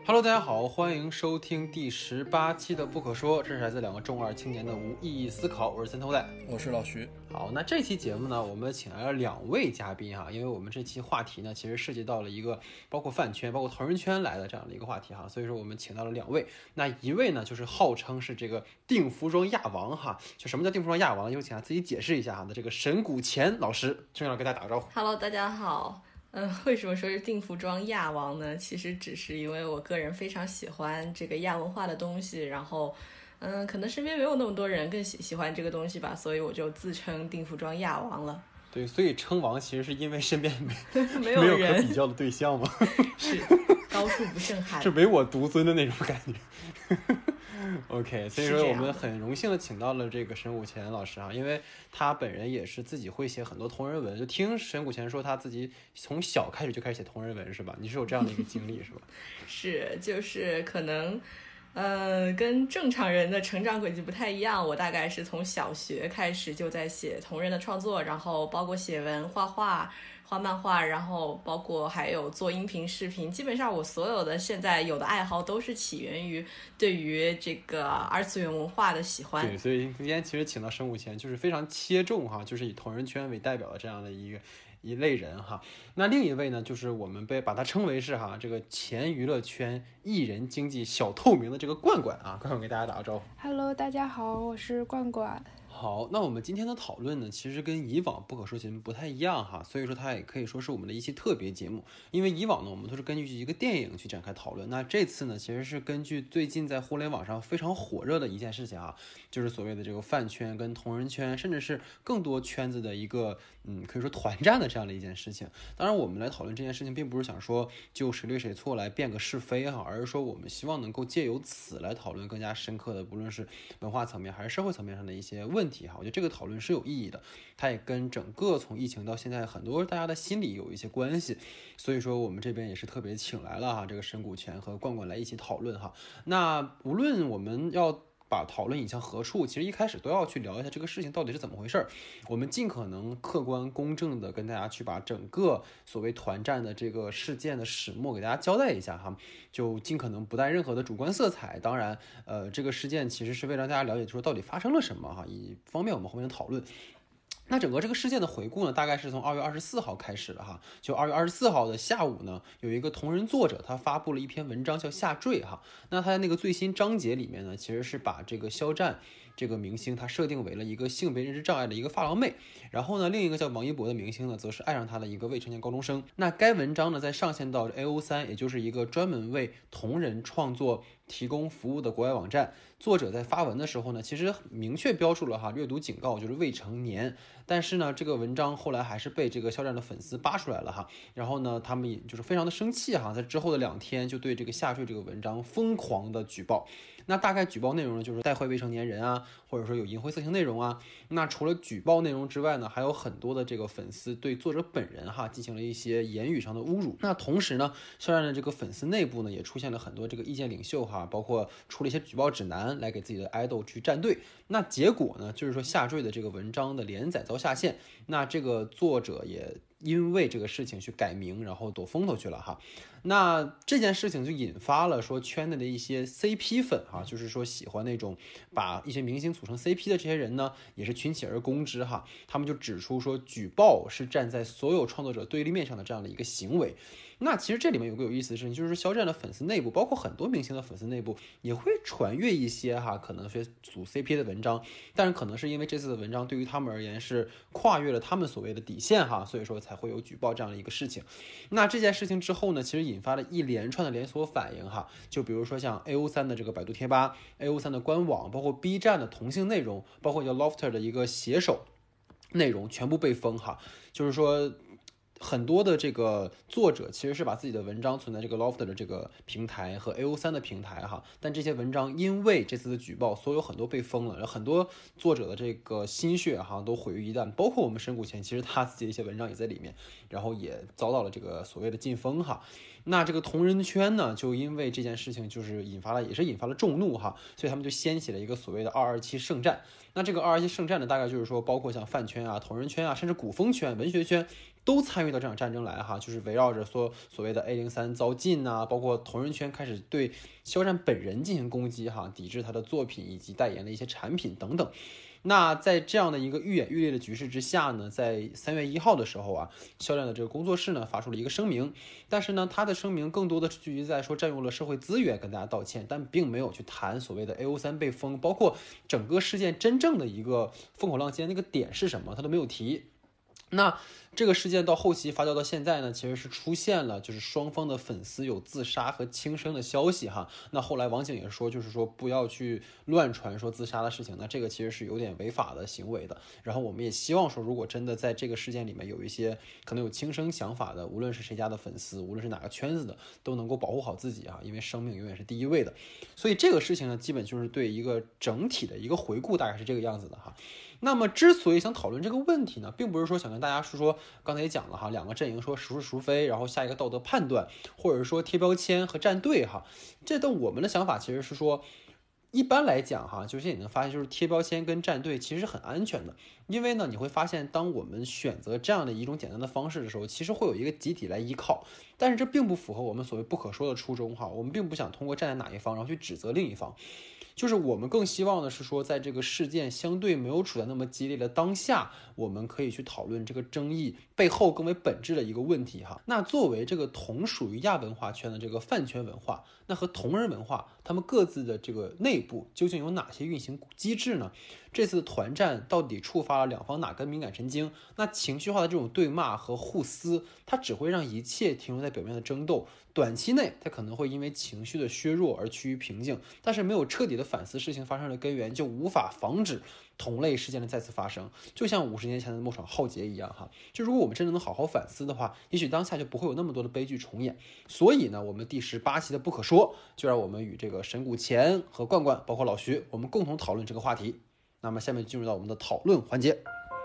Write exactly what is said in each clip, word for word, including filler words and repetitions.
Hello， 大家好，欢迎收听第十八期的不可说，这是来自两个中二青年的无意义思考，我是森头带， 我是老徐。 好，那这期节目呢，我们请来了两位嘉宾哈，因为我们这期话题呢，其实涉及到了一个包括饭圈、包括同人圈来的这样的一个话题哈，所以说我们请到了两位。那一位呢，就是号称是这个订服装亚王哈，就什么叫订服装亚王？有请他自己解释一下哈。那这个沈谷乾老师，郑老给大家打个招呼。 Hello， 大家好。嗯，为什么说是订服装亚王呢？其实只是因为我个人非常喜欢这个亚文化的东西，然后，嗯，可能身边没有那么多人更喜喜欢这个东西吧，所以我就自称订服装亚王了。 对，所以称王其实是因为身边没没有人没有可比较的对象吗？ 是高处不胜寒， 是唯我独尊的那种感觉。OK， 所以说我们很荣幸的请到了这个沈谷乾老师啊，因为他本人也是自己会写很多同人文，就听沈谷乾说他自己从小开始就开始写同人文是吧？你是有这样的一个经历是吧？ 是，就是可能呃，跟正常人的成长轨迹不太一样，我大概是从小学开始就在写同人的创作，然后包括写文、画画、画漫画，然后包括还有做音频、视频，基本上我所有的现在有的爱好都是起源于对于这个二次元文化的喜欢。 对，所以今天其实请到沈谷乾就是非常切中哈，就是以同人圈为代表的这样的一个一类人哈。那另一位呢，就是我们被把他称为是哈这个前娱乐圈艺人经济小透明的这个罐罐啊，罐罐给大家打个招呼。 Hello， 大家好，我是罐罐。 好，那我们今天的讨论呢，其实跟以往不可说节目不太一样哈，所以说它也可以说是我们的一期特别节目。因为以往呢，我们都是根据一个电影去展开讨论，那这次呢，其实是根据最近在互联网上非常火热的一件事情啊，就是所谓的这个饭圈跟同人圈，甚至是更多圈子的一个嗯，可以说团战的这样的一件事情。当然，我们来讨论这件事情，并不是想说就谁对谁错来辩个是非哈，而是说我们希望能够借由此来讨论更加深刻的，不论是文化层面还是社会层面上的一些问题。我觉得这个讨论是有意义的，它也跟整个从疫情到现在很多大家的心理有一些关系，所以说我们这边也是特别请来了哈这个沈谷乾和罐罐来一起讨论哈。那无论我们要把讨论引向何处，其实一开始都要去聊一下这个事情到底是怎么回事，我们尽可能客观公正的跟大家去把整个所谓团战的这个事件的始末给大家交代一下哈，就尽可能不带任何的主观色彩。当然呃，这个事件其实是为了让大家了解说到底发生了什么哈，以方便我们后面的讨论。那整个这个事件的回顾呢，大概是从二月二十四号开始的哈。就二月二十四号的下午呢，有一个同人作者他发布了一篇文章叫下坠哈。那他在那个最新章节里面呢，其实是把这个肖战这个明星他设定为了一个性别认知障碍的一个发廊妹，然后呢，另一个叫王一博的明星呢，则是爱上他的一个未成年高中生。那该文章呢，在上线到 A O 三，也就是一个专门为同人创作提供服务的国外网站，作者在发文的时候呢，其实明确标注了哈阅读警告，就是未成年。但是呢，这个文章后来还是被这个肖战的粉丝扒出来了哈，然后呢，他们也就是非常的生气哈，在之后的两天就对这个下坠这个文章疯狂的举报。那大概举报内容呢，就是带坏未成年人啊，或者说有淫秽色情内容啊。那除了举报内容之外呢，还有很多的这个粉丝对作者本人哈进行了一些言语上的侮辱。那同时呢，肖战的这个粉丝内部呢，也出现了很多这个意见领袖哈，包括出了一些举报指南来给自己的 idol 去站队。那结果呢，就是说下坠的这个文章的连载遭下线，那这个作者也因为这个事情去改名，然后躲风头去了哈。那这件事情就引发了说圈内的一些 C P 粉哈，就是说喜欢那种把一些明星组成 C P 的这些人呢，也是群起而攻之哈。他们就指出说，举报是站在所有创作者对立面上的这样的一个行为。那其实这里面有个有意思的事情，就是肖战的粉丝内部，包括很多明星的粉丝内部，也会传阅一些哈，可能是组 C P 的文章，但是可能是因为这次的文章对于他们而言是跨越了他们所谓的底线哈，所以说才会有举报这样的一个事情。那这件事情之后呢，其实引发了一连串的连锁反应哈，就比如说像 A O 三 的这个百度贴吧， A O 三 的官网，包括 B 站的同性内容，包括叫 Lofter 的一个写手内容全部被封哈，就是说很多的这个作者其实是把自己的文章存在这个 Lofter 的这个平台和 A O 三 的平台哈，但这些文章因为这次的举报，所以有很多被封了，很多作者的这个心血哈都毁于一旦，包括我们沈谷乾，其实他自己的一些文章也在里面，然后也遭到了这个所谓的禁封哈。那这个同人圈呢，就因为这件事情就是引发了，也是引发了众怒哈，所以他们就掀起了一个所谓的二二七圣战。那这个二二七圣战呢，大概就是说，包括像饭圈啊、同人圈啊，甚至古风圈、文学圈都参与到这场战争来哈，就是围绕着说所谓的 A 零三 遭禁啊，包括同人圈开始对肖战本人进行攻击哈，抵制他的作品以及代言的一些产品等等。那在这样的一个愈演愈烈的局势之下呢，在三月一号的时候啊，肖战的这个工作室呢发出了一个声明，但是呢，他的声明更多的是聚集在说占用了社会资源跟大家道歉，但并没有去谈所谓的 A O 三 被封，包括整个事件真正的一个风口浪尖那个点是什么，他都没有提。那这个事件到后期发酵到现在呢，其实是出现了就是双方的粉丝有自杀和轻生的消息哈。那后来网警也说，就是说不要去乱传说自杀的事情，那这个其实是有点违法的行为的。然后我们也希望说，如果真的在这个事件里面有一些可能有轻生想法的，无论是谁家的粉丝，无论是哪个圈子的，都能够保护好自己哈，因为生命永远是第一位的。所以这个事情呢，基本就是对一个整体的一个回顾，大概是这个样子的哈。那么之所以想讨论这个问题呢，并不是说想跟大家说说，刚才也讲了哈，两个阵营说孰是孰非，然后下一个道德判断，或者说贴标签和站队哈。这的我们的想法其实是说，一般来讲哈，就是你能发现，就是贴标签跟站队其实很安全的，因为呢，你会发现，当我们选择这样的一种简单的方式的时候，其实会有一个集体来依靠，但是这并不符合我们所谓不可说的初衷哈。我们并不想通过站在哪一方，然后去指责另一方。就是我们更希望的是说，在这个事件相对没有处在那么激烈的当下，我们可以去讨论这个争议背后更为本质的一个问题哈。那作为这个同属于亚文化圈的这个饭圈文化，那和同人文化，他们各自的这个内部究竟有哪些运行机制呢？这次的团战到底触发了两方哪根敏感神经？那情绪化的这种对骂和互撕，它只会让一切停留在表面的争斗。短期内，它可能会因为情绪的削弱而趋于平静，但是没有彻底的反思事情发生的根源，就无法防止同类事件的再次发生。就像五十年前的某场浩劫一样哈，就如果我们真的能好好反思的话，也许当下就不会有那么多的悲剧重演。所以呢，我们第十八期的不可说，就让我们与这个神谷前和冠冠，包括老徐，我们共同讨论这个话题。那么下面进入到我们的讨论环节。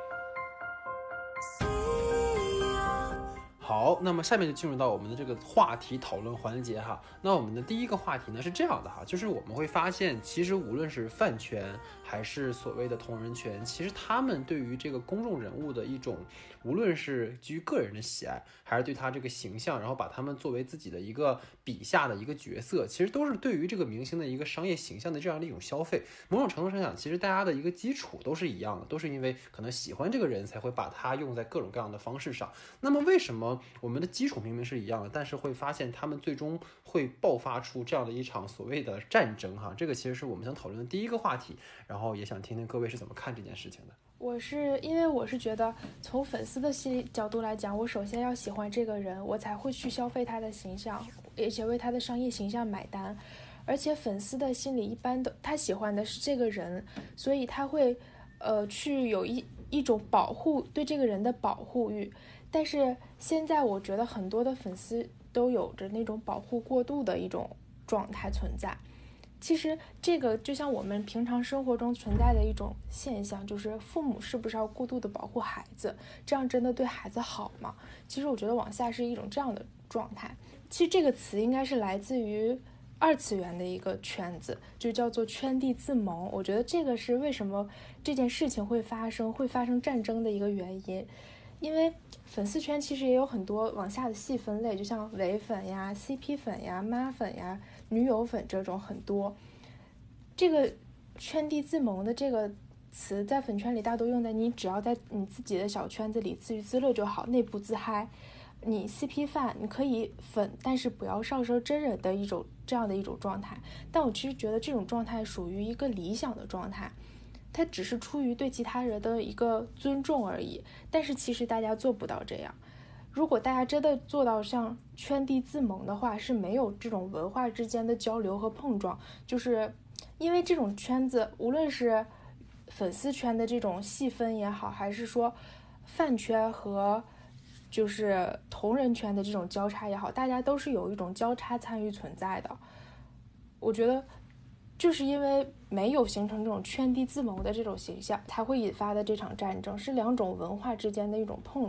好，那么下面就进入到我们的这个话题讨论环节哈。那我们的第一个话题呢是这样的哈，就是我们会发现，其实无论是饭圈还是所谓的同人圈，其实他们对于这个公众人物的一种，无论是基于个人的喜爱，还是对他这个形象，然后把他们作为自己的一个笔下的一个角色，其实都是对于这个明星的一个商业形象的这样的一种消费。某种程度上讲，其实大家的一个基础都是一样的，都是因为可能喜欢这个人才会把它用在各种各样的方式上。那么为什么我们的基础明明是一样的，但是会发现他们最终会爆发出这样的一场所谓的战争哈？这个其实是我们想讨论的第一个话题，然后也想听听各位是怎么看这件事情的。 我是因为我是觉得从粉丝的心理角度来讲，我首先要喜欢这个人，我才会去消费他的形象，而且为他的商业形象买单。而且粉丝的心理一般都他喜欢的是这个人，所以他会呃去有一一种保护对这个人的保护欲。但是现在我觉得很多的粉丝都有着那种保护过度的一种状态存在。其实这个就像我们平常生活中存在的一种现象，就是父母是不是要过度的保护孩子，这样真的对孩子好吗？其实我觉得往下是一种这样的状态。其实这个词应该是来自于二次元的一个圈子，就叫做圈地自萌。我觉得这个是为什么这件事情会发生会发生战争的一个原因。因为粉丝圈其实也有很多往下的细分类，就像伪粉呀、C P 粉呀、妈粉呀、女友粉这种很多。这个圈地自萌的这个词在粉圈里大多用在你只要在你自己的小圈子里自娱自乐就好，内部自嗨。你 C P 饭你可以粉，但是不要上升真人的一种这样的一种状态。但我其实觉得这种状态属于一个理想的状态，它只是出于对其他人的一个尊重而已，但是其实大家做不到这样。如果大家真的做到像圈地自萌的话，是没有这种文化之间的交流和碰撞。就是因为这种圈子，无论是粉丝圈的这种细分也好，还是说饭圈和就是同人圈的这种交叉也好，大家都是有一种交叉参与存在的。我觉得就是因为没有形成这种圈地自萌的这种形象，才会引发的这场战争，是两种文化之间的一种碰撞。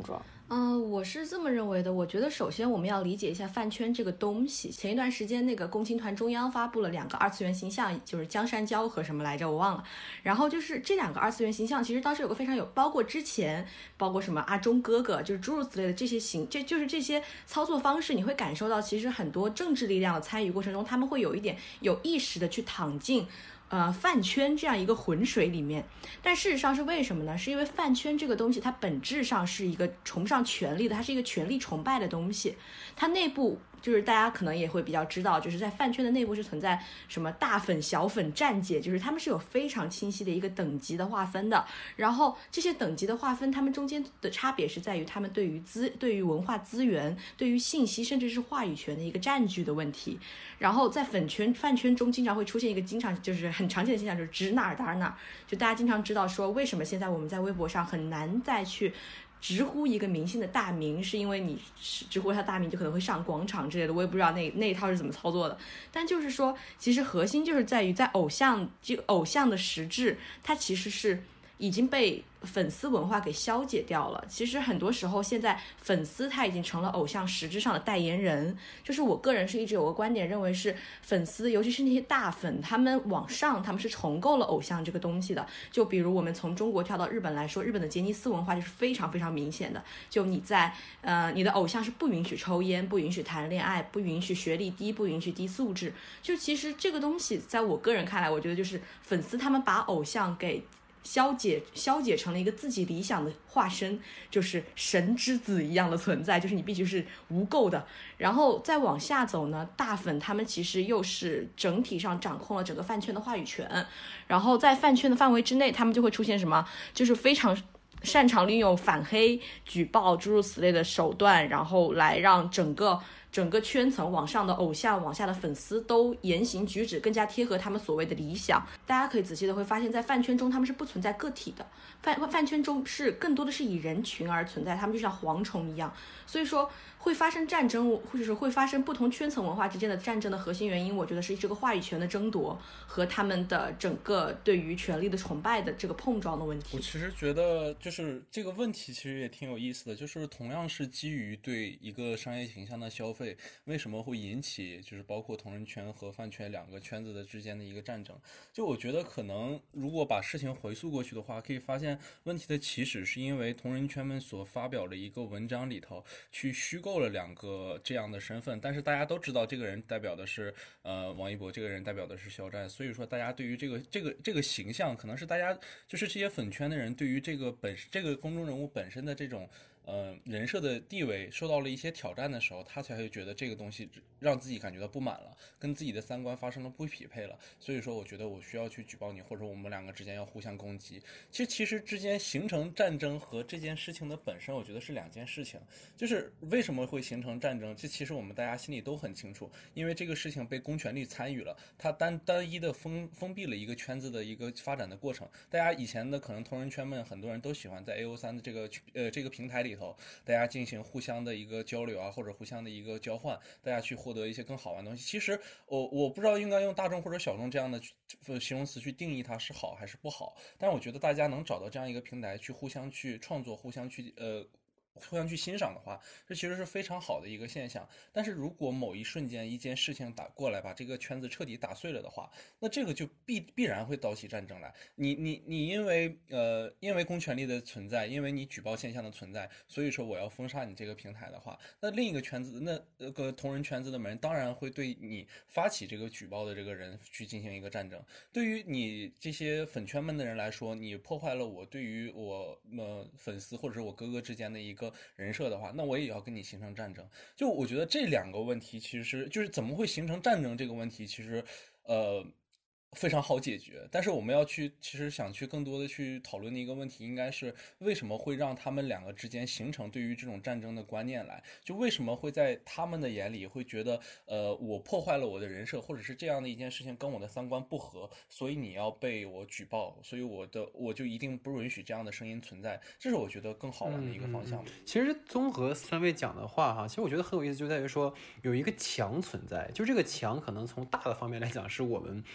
嗯、呃，我是这么认为的。我觉得首先我们要理解一下饭圈这个东西。前一段时间，那个共青团中央发布了两个二次元形象，就是江山娇和什么来着，我忘了。然后就是这两个二次元形象，其实当时有个非常有，包括之前，包括什么阿忠哥哥，就是诸如此类的这些形，这就是这些操作方式，你会感受到，其实很多政治力量的参与过程中，他们会有一点有意识的去躺进。呃，饭圈这样一个浑水里面，但事实上是为什么呢？是因为饭圈这个东西，它本质上是一个崇尚权力的，它是一个权力崇拜的东西。它内部就是大家可能也会比较知道，就是在饭圈的内部是存在什么大粉、小粉、站姐，就是他们是有非常清晰的一个等级的划分的。然后这些等级的划分，他们中间的差别是在于他们对于资、对于文化资源、对于信息，甚至是话语权的一个占据的问题。然后在粉圈、饭圈中，经常会出现一个经常就是很常见的现象，就是指哪儿打哪儿。就大家经常知道说，为什么现在我们在微博上很难再去直呼一个明星的大名，是因为你直呼他大名就可能会上广场之类的，我也不知道那那一套是怎么操作的。但就是说，其实核心就是在于在偶像这个偶像的实质，它其实是已经被粉丝文化给消解掉了。其实很多时候现在粉丝他已经成了偶像实质上的代言人。就是我个人是一直有个观点，认为是粉丝尤其是那些大粉，他们往上他们是重构了偶像这个东西的。就比如我们从中国跳到日本来说，日本的杰尼斯文化就是非常非常明显的。就你在呃你的偶像是不允许抽烟，不允许谈恋爱，不允许学历低，不允许低素质。就其实这个东西在我个人看来，我觉得就是粉丝他们把偶像给消解消解成了一个自己理想的化身，就是神之子一样的存在，就是你必须是无垢的。然后再往下走呢，大粉他们其实又是整体上掌控了整个饭圈的话语权。然后在饭圈的范围之内，他们就会出现什么，就是非常擅长利用反黑、举报诸如此类的手段，然后来让整个整个圈层往上的偶像、往下的粉丝都言行举止更加贴合他们所谓的理想。大家可以仔细的会发现，在饭圈中他们是不存在个体的，饭饭圈中是更多的是以人群而存在，他们就像蝗虫一样。所以说会发生战争，或者是会发生不同圈层文化之间的战争的核心原因，我觉得是这个话语权的争夺和他们的整个对于权力的崇拜的这个碰撞的问题。 我其实觉得就是这个问题其实也挺有意思的，就是同样是基于对一个商业形象的消费，为什么会引起就是包括同人圈和饭圈两个圈子的之间的一个战争。就我觉得可能如果把事情回溯过去的话，可以发现问题的起始是因为同人圈们所发表的一个文章里头去虚构了两个这样的身份，但是大家都知道这个人代表的是呃王一博，这个人代表的是肖战，所以说大家对于这个这个这个形象，可能是大家就是这些粉圈的人对于这个本这个公众人物本身的这种呃人设的地位受到了一些挑战的时候，他才会觉得这个东西让自己感觉到不满了，跟自己的三观发生了不匹配了，所以说我觉得我需要去举报你，或者我们两个之间要互相攻击。其实其实之间形成战争和这件事情的本身，我觉得是两件事情。就是为什么会形成战争，这其实我们大家心里都很清楚，因为这个事情被公权力参与了，它单单一的封封闭了一个圈子的一个发展的过程。大家以前的可能同人圈们很多人都喜欢在 A O 三 的这个呃这个平台里头，大家进行互相的一个交流啊，或者互相的一个交换，大家去获得一些更好玩的东西。其实我我不知道应该用大众或者小众这样的形容词去定义它是好还是不好，但是我觉得大家能找到这样一个平台去互相去创作，互相去呃互相去欣赏的话，这其实是非常好的一个现象。但是如果某一瞬间一件事情打过来，把这个圈子彻底打碎了的话，那这个就必必然会导起战争来。你你你因为呃因为公权力的存在，因为你举报现象的存在，所以说我要封杀你这个平台的话，那另一个圈子那那个同人圈子的人当然会对你发起这个举报的这个人去进行一个战争。对于你这些粉圈们的人来说，你破坏了我对于我呃粉丝或者是我哥哥之间的一个人设的话，那我也要跟你形成战争。就我觉得这两个问题其实就是怎么会形成战争这个问题，其实呃非常好解决。但是我们要去其实想去更多的去讨论的一个问题，应该是为什么会让他们两个之间形成对于这种战争的观念来，就为什么会在他们的眼里会觉得呃我破坏了我的人设，或者是这样的一件事情跟我的三观不合，所以你要被我举报，所以我的我就一定不允许这样的声音存在。这是我觉得更好玩的一个方向。 嗯嗯嗯、其实综合三位讲的话哈，其实我觉得很有意思，就在于说有一个墙存在，就这个墙可能从大的方面来讲是我们在可能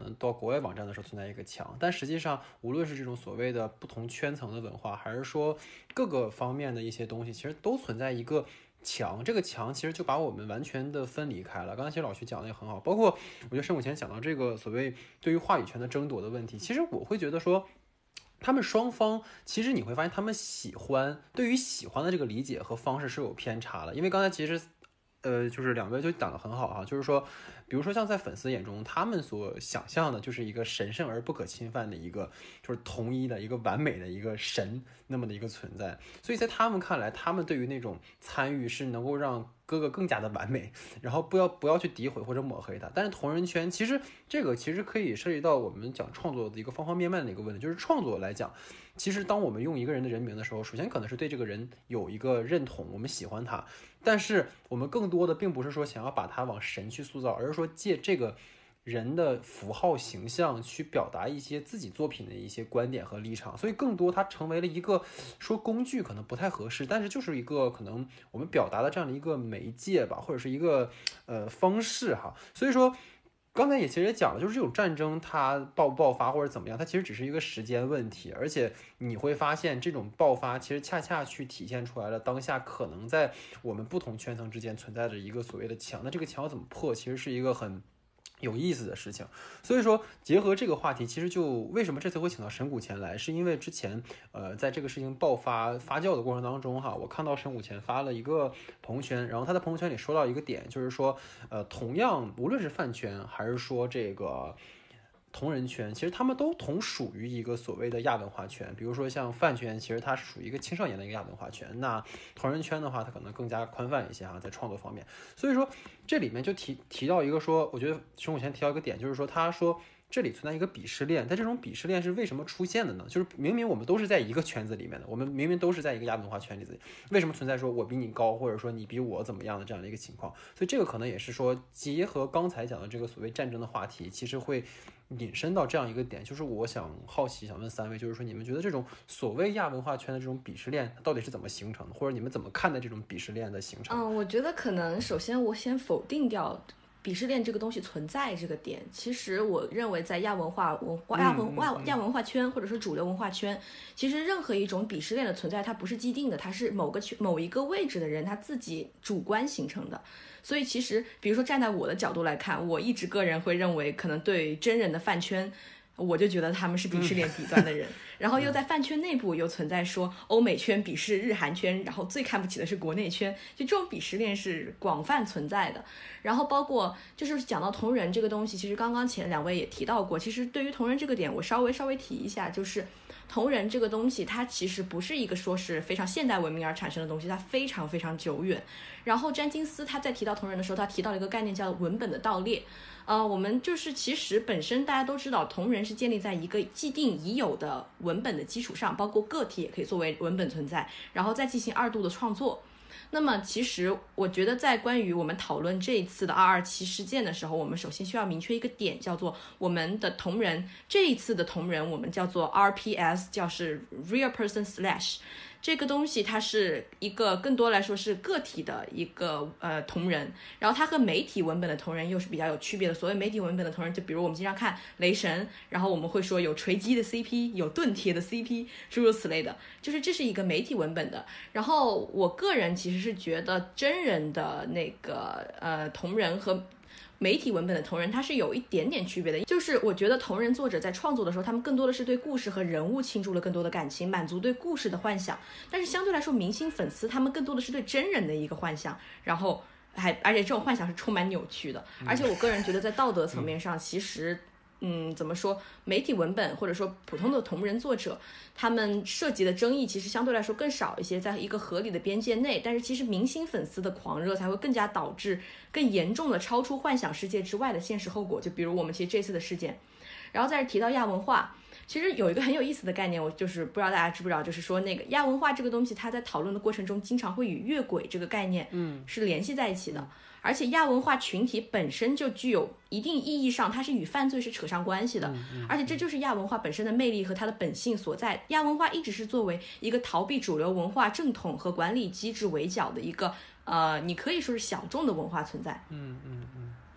能到国外网站的时候存在一个墙，但实际上无论是这种所谓的不同圈层的文化，还是说各个方面的一些东西，其实都存在一个墙，这个墙其实就把我们完全的分离开了。刚才其实老徐讲的也很好，包括我觉得申武前讲到这个所谓对于话语权的争夺的问题，其实我会觉得说他们双方其实你会发现他们喜欢对于喜欢的这个理解和方式是有偏差的，因为刚才其实呃，就是两位就讲得很好哈，就是说，比如说像在粉丝眼中，他们所想象的就是一个神圣而不可侵犯的一个，就是统一的一个完美的一个神那么的一个存在，所以在他们看来，他们对于那种参与是能够让哥哥更加的完美，然后不要不要去诋毁或者抹黑他。但是同人圈其实这个其实可以涉及到我们讲创作的一个方方面面的一个问题，就是创作来讲，其实当我们用一个人的人名的时候，首先可能是对这个人有一个认同，我们喜欢他，但是我们更多的并不是说想要把他往神去塑造，而是说借这个人的符号形象去表达一些自己作品的一些观点和立场，所以更多它成为了一个说工具可能不太合适，但是就是一个可能我们表达的这样的一个媒介吧，或者是一个呃方式哈。所以说刚才也其实也讲了，就是这种战争它爆不爆发或者怎么样，它其实只是一个时间问题，而且你会发现这种爆发其实恰恰去体现出来了当下可能在我们不同圈层之间存在着一个所谓的墙，那这个墙要怎么破，其实是一个很有意思的事情。所以说结合这个话题，其实就为什么这次会请到神谷前来，是因为之前呃在这个事情爆发发酵的过程当中哈，我看到神谷前发了一个朋友圈，然后他在朋友圈里说到一个点，就是说呃同样无论是饭圈还是说这个同人圈，其实他们都同属于一个所谓的亚文化圈。比如说像饭圈，其实它是属于一个青少年的一个亚文化圈，那同人圈的话，它可能更加宽泛一些哈，在创作方面。所以说这里面就提提到一个说，我觉得申武前提到一个点，就是说他说这里存在一个鄙视链，但这种鄙视链是为什么出现的呢？就是明明我们都是在一个圈子里面的，我们明明都是在一个亚文化圈里，为什么存在说我比你高，或者说你比我怎么样的这样的一个情况？所以这个可能也是说结合刚才讲的这个所谓战争的话题，其实会引申到这样一个点，就是我想好奇想问三位，就是说你们觉得这种所谓亚文化圈的这种鄙视链到底是怎么形成的，或者你们怎么看待这种鄙视链的形成？ 嗯，我觉得可能首先我先否定掉鄙视链这个东西存在这个点。其实我认为在亚文化文化亚文化亚文化圈或者说主流文化圈，其实任何一种鄙视链的存在它不是既定的，它是某个某一个位置的人他自己主观形成的。所以其实比如说站在我的角度来看，我一直个人会认为可能对真人的饭圈，我就觉得他们是鄙视链底端的人、嗯、然后又在饭圈内部又存在说欧美圈鄙视日韩圈，然后最看不起的是国内圈，就这种鄙视链是广泛存在的。然后包括就是讲到同人这个东西，其实刚刚前两位也提到过，其实对于同人这个点我稍微稍微提一下，就是同人这个东西它其实不是一个说是非常现代文明而产生的东西，它非常非常久远。然后詹金斯他在提到同人的时候，他提到了一个概念叫文本的盗猎。呃，我们就是其实本身大家都知道，同人是建立在一个既定已有的文本的基础上，包括个体也可以作为文本存在，然后再进行二度的创作。那么其实我觉得在关于我们讨论这一次的二二七事件的时候，我们首先需要明确一个点，叫做我们的同人这一次的同人我们叫做 R P S， 叫是 Real Person Slash，这个东西它是一个更多来说是个体的一个呃同人，然后它和媒体文本的同人又是比较有区别的。所谓媒体文本的同人，就比如我们经常看雷神，然后我们会说有锤击的 C P， 有盾贴的 C P， 诸如此类的，就是这是一个媒体文本的。然后我个人其实是觉得真人的那个呃同人和媒体文本的同人它是有一点点区别的，就是我觉得同人作者在创作的时候，他们更多的是对故事和人物倾注了更多的感情，满足对故事的幻想。但是相对来说，明星粉丝他们更多的是对真人的一个幻想，然后还而且这种幻想是充满扭曲的。而且我个人觉得在道德层面上，其实嗯，怎么说，媒体文本或者说普通的同人作者，他们涉及的争议其实相对来说更少一些，在一个合理的边界内。但是其实明星粉丝的狂热才会更加导致更严重的超出幻想世界之外的现实后果，就比如我们其实这次的事件。然后再提到亚文化，其实有一个很有意思的概念，我就是不知道大家知不知道，就是说那个亚文化这个东西，它在讨论的过程中经常会与越轨这个概念嗯是联系在一起的。嗯，而且亚文化群体本身就具有一定意义上，它是与犯罪是扯上关系的，而且这就是亚文化本身的魅力和它的本性所在。亚文化一直是作为一个逃避主流文化正统和管理机制围剿的一个呃，你可以说是小众的文化存在。嗯嗯嗯。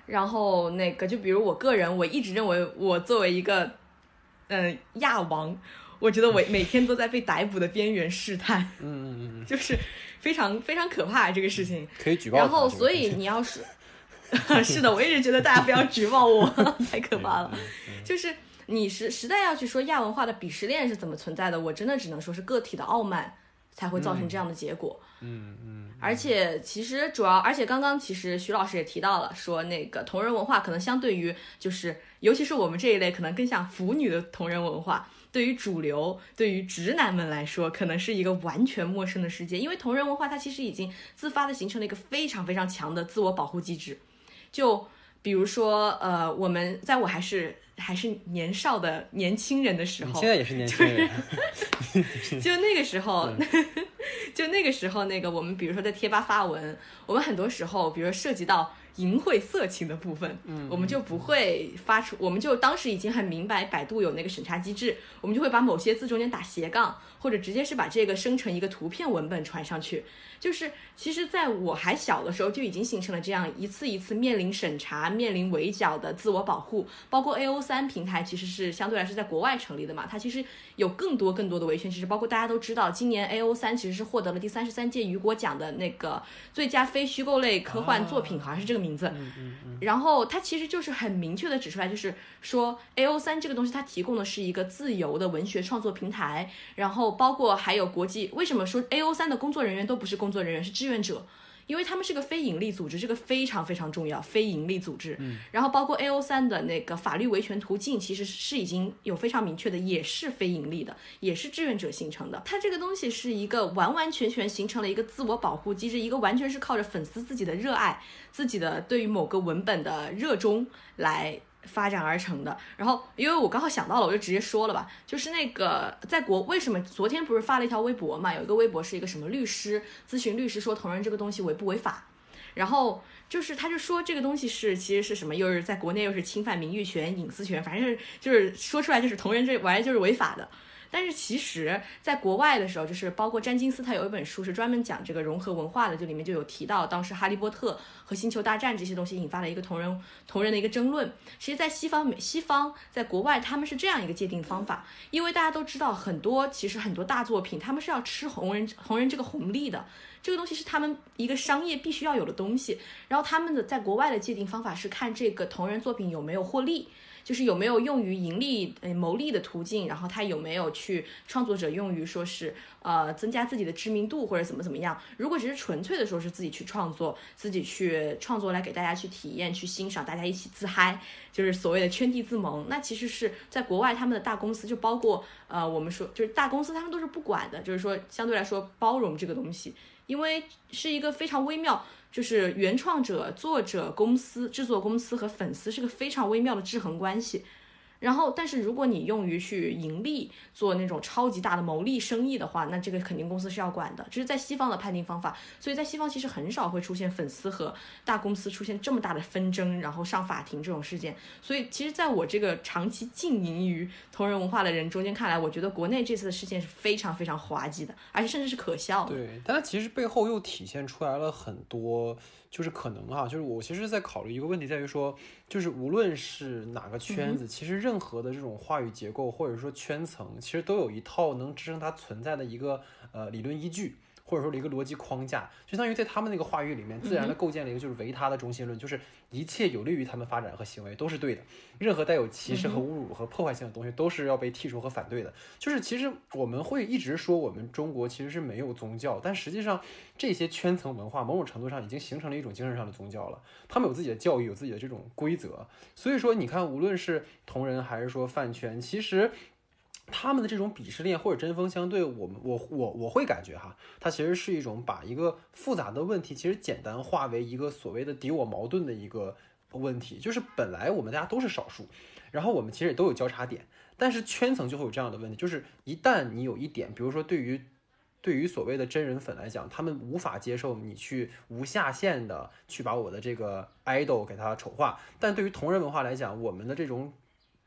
然后那个就比如我个人，我一直认为我作为一个嗯、呃、亚王，我觉得我每天都在被逮捕的边缘试探， 嗯嗯嗯， 就是非常非常可怕这个事情。 可以举报。 然后所以你要是是的，我一直觉得大家不要举报我，太可怕了。就是你实实在要去说亚文化的鄙视链是怎么存在的，我真的只能说是个体的傲慢才会造成这样的结果。 嗯嗯， 而且其实主要，而且刚刚其实徐老师也提到了，说那个同人文化可能相对于就是尤其是我们这一类可能更像腐女的同人文化，对于主流对于直男们来说可能是一个完全陌生的世界。因为同人文化它其实已经自发的形成了一个非常非常强的自我保护机制。就比如说呃，我们在我还是还是年少的年轻人的时候， 你现在也是年轻人， 就, 就那个时候就那个时候那个我们比如说在贴吧发文，我们很多时候比如说涉及到淫秽色情的部分，嗯，我们就不会发出，我们就当时已经很明白百度有那个审查机制，我们就会把某些字中间打斜杠，或者直接是把这个生成一个图片文本传上去。就是其实在我还小的时候就已经形成了这样一次一次面临审查面临围剿的自我保护。包括 A O 三 平台其实是相对来说在国外成立的嘛，它其实有更多更多的维权机制，包括大家都知道今年 A O 三 其实是获得了第三十三届雨果奖的那个最佳非虚构类科幻作品，好像是这个名字。 嗯嗯嗯， 然后它其实就是很明确的指出来，就是说 A O 三 这个东西它提供的是一个自由的文学创作平台，然后包括还有国际，为什么说 A O 三 的工作人员都不是工作人员，是志愿者，因为他们是个非盈利组织，这个非常非常重要，非盈利组织。嗯，然后包括 A O 三 的那个法律维权途径其实是已经有非常明确的，也是非盈利的，也是志愿者形成的。它这个东西是一个完完全全形成了一个自我保护机制，一个完全是靠着粉丝自己的热爱，自己的对于某个文本的热衷来发展而成的。然后因为我刚好想到了，我就直接说了吧，就是那个在国为什么昨天不是发了一条微博嘛，有一个微博是一个什么律师咨询律师说同人这个东西违不违法，然后就是他就说这个东西是其实是什么，又是在国内又是侵犯名誉权隐私权，反正是就是说出来就是同人这玩意就是违法的。但是其实在国外的时候，就是包括詹金斯他有一本书是专门讲这个融合文化的，就里面就有提到当时哈利波特和星球大战这些东西引发了一个同人同人的一个争论。其实在西方西方在国外他们是这样一个界定方法，因为大家都知道很多其实很多大作品他们是要吃红人红人这个红利的，这个东西是他们一个商业必须要有的东西。然后他们的在国外的界定方法是看这个同人作品有没有获利，就是有没有用于盈利呃牟利的途径，然后他有没有去创作者用于说是呃增加自己的知名度或者怎么怎么样。如果只是纯粹的说是自己去创作，自己去创作来给大家去体验去欣赏，大家一起自嗨，就是所谓的圈地自萌，那其实是在国外他们的大公司就包括呃我们说就是大公司他们都是不管的，就是说相对来说包容这个东西，因为是一个非常微妙，就是原创者、作者、公司、制作公司和粉丝是个非常微妙的制衡关系。然后但是如果你用于去盈利做那种超级大的牟利生意的话，那这个肯定公司是要管的，这是在西方的判定方法。所以在西方其实很少会出现粉丝和大公司出现这么大的纷争然后上法庭这种事件。所以其实在我这个长期浸淫于同人文化的人中间看来，我觉得国内这次的事件是非常非常滑稽的，而且甚至是可笑的。 对，但它其实背后又体现出来了很多就是可能啊，就是我其实在考虑一个问题，在于说就是无论是哪个圈子、嗯、其实任何的这种话语结构或者说圈层其实都有一套能支撑它存在的一个呃理论依据，或者说一个逻辑框架，就相当于在他们那个话语里面自然的构建了一个就是唯他的中心论、嗯、就是一切有利于他们发展和行为都是对的，任何带有歧视和侮辱和破坏性的东西都是要被剔除和反对的。就是其实我们会一直说我们中国其实是没有宗教，但实际上这些圈层文化某种程度上已经形成了一种精神上的宗教了，他们有自己的教育，有自己的这种规则。所以说你看无论是同人还是说饭圈，其实他们的这种鄙视链或者针锋相对，我们我我我会感觉哈，它其实是一种把一个复杂的问题其实简单化为一个所谓的敌我矛盾的一个问题。就是本来我们大家都是少数，然后我们其实也都有交叉点，但是圈层就会有这样的问题，就是一旦你有一点，比如说对于对于所谓的真人粉来讲，他们无法接受你去无下限的去把我的这个 idol 给他丑化，但对于同人文化来讲，我们的这种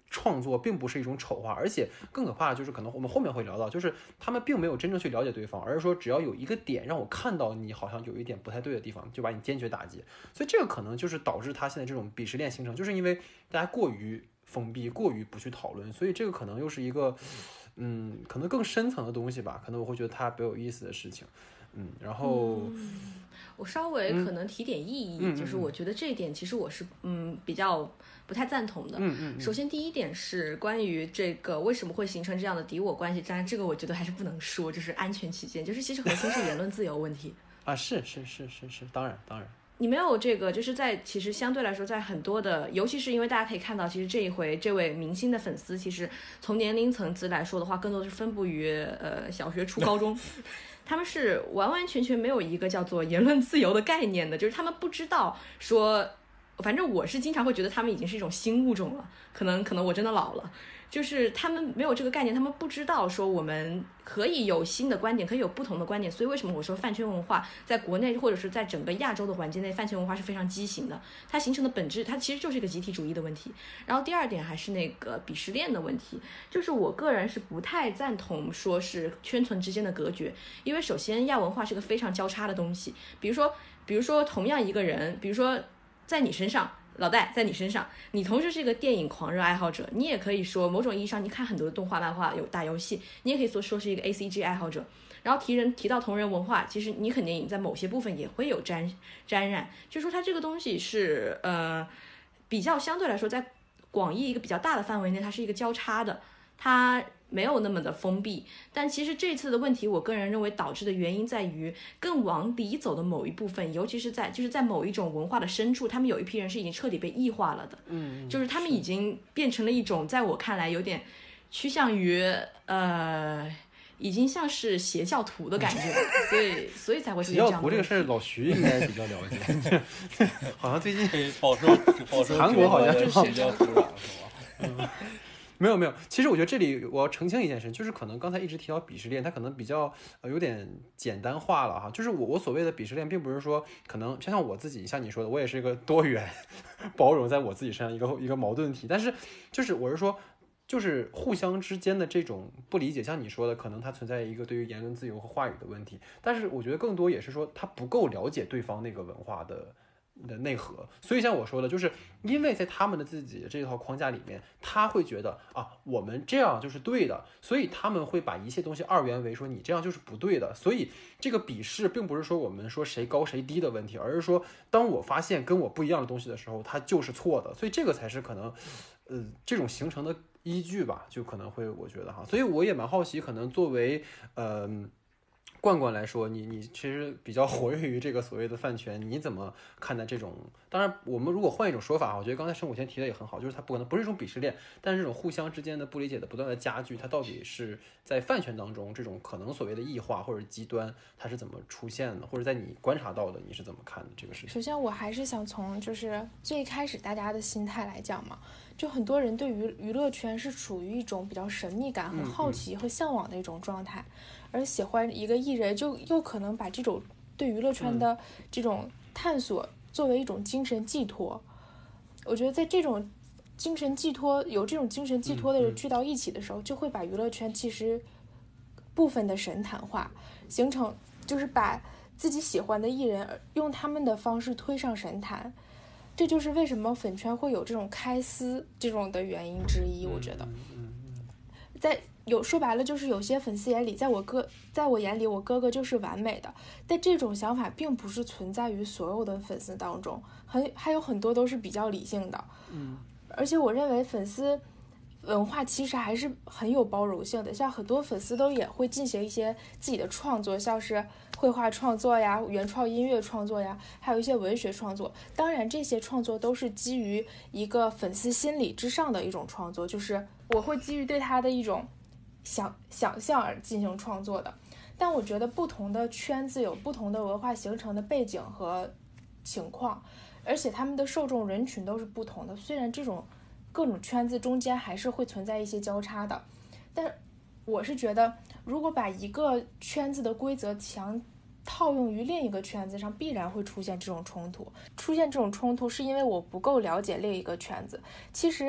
创作并不是一种丑化，而且更可怕的就是可能我们后面会聊到，就是他们并没有真正去了解对方，而是说只要有一个点让我看到你好像有一点不太对的地方，就把你坚决打击。所以这个可能就是导致他现在这种鄙视链形成，就是因为大家过于封闭，过于不去讨论，所以这个可能又是一个嗯可能更深层的东西吧，可能我会觉得它比较有意思的事情。嗯，然后、 嗯、我稍微可能提点异议、 嗯、 就是我觉得这一点其实我是嗯比较不太赞同的。 嗯嗯嗯。 首先第一点是关于这个为什么会形成这样的敌我关系，当然这个我觉得还是不能说，就是安全起见，就是其实核心是言论自由问题啊，是是是是是，当然当然。 你没有这个，就是在其实相对来说，在很多的，尤其是因为大家可以看到，其实这一回这位明星的粉丝，其实从年龄层次来说的话，更多的是分布于呃小学、初高中。他们是完完全全没有一个叫做言论自由的概念的，就是他们不知道说，反正我是经常会觉得他们已经是一种新物种了，可能可能我真的老了，就是他们没有这个概念，他们不知道说我们可以有新的观点，可以有不同的观点，所以为什么我说饭圈文化在国内或者是在整个亚洲的环境内，饭圈文化是非常畸形的，它形成的本质，它其实就是一个集体主义的问题。然后第二点还是那个鄙视链的问题，就是我个人是不太赞同说是圈层之间的隔绝，因为首先亚文化是个非常交叉的东西，比如说比如说同样一个人，比如说在你身上，老戴在你身上，你同时是一个电影狂热爱好者，你也可以说某种意义上你看很多动画漫画有打游戏，你也可以说说是一个 A C G 爱好者，然后提人提到同人文化，其实你肯定在某些部分也会有沾沾染，就说它这个东西是呃比较相对来说在广义一个比较大的范围内它是一个交叉的，它没有那么的封闭。但其实这次的问题我个人认为导致的原因在于更往里走的某一部分，尤其是在就是在某一种文化的深处，他们有一批人是已经彻底被异化了的， 嗯， 就是他们已经变成了一种在我看来有点趋向于呃已经像是邪教徒的感觉，所以所以才会出现这样的问题。邪教徒这个事儿老徐应该比较了解好像最近饱受饱受韩国好像是邪教土壤是吧？ 嗯没有没有，其实我觉得这里我要澄清一件事，就是可能刚才一直提到鄙视链，它可能比较呃有点简单化了哈。就是我我所谓的鄙视链，并不是说可能像像我自己，像你说的，我也是一个多元包容在我自己身上一个一个矛盾体，但是就是我是说，就是互相之间的这种不理解，像你说的，可能它存在一个对于言论自由和话语的问题，但是我觉得更多也是说他不够了解对方那个文化的。的内核，所以像我说的，就是因为在他们的自己的这套框架里面，他会觉得啊，我们这样就是对的，所以他们会把一切东西二元为说你这样就是不对的。所以这个鄙视并不是说我们说谁高谁低的问题，而是说当我发现跟我不一样的东西的时候，它就是错的。所以这个才是可能，呃，这种形成的依据吧，就可能会我觉得哈，所以我也蛮好奇，可能作为呃。罐罐来说，你你其实比较活跃于这个所谓的饭圈，你怎么看待这种？当然，我们如果换一种说法，我觉得刚才生活前提的也很好，就是它不可能不是一种鄙视链，但是这种互相之间的不理解的不断的加剧，它到底是在饭圈当中这种可能所谓的异化或者极端，它是怎么出现的？或者在你观察到的，你是怎么看的这个事情？ 首先，我还是想从就是最开始大家的心态来讲嘛，就很多人对于娱乐圈是处于一种比较神秘感、很好奇和向往的一种状态。嗯嗯，而喜欢一个艺人，就又可能把这种对娱乐圈的这种探索作为一种精神寄托。我觉得在这种精神寄托有这种精神寄托的人聚到一起的时候，就会把娱乐圈其实部分的神坛化，形成就是把自己喜欢的艺人用他们的方式推上神坛。这就是为什么粉圈会有这种开撕这种的原因之一。我觉得在有说白了就是有些粉丝眼里，在我哥在我眼里我哥哥就是完美的，但这种想法并不是存在于所有的粉丝当中，很还有很多都是比较理性的。嗯，而且我认为粉丝文化其实还是很有包容性的，像很多粉丝都也会进行一些自己的创作，像是绘画创作呀、原创音乐创作呀，还有一些文学创作。当然这些创作都是基于一个粉丝心理之上的一种创作，就是我会基于对他的一种想想象而进行创作的。但我觉得不同的圈子有不同的文化形成的背景和情况，而且他们的受众人群都是不同的，虽然这种各种圈子中间还是会存在一些交叉的，但我是觉得如果把一个圈子的规则强套用于另一个圈子上，必然会出现这种冲突。出现这种冲突是因为我不够了解另一个圈子。其实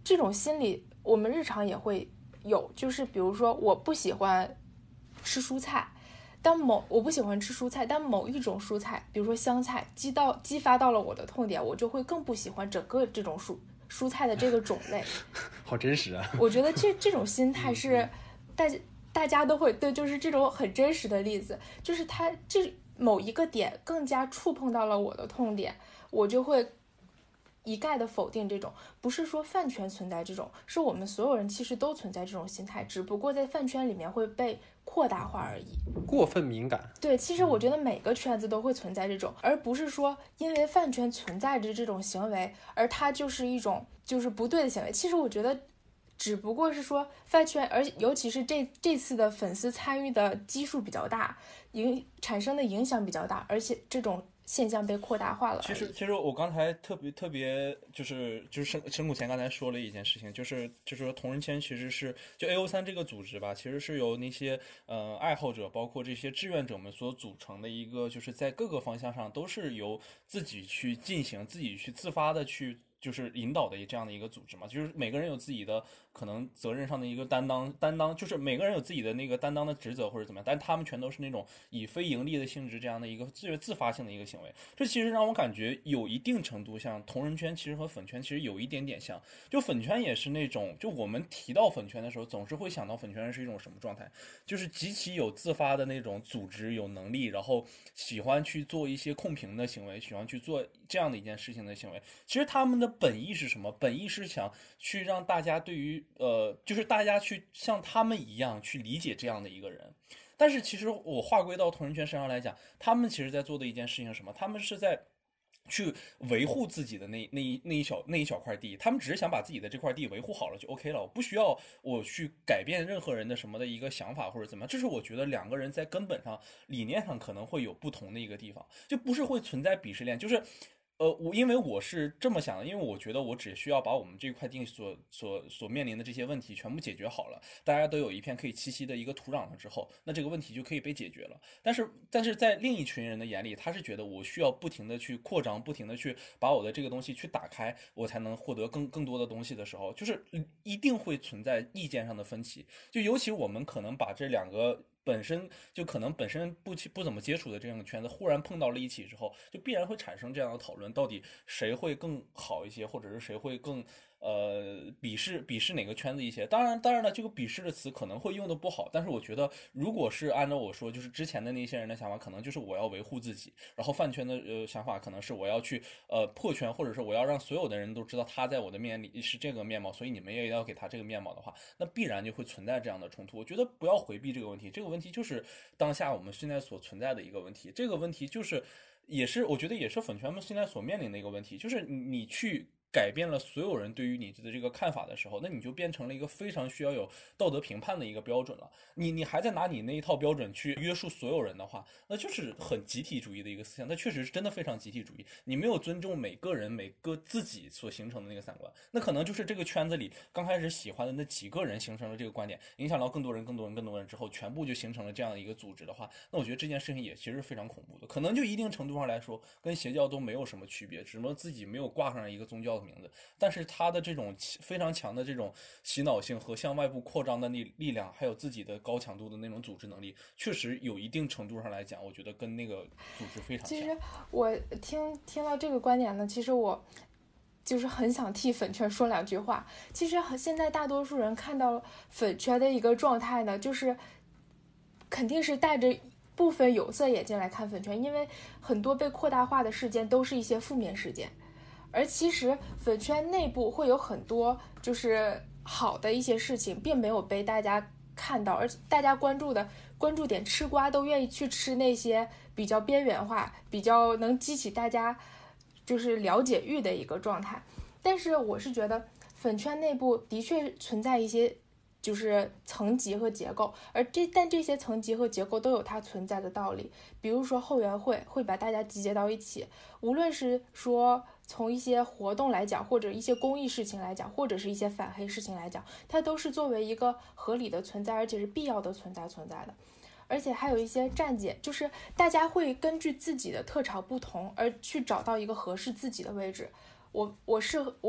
这种心理我们日常也会有，就是比如说我不喜欢吃蔬菜，当某我不喜欢吃蔬菜，但某一种蔬菜，比如说香菜，激到激发到了我的痛点，我就会更不喜欢整个这种蔬蔬菜的这个种类。 好真实啊！ 我觉得这这种心态是大家大家都会对，就是这种很真实的例子，就是它这某一个点更加触碰到了我的痛点，我就会一概的否定这种。不是说饭圈存在这种，是我们所有人其实都存在这种心态，只不过在饭圈里面会被扩大化而已。 过分敏感。 对，其实我觉得每个圈子都会存在这种，而不是说因为饭圈存在着这种行为，而它就是一种就是不对的行为。其实我觉得只不过是说饭圈，而尤其是这这次的粉丝参与的基数比较大，影产生的影响比较大，而且这种现象被扩大化了。 其实，其实我刚才特别特别就是就是申申谷前刚才说了一件事情，就是就是说同人圈其实是就 A O 三这个组织吧，其实是由那些呃爱好者，包括这些志愿者们所组成的一个，就是在各个方向上都是由自己去进行、自己去自发的去。就是引导的这样的一个组织嘛，就是每个人有自己的可能责任上的一个担当，担当就是每个人有自己的那个担当的职责或者怎么样，但他们全都是那种以非盈利的性质这样的一个自自发性的一个行为。这其实让我感觉有一定程度像同人圈，其实和粉圈其实有一点点像。就粉圈也是那种，就我们提到粉圈的时候，总是会想到粉圈是一种什么状态，就是极其有自发的那种组织，有能力，然后喜欢去做一些控评的行为，喜欢去做这样的一件事情的行为。其实他们的本意是什么？本意是想去让大家对于呃，就是大家去像他们一样去理解这样的一个人。但是其实我划归到同人圈身上来讲，他们其实在做的一件事情是什么？他们是在去维护自己的那那一那一小那一小块地，他们只是想把自己的这块地维护好了就 OK 了，我不需要我去改变任何人的什么的一个想法或者怎么样。这是我觉得两个人在根本上理念上可能会有不同的一个地方，就不是会存在鄙视链，就是。呃，我因为我是这么想的，因为我觉得我只需要把我们这块地所所所面临的这些问题全部解决好了，大家都有一片可以栖息的一个土壤了之后，那这个问题就可以被解决了。但是，但是在另一群人的眼里，他是觉得我需要不停的去扩张，不停的去把我的这个东西去打开，我才能获得更更多的东西的时候，就是一定会存在意见上的分歧。就尤其我们可能把这两个。本身就可能本身不不怎么接触的这样的圈子，忽然碰到了一起之后，就必然会产生这样的讨论：到底谁会更好一些，或者是谁会更呃鄙视鄙视哪个圈子一些？当然，当然了，这个鄙视的词可能会用的不好，但是我觉得，如果是按照我说，就是之前的那些人的想法，可能就是我要维护自己，然后饭圈的呃想法可能是我要去呃破圈，或者是我要让所有的人都知道他在我的面里是这个面貌，所以你们也要给他这个面貌的话，那必然就会存在这样的冲突。我觉得不要回避这个问题，这个问题就是当下我们现在所存在的一个问题，这个问题就是也是我觉得也是粉圈们现在所面临的一个问题，就是你去改变了所有人对于你的这个看法的时候，那你就变成了一个非常需要有道德评判的一个标准了。你你还在拿你那一套标准去约束所有人的话，那就是很集体主义的一个思想，那确实是真的非常集体主义。你没有尊重每个人每个自己所形成的那个三观，那可能就是这个圈子里刚开始喜欢的那几个人形成了这个观点，影响到更多人更多人更多人之后，全部就形成了这样的一个组织的话，那我觉得这件事情也其实是非常恐怖的。可能就一定程度上来说，跟邪教都没有什么区别，只不过自己没有挂上一个宗教的名字，但是他的这种非常强的这种洗脑性和向外部扩张的力力量，还有自己的高强度的那种组织能力，确实有一定程度上来讲，我觉得跟那个组织非常像。 其实我听听到这个观点呢，其实我就是很想替粉圈说两句话。其实现在大多数人看到粉圈的一个状态呢，就是肯定是带着部分有色眼镜来看粉圈，因为很多被扩大化的事件都是一些负面事件。而其实粉圈内部会有很多就是好的一些事情，并没有被大家看到，而大家关注的关注点吃瓜都愿意去吃那些比较边缘化、比较能激起大家就是了解欲的一个状态。但是我是觉得粉圈内部的确存在一些就是层级和结构，而这但这些层级和结构都有它存在的道理。比如说后援会会把大家集结到一起，无论是说从一些活动来讲，或者一些公益事情来讲，或者是一些反黑事情来讲，它都是作为一个合理的存在，而且是必要的存在存在的。而且还有一些站姐，就是大家会根据自己的特长不同而去找到一个合适自己的位置。我我是我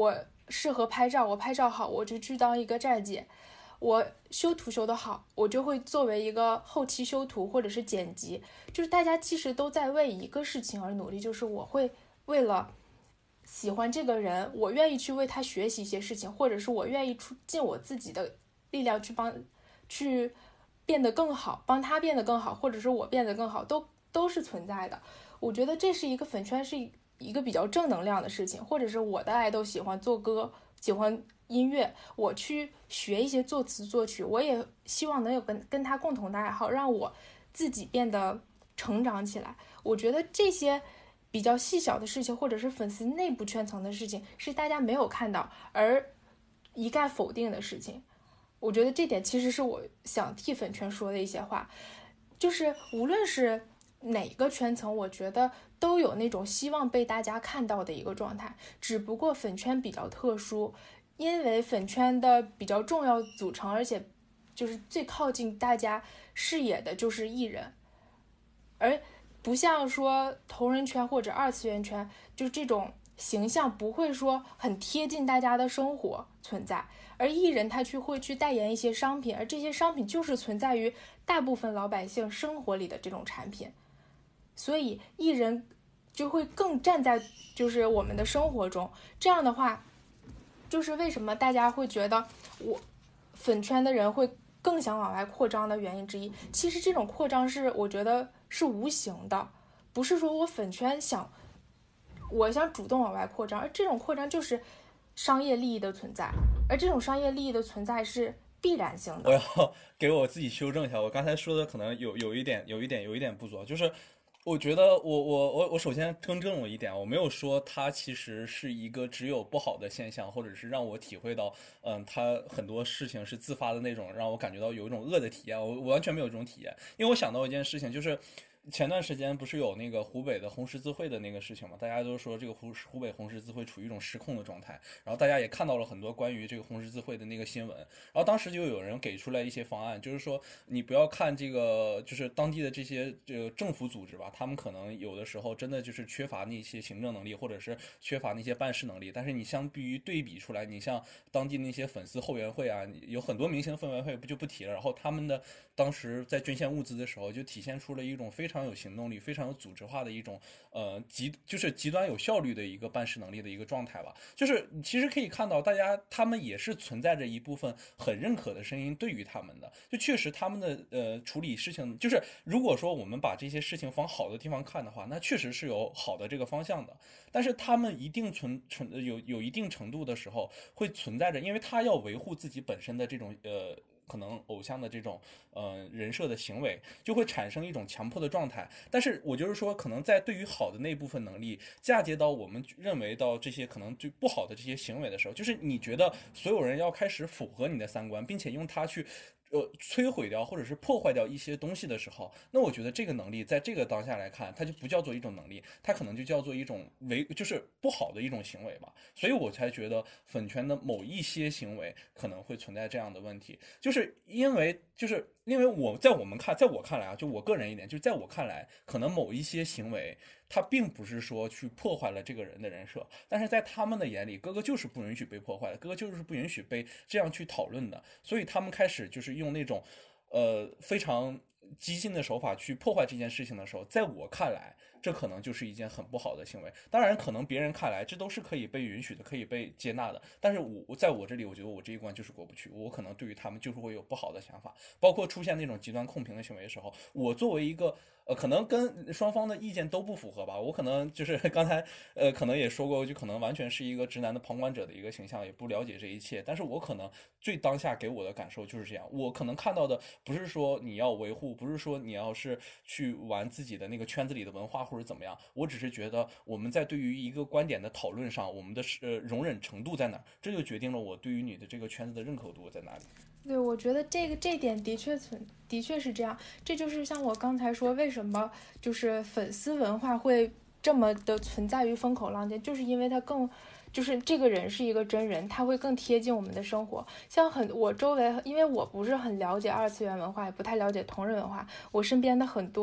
适合拍照，我拍照好，我就去当一个站姐。我修图修得好，我就会作为一个后期修图或者是剪辑，就是大家其实都在为一个事情而努力，就是我会为了喜欢这个人，我愿意去为他学习一些事情，或者是我愿意出尽我自己的力量去帮去变得更好，帮他变得更好，或者是我变得更好，都都是存在的。我觉得这是一个粉圈是一个比较正能量的事情，或者是我的爱豆喜欢做歌，喜欢音乐，我去学一些作词作曲，我也希望能有跟跟他共同的爱好，让我自己变得成长起来。我觉得这些比较细小的事情，或者是粉丝内部圈层的事情，是大家没有看到而一概否定的事情。我觉得这点其实是我想替粉圈说的一些话，就是无论是哪个圈层，我觉得都有那种希望被大家看到的一个状态，只不过粉圈比较特殊，因为粉圈的比较重要组成，而且就是最靠近大家视野的就是艺人，而不像说同人圈或者二次元圈，就这种形象不会说很贴近大家的生活存在，而艺人他去会去代言一些商品，而这些商品就是存在于大部分老百姓生活里的这种产品，所以艺人就会更站在就是我们的生活中。这样的话，就是为什么大家会觉得我粉圈的人会更想往外扩张的原因之一。其实这种扩张是我觉得是无形的，不是说我粉圈想我想主动往外扩张，而这种扩张就是商业利益的存在，而这种商业利益的存在是必然性的。 我要给我自己修正一下，我刚才说的可能有有一点有一点有一点不足，就是我觉得我我我我首先更正了一点，我没有说它其实是一个只有不好的现象，或者是让我体会到，嗯，它很多事情是自发的那种，让我感觉到有一种恶的体验，我我完全没有这种体验，因为我想到一件事情，就是前段时间不是有那个湖北的红十字会的那个事情嘛？大家都说这个湖湖北红十字会处于一种失控的状态，然后大家也看到了很多关于这个红十字会的那个新闻，然后当时就有人给出来一些方案，就是说你不要看这个，就是当地的这些这个政府组织吧，他们可能有的时候真的就是缺乏那些行政能力，或者是缺乏那些办事能力，但是你相比于对比出来，你像当地那些粉丝后援会啊，有很多明星后援会不就不提了，然后他们的当时在捐献物资的时候，就体现出了一种非常有行动力、非常有组织化的一种呃极就是极端有效率的一个办事能力的一个状态吧。就是其实可以看到，大家他们也是存在着一部分很认可的声音对于他们的，就确实他们的呃处理事情，就是如果说我们把这些事情往好的地方看的话，那确实是有好的这个方向的。但是他们一定存存有有一定程度的时候会存在着，因为他要维护自己本身的这种呃。可能偶像的这种呃人设的行为，就会产生一种强迫的状态。但是我就是说，可能在对于好的那部分能力嫁接到我们认为到这些可能最不好的这些行为的时候，就是你觉得所有人要开始符合你的三观，并且用它去呃摧毁掉或者是破坏掉一些东西的时候，那我觉得这个能力在这个当下来看，它就不叫做一种能力，它可能就叫做一种违，就是不好的一种行为吧。所以我才觉得粉圈的某一些行为可能会存在这样的问题，就是因为就是因为我在我们看，在我看来啊，就我个人一点，就在我看来，可能某一些行为它并不是说去破坏了这个人的人设，但是在他们的眼里，哥哥就是不允许被破坏的，哥哥就是不允许被这样去讨论的，所以他们开始就是用那种呃非常激进的手法去破坏这件事情的时候，在我看来，这可能就是一件很不好的行为。当然，可能别人看来这都是可以被允许的，可以被接纳的。但是我在我这里，我觉得我这一关就是过不去。我可能对于他们就是会有不好的想法，包括出现那种极端控评的行为的时候，我作为一个呃，可能跟双方的意见都不符合吧。我可能就是刚才呃，可能也说过，就可能完全是一个直男的旁观者的一个形象，也不了解这一切。但是我可能最当下给我的感受就是这样。我可能看到的不是说你要维护，不是说你要是去玩自己的那个圈子里的文化或者怎么样，我只是觉得我们在对于一个观点的讨论上，我们的呃容忍程度在哪儿，这就决定了我对于你的这个圈子的认可度在哪里。 对，我觉得这个这点的确存，的确是这样。这就是像我刚才说，为什么就是粉丝文化会这么的存在于风口浪尖，就是因为它更，就是这个人是一个真人，他会更贴近我们的生活。像很我周围，因为我不是很了解二次元文化，也不太了解同人文化，我身边的很多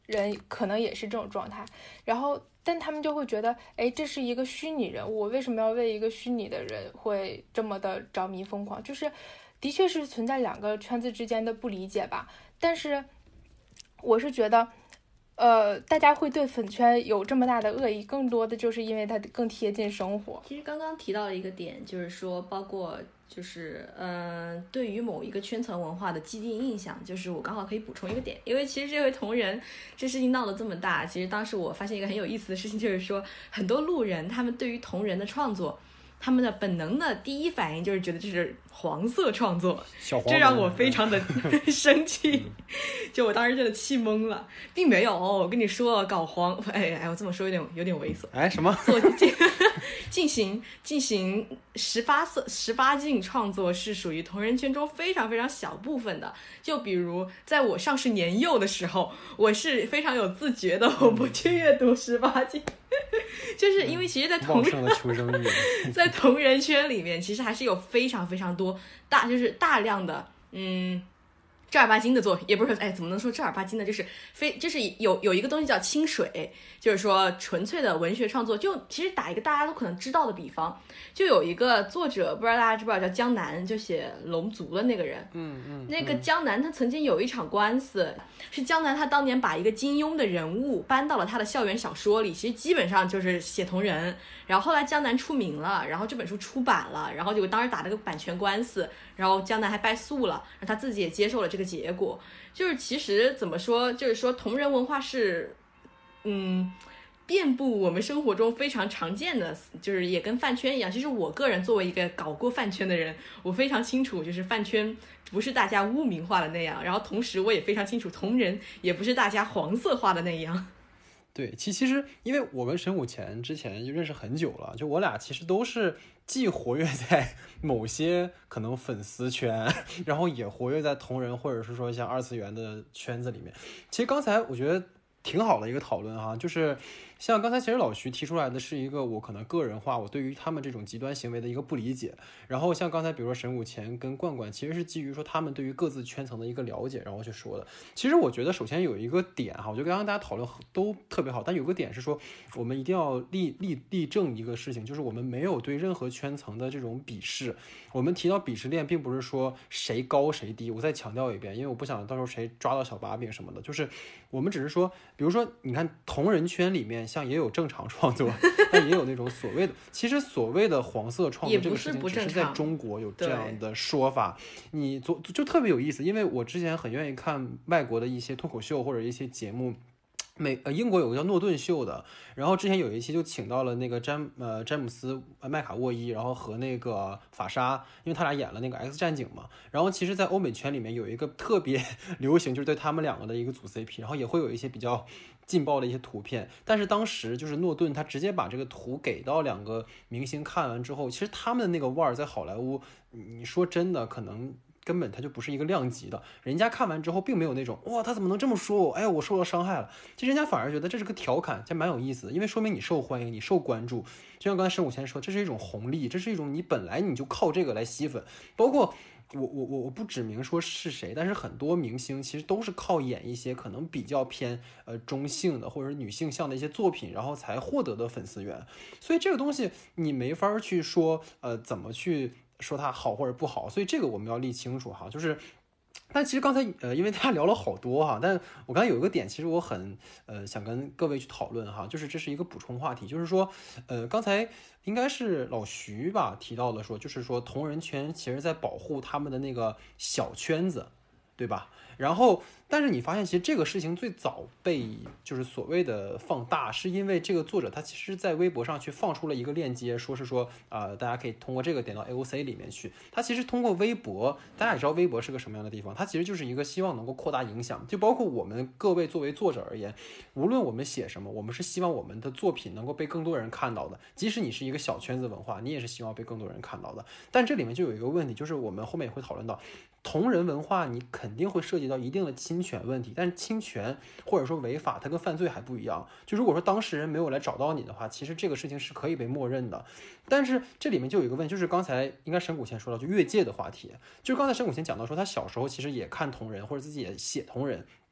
人可能也是这种状态，然后但他们就会觉得，哎，这是一个虚拟人物，我为什么要为一个虚拟的人会这么的着迷疯狂？就是的确是存在两个圈子之间的不理解吧，但是我是觉得呃，大家会对粉圈有这么大的恶意，更多的就是因为它更贴近生活。 其实刚刚提到的一个点，就是说，包括就是嗯、呃，对于某一个圈层文化的既定印象，就是我刚好可以补充一个点，因为其实这位同人这事情闹得这么大，其实当时我发现一个很有意思的事情，就是说很多路人他们对于同人的创作，他们的本能的第一反应就是觉得这是黄色创作，这让我非常的生气，就我当时真的气懵了，并没有，我跟你说搞黄，哎哎，我这么说有点有点猥琐， 哎什么？ 做进进行进行十八色十八禁创作是属于同人圈中非常非常小部分的，就比如在我尚是年幼的时候，我是非常有自觉的，我不去阅读十八禁。就是因为其实在同人、嗯、在同人圈里面其实还是有非常非常多大就是大量的嗯正儿八经的作品，也不是哎怎么能说正儿八经的，就是非就是有有一个东西叫清水，就是说纯粹的文学创作。就其实打一个大家都可能知道的比方，就有一个作者，不知道大家知不知道，叫江南，就写龙族的那个人。 嗯嗯， 那个江南他曾经有一场官司，是江南他当年把一个金庸的人物搬到了他的校园小说里，其实基本上就是写同人。然后后来江南出名了，然后这本书出版了，然后就当时打了个版权官司，然后江南还败诉了，然后他自己也接受了这个结果。就是其实怎么说，就是说同人文化是嗯遍布我们生活中非常常见的，就是也跟饭圈一样。其实我个人作为一个搞过饭圈的人，我非常清楚就是饭圈不是大家污名化的那样，然后同时我也非常清楚同人也不是大家黄色化的那样。 对，其其实因为我跟神武前之前就认识很久了，就我俩其实都是既活跃在某些可能粉丝圈，然后也活跃在同人或者是说像二次元的圈子里面。其实刚才我觉得挺好的一个讨论哈，就是像刚才其实老徐提出来的是一个我可能个人化我对于他们这种极端行为的一个不理解，然后像刚才比如说神武前跟冠冠其实是基于说他们对于各自圈层的一个了解然后去说的。其实我觉得首先有一个点哈，我觉得刚刚大家讨论都特别好，但有个点是说我们一定要立立立正一个事情，就是我们没有对任何圈层的这种鄙视。我们提到鄙视链并不是说谁高谁低，我再强调一遍，因为我不想到时候谁抓到小把柄什么的，就是我们只是说比如说你看同人圈里面像也有正常创作，但也有那种所谓的其实所谓的黄色创作这个事情只是在中国有这样的说法，你就就特别有意思。因为我之前很愿意看外国的一些脱口秀或者一些节目，美呃英国有个叫诺顿秀的，然后之前有一期就请到了那个詹呃詹姆斯麦卡沃伊，然后和那个法莎，因为他俩演了那个 X 战警嘛。然后其实在欧美圈里面有一个特别流行，就是对他们两个的一个组 C P， 然后也会有一些比较劲爆的一些图片。但是当时就是诺顿他直接把这个图给到两个明星看完之后，其实他们的那个腕儿在好莱坞，你说真的可能根本他就不是一个量级的，人家看完之后并没有那种哇他怎么能这么说我，哎呀我受到伤害了，其实人家反而觉得这是个调侃，这蛮有意思的，因为说明你受欢迎，你受关注。就像刚才申武先生说，这是一种红利，这是一种你本来你就靠这个来吸粉。包括我我我我不指明说是谁，但是很多明星其实都是靠演一些可能比较偏呃中性的或者是女性向的一些作品，然后才获得的粉丝源。所以这个东西你没法去说呃怎么去说它好或者不好，所以这个我们要立清楚哈。就是但其实刚才呃因为大家聊了好多哈，但我刚才有一个点其实我很呃想跟各位去讨论哈，就是这是一个补充话题，就是说呃刚才应该是老徐吧提到了说，就是说同人圈其实在保护他们的那个小圈子，对吧？然后但是你发现其实这个事情最早被就是所谓的放大，是因为这个作者他其实在微博上去放出了一个链接，说是说呃大家可以通过这个点到 A O C 里面去。他其实通过微博，大家也知道微博是个什么样的地方，它其实就是一个希望能够扩大影响，就包括我们各位作为作者而言，无论我们写什么，我们是希望我们的作品能够被更多人看到的，即使你是一个小圈子文化，你也是希望被更多人看到的。但这里面就有一个问题，就是我们后面也会讨论到同人文化，你肯定会涉及到一定的侵权问题，但是侵权或者说违法，它跟犯罪还不一样。就如果说当事人没有来找到你的话，其实这个事情是可以被默认的。但是这里面就有一个问题，就是刚才应该沈谷先说到就越界的话题，就是刚才沈谷先讲到说他小时候其实也看同人或者自己也写同人，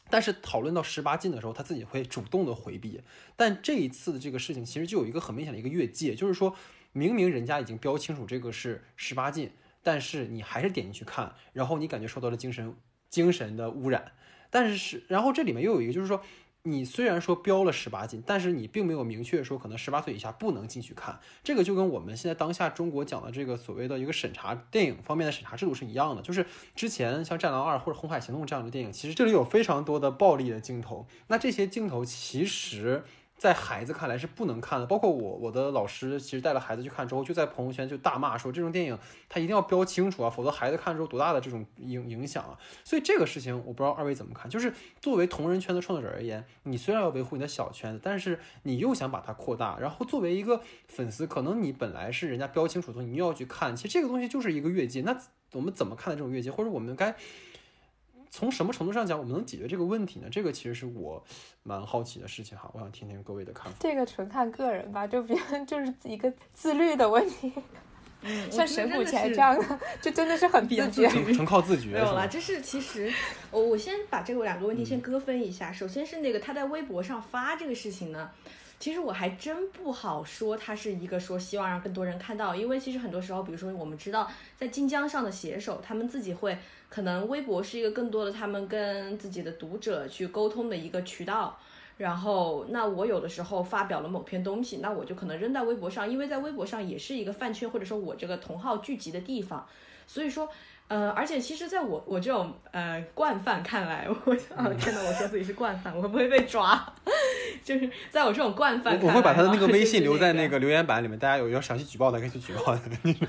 但是讨论到十八禁的时候，他自己会主动的回避。但这一次的这个事情其实就有一个很明显的一个越界，就是说明明人家已经标清楚这个是十八禁，但是你还是点进去看，然后你感觉受到了精神精神的污染。但是是，然后这里面又有一个就是说，你虽然说标了十八禁，但是你并没有明确说可能十八岁以下不能进去看，这个就跟我们现在当下中国讲的这个所谓的一个审查电影方面的审查制度是一样的。就是之前像《战狼二》或者《红海行动》这样的电影，其实这里有非常多的暴力的镜头，那这些镜头其实在孩子看来是不能看的。包括我我的老师其实带了孩子去看之后，就在朋友圈就大骂说，这种电影他一定要标清楚啊，否则孩子看之后多大的这种影影响啊。所以这个事情我不知道二位怎么看，就是作为同人圈的创作者而言，你虽然要维护你的小圈子，但是你又想把它扩大，然后作为一个粉丝，可能你本来是人家标清楚的东西，你又要去看，其实这个东西就是一个越界。那我们怎么看待这种越界，或者我们该从什么程度上讲我们能解决这个问题呢？这个其实是我蛮好奇的事情哈，我想听听各位的看法。 这个纯看个人吧，就别人就是一个自律的问题。 嗯， 像神谷前这样的，就真的是很自觉， 纯靠自觉。 没有啦，这是其实我我先把这个两个问题先割分一下。嗯、首先是那个他在微博上发这个事情呢，其实我还真不好说他是一个说希望让更多人看到，因为其实很多时候，比如说我们知道在晋江上的写手，他们自己会可能微博是一个更多的他们跟自己的读者去沟通的一个渠道。然后那我有的时候发表了某篇东西，那我就可能扔在微博上，因为在微博上也是一个饭圈或者说我这个同好聚集的地方，所以说呃，而且其实在我我这种呃惯犯看来，我啊天哪，我说自己是惯犯，我会不会被抓？就是在我这种惯犯看来， 我会把他的那个微信留在那个留言板里面，大家有要详细举报的可以去举报的。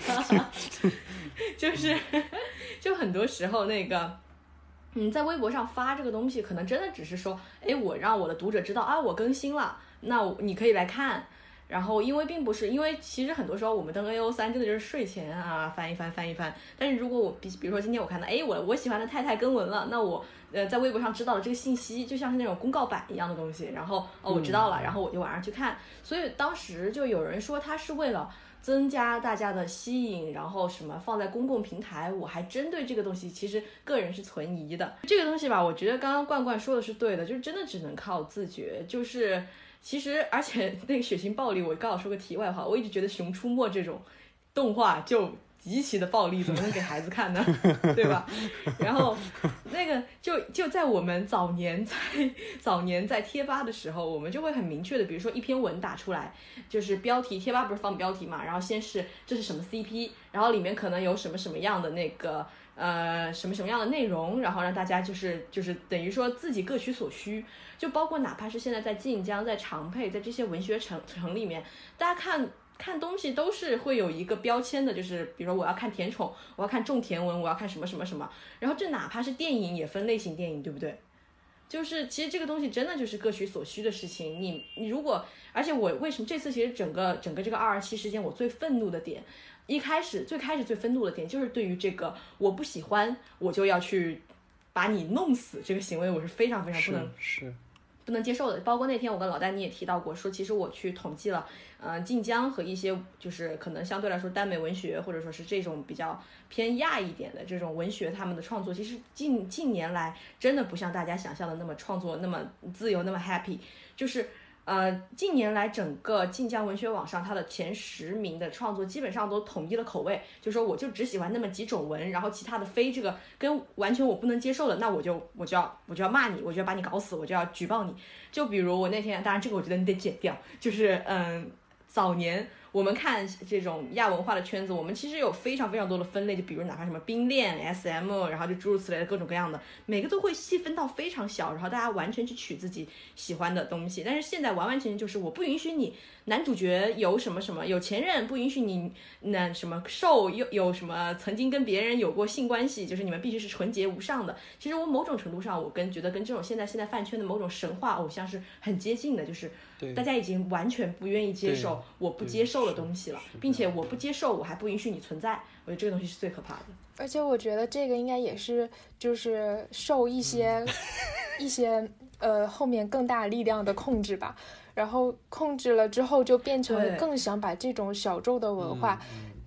就是就很多时候那个。嗯，在微博上发这个东西，可能真的只是说，哎，我让我的读者知道啊，我更新了，那你可以来看。然后，因为并不是，因为其实很多时候我们登 A O 三真的就是睡前啊翻一翻翻一翻。但是如果我比比如说今天我看到，哎，我我喜欢的太太更文了，那我呃在微博上知道了这个信息，就像是那种公告板一样的东西。然后哦我知道了， 嗯、 然后我就晚上去看。所以当时就有人说他是为了增加大家的吸引，然后什么放在公共平台，我还针对这个东西其实个人是存疑的。这个东西吧，我觉得刚刚冠冠说的是对的，就是真的只能靠自觉。就是其实而且那个血腥暴力，我刚好说个题外话，我一直觉得熊出没这种动画就极其的暴力，怎么能给孩子看呢？对吧？然后那个就就在我们早年在早年在贴吧的时候，我们就会很明确的，比如说一篇文打出来，就是标题，贴吧不是放标题嘛，然后先是这是什么 C P， 然后里面可能有什么什么样的那个呃什么什么样的内容，然后让大家就是就是等于说自己各取所需，就包括哪怕是现在在晋江、在长佩、在这些文学城城里面，大家看。看东西都是会有一个标签的，就是比如说我要看甜宠，我要看种田文，我要看什么什么什么，然后这哪怕是电影也分类型电影，对不对？就是其实这个东西真的就是各取所需的事情。你你如果，而且我为什么这次其实整个整个这个二二七事件，我最愤怒的点，一开始最开始最愤怒的点就是对于这个我不喜欢我就要去把你弄死这个行为，我是非常非常不能是。是不能接受的。包括那天我跟老戴你也提到过，说其实我去统计了，呃，晋江和一些就是可能相对来说耽美文学或者说是这种比较偏亚一点的这种文学，他们的创作其实近近年来真的不像大家想象的那么创作那么自由那么 happy， 就是呃，近年来整个晋江文学网上它的前十名的创作基本上都统一了口味，就说我就只喜欢那么几种文，然后其他的非这个跟完全我不能接受的，那我就我就要我就要骂你，我就要把你搞死，我就要举报你。就比如我那天，当然这个我觉得你得剪掉，就是嗯，早年我们看这种亚文化的圈子，我们其实有非常非常多的分类，就比如哪怕什么冰恋 S M， 然后就诸如此类的各种各样的，每个都会细分到非常小，然后大家完全去取自己喜欢的东西。但是现在完完全全就是我不允许你男主角有什么什么有前任，不允许你那什么受有有什么曾经跟别人有过性关系，就是你们必须是纯洁无上的。其实我某种程度上，我跟觉得跟这种现在现在饭圈的某种神话偶像是很接近的，就是大家已经完全不愿意接受我不接受的东西了，并且我不接受我还不允许你存在，我觉得这个东西是最可怕的。 而且我觉得这个应该也是就是受一些、嗯、一些呃后面更大力量的控制吧，然后控制了之后就变成更想把这种小众的文化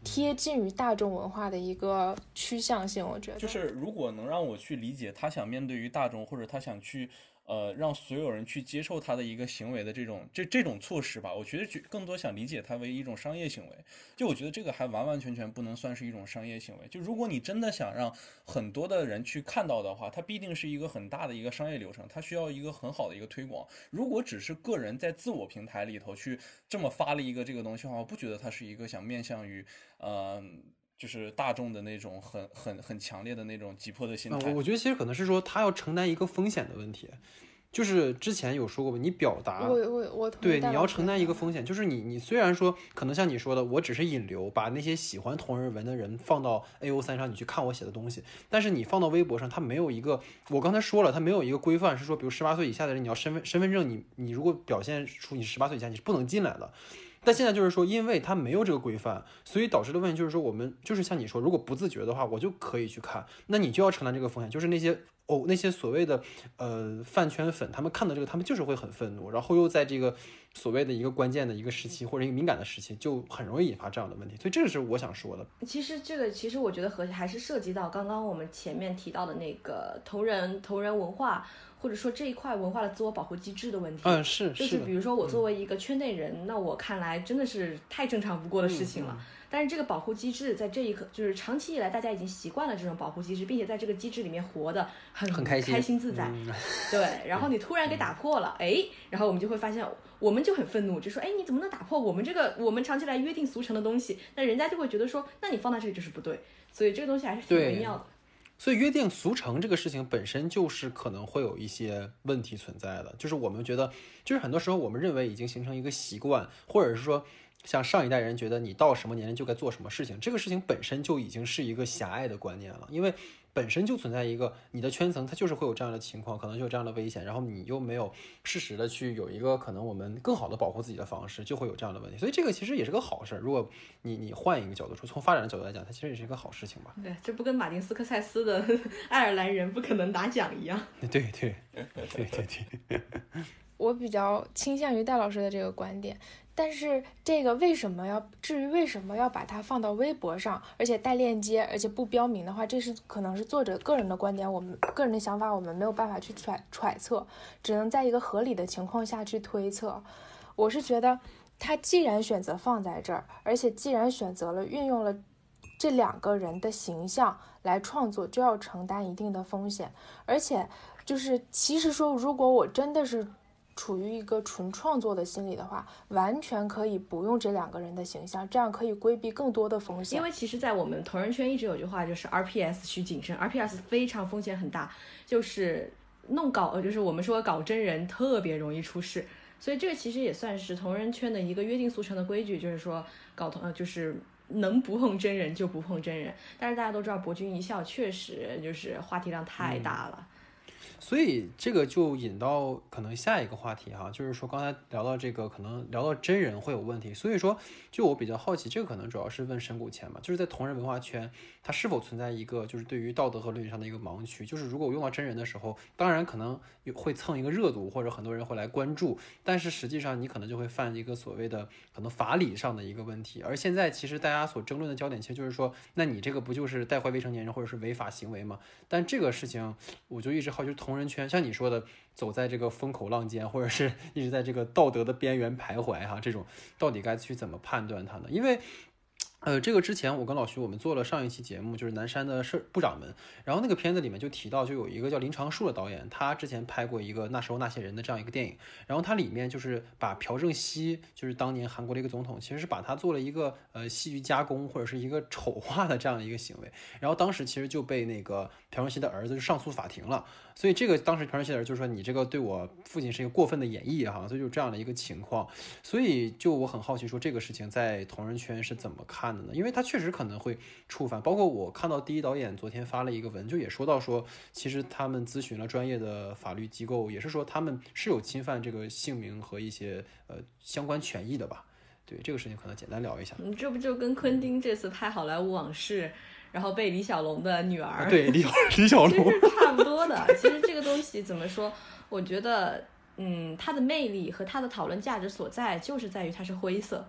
贴近于大众文化的一个趋向性。我觉得就是如果能让我去理解他想面对于大众，或者他想去呃让所有人去接受他的一个行为的这种这这种措施吧，我觉得更多想理解它为一种商业行为。就我觉得这个还完完全全不能算是一种商业行为。就如果你真的想让很多的人去看到的话，它必定是一个很大的一个商业流程，它需要一个很好的一个推广。如果只是个人在自我平台里头去这么发了一个这个东西的话，我不觉得它是一个想面向于呃就是大众的那种很很很强烈的那种急迫的心态。 嗯、我觉得其实可能是说他要承担一个风险的问题。就是之前有说过，你表达， 我我我对，你要承担一个风险，就是你你虽然说可能像你说的，我只是引流，把那些喜欢同人文的人放到 A O 三上，你去看我写的东西，但是你放到微博上，它没有一个，我刚才说了，它没有一个规范，是说，比如十八岁以下的人，你要身份身份证，你你如果表现出你十八岁以下，你是不能进来的。但现在就是说，因为它没有这个规范，所以导致的问题就是说，我们就是像你说，如果不自觉的话，我就可以去看，那你就要承担这个风险，就是那些。哦，那些所谓的呃饭圈粉，他们看到这个，他们就是会很愤怒，然后又在这个所谓的一个关键的一个时期或者一个敏感的时期，就很容易引发这样的问题。所以这个是我想说的。 其实这个，其实我觉得和还是涉及到刚刚我们前面提到的那个同人同人文化，或者说这一块文化的自我保护机制的问题。 嗯，是， 就是比如说我作为一个圈内人，嗯、那我看来真的是太正常不过的事情了。嗯嗯但是这个保护机制在这一刻，就是长期以来大家已经习惯了这种保护机制，并且在这个机制里面活得很很开心、 开心自在。嗯、对，然后你突然给打破了，哎、嗯，然后我们就会发现，我们就很愤怒，就说，哎，你怎么能打破我们这个我们长期来约定俗成的东西？那人家就会觉得说，那你放在这里就是不对。所以这个东西还是挺微妙的。 所以约定俗成这个事情本身就是可能会有一些问题存在的，就是我们觉得，就是很多时候我们认为已经形成一个习惯，或者是说。像上一代人觉得你到什么年龄就该做什么事情，这个事情本身就已经是一个狭隘的观念了，因为本身就存在一个你的圈层，它就是会有这样的情况，可能就有这样的危险，然后你又没有适时的去有一个可能我们更好的保护自己的方式，就会有这样的问题。所以这个其实也是个好事，如果你你换一个角度说，从发展的角度来讲，它其实也是一个好事情吧。 对，这不跟马丁斯科塞斯的爱尔兰人不可能打奖一样。 对对对对对对。 我比较倾向于戴老师的这个观点。但是这个为什么要至于为什么要把它放到微博上，而且带链接，而且不标明的话，这是可能是作者个人的观点，我们个人的想法，我们没有办法去揣揣测，只能在一个合理的情况下去推测。我是觉得他既然选择放在这儿，而且既然选择了运用了这两个人的形象来创作，就要承担一定的风险。而且就是其实说，如果我真的是处于一个纯创作的心理的话，完全可以不用这两个人的形象，这样可以规避更多的风险。 因为其实在我们同人圈一直有句话，就是 R P S 需谨慎， R P S 非常风险很大，就是弄搞就是我们说搞真人特别容易出事。所以这个其实也算是同人圈的一个约定俗成的规矩，就是说搞同呃就是能不碰真人就不碰真人。但是大家都知道博君一笑确实就是话题量太大了。 嗯，所以这个就引到可能下一个话题哈，就是说刚才聊到这个，可能聊到真人会有问题，所以说就我比较好奇，这个可能主要是问神谷前嘛，就是在同人文化圈，它是否存在一个就是对于道德和伦理上的一个盲区，就是如果我用到真人的时候，当然可能会蹭一个热度，或者很多人会来关注，但是实际上你可能就会犯一个所谓的可能法理上的一个问题。而现在其实大家所争论的焦点其实就是说，那你这个不就是带坏未成年人或者是违法行为吗？但这个事情我就一直好奇，同人圈像你说的走在这个风口浪尖，或者是一直在这个道德的边缘徘徊哈，这种到底该去怎么判断它呢？因为呃，这个之前我跟老徐我们做了上一期节目，就是南山的社部长们，然后那个片子里面就提到，就有一个叫林长树的导演，他之前拍过一个那时候那些人的这样一个电影，然后他里面就是把朴正熙，就是当年韩国的一个总统，其实是把他做了一个呃戏剧加工或者是一个丑化的这样的一个行为，然后当时其实就被那个朴正熙的儿子就上诉法庭了，所以这个当时朴正熙的儿子就说你这个对我父亲是一个过分的演绎哈，所以就这样的一个情况，所以就我很好奇说这个事情在同人圈是怎么看的呢？因为他确实可能会触犯，包括我看到第一导演昨天发了一个文，就也说到说，其实他们咨询了专业的法律机构，也是说他们是有侵犯这个姓名和一些呃相关权益的吧。对这个事情可能简单聊一下。 嗯，这不就跟昆汀这次拍《好莱坞往事》，然后被李小龙的女儿， 对李李小龙其实差不多的。其实这个东西怎么说？我觉得，嗯，它的魅力和它的讨论价值所在，就是在于它是灰色。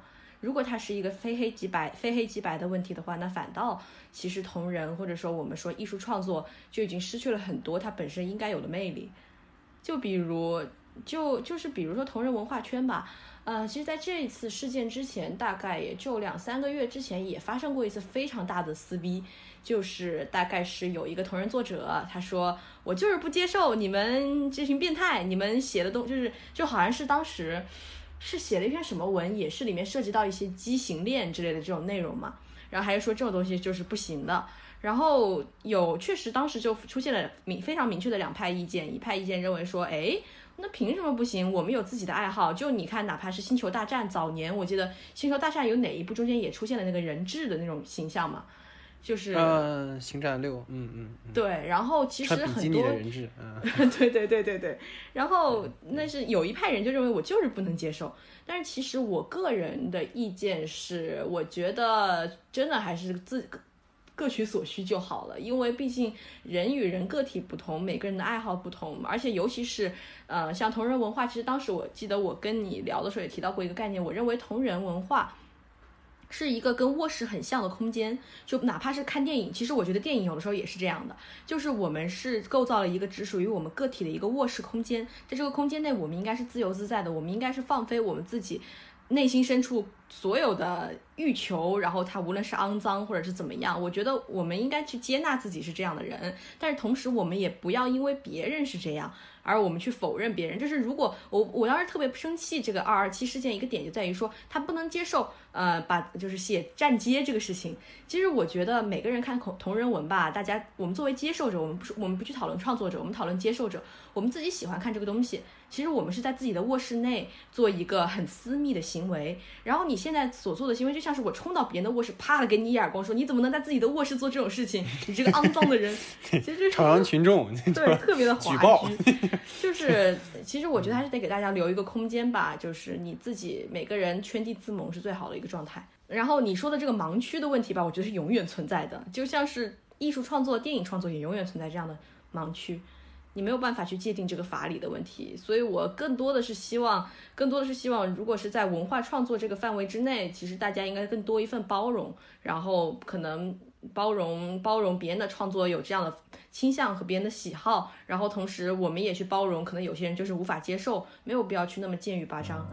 如果它是一个非黑即白、非黑即白的问题的话，那反倒其实同人或者说我们说艺术创作就已经失去了很多它本身应该有的魅力。就比如，就就是比如说同人文化圈吧，呃，其实在这一次事件之前，大概也就两三个月之前，也发生过一次非常大的撕逼，就是大概是有一个同人作者，他说我就是不接受你们这群变态，你们写的东就是就好像是当时是写了一篇什么文，也是里面涉及到一些畸形恋之类的这种内容嘛，然后还是说这种东西就是不行的。然后有确实当时就出现了明非常明确的两派意见，一派意见认为说，哎，那凭什么不行？我们有自己的爱好，就你看，哪怕是星球大战早年，我记得星球大战有哪一部中间也出现了那个人质的那种形象嘛，就是呃，星战六，嗯嗯嗯， 对，然后其实很多人质，嗯， 对对对对对，然后那是有一派人就认为我就是不能接受，但是其实我个人的意见是，我觉得真的还是自各取所需就好了，因为毕竟人与人个体不同，每个人的爱好不同，而且尤其是呃像同人文化，其实当时我记得我跟你聊的时候也提到过一个概念，我认为同人文化是一个跟卧室很像的空间，就哪怕是看电影，其实我觉得电影有的时候也是这样的，就是我们是构造了一个只属于我们个体的一个卧室空间，在这个空间内我们应该是自由自在的，我们应该是放飞我们自己内心深处所有的欲求，然后它无论是肮脏或者是怎么样，我觉得我们应该去接纳自己是这样的人，但是同时我们也不要因为别人是这样而我们去否认别人。就是如果我我当时特别生气这个二二七事件，一个点就在于说他不能接受呃把就是写站街这个事情。其实我觉得每个人看同人文吧，大家我们作为接受者，我们不是我们不去讨论创作者，我们讨论接受者，我们自己喜欢看这个东西，其实我们是在自己的卧室内做一个很私密的行为，然后你现在所做的行为就像是我冲到别人的卧室，啪的给你一耳光，说你怎么能在自己的卧室做这种事情？你这个肮脏的人！其实朝阳群众对特别的滑稽，就是其实我觉得还是得给大家留一个空间吧，就是你自己每个人圈地自萌是最好的一个状态。然后你说的这个盲区的问题吧，我觉得是永远存在的，就像是艺术创作、电影创作也永远存在这样的盲区。你没有办法去界定这个法理的问题，所以我更多的是希望，更多的是希望，如果是在文化创作这个范围之内，其实大家应该更多一份包容，然后可能包容包容别人的创作有这样的倾向和别人的喜好，然后同时我们也去包容，可能有些人就是无法接受，没有必要去那么剑语八章。